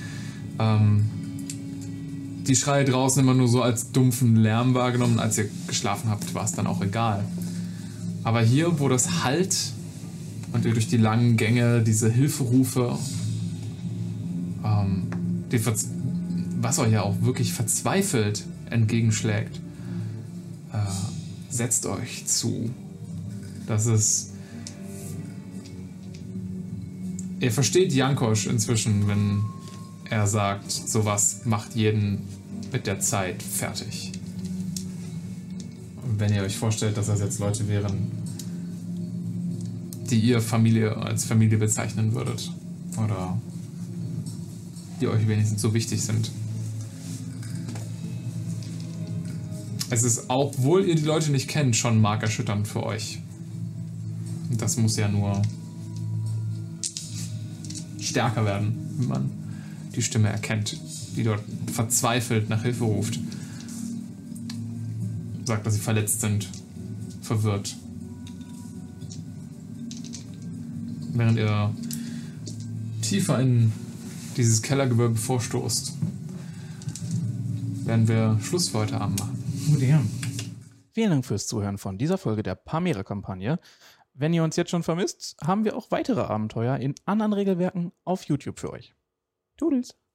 Die Schreie draußen immer nur so als dumpfen Lärm wahrgenommen. Als ihr geschlafen habt, war es dann auch egal. Aber hier, wo das hallt und ihr durch die langen Gänge diese Hilferufe, was euch ja auch wirklich verzweifelt entgegenschlägt, setzt euch zu. Das ist... Ihr versteht Jankosch inzwischen, wenn er sagt, sowas macht jeden mit der Zeit fertig. Und wenn ihr euch vorstellt, dass das jetzt Leute wären, die ihr als Familie bezeichnen würdet. Oder die euch wenigstens so wichtig sind. Es ist, obwohl ihr die Leute nicht kennt, schon markerschütternd für euch. Und das muss ja nur stärker werden, wenn man die Stimme erkennt, die dort verzweifelt nach Hilfe ruft. Sagt, dass sie verletzt sind, verwirrt. Während ihr tiefer in dieses Kellergewölbe vorstoßt, werden wir Schluss für heute Abend machen. Vielen Dank fürs Zuhören von dieser Folge der Pamira-Kampagne. Wenn ihr uns jetzt schon vermisst, haben wir auch weitere Abenteuer in anderen Regelwerken auf YouTube für euch. Toodles!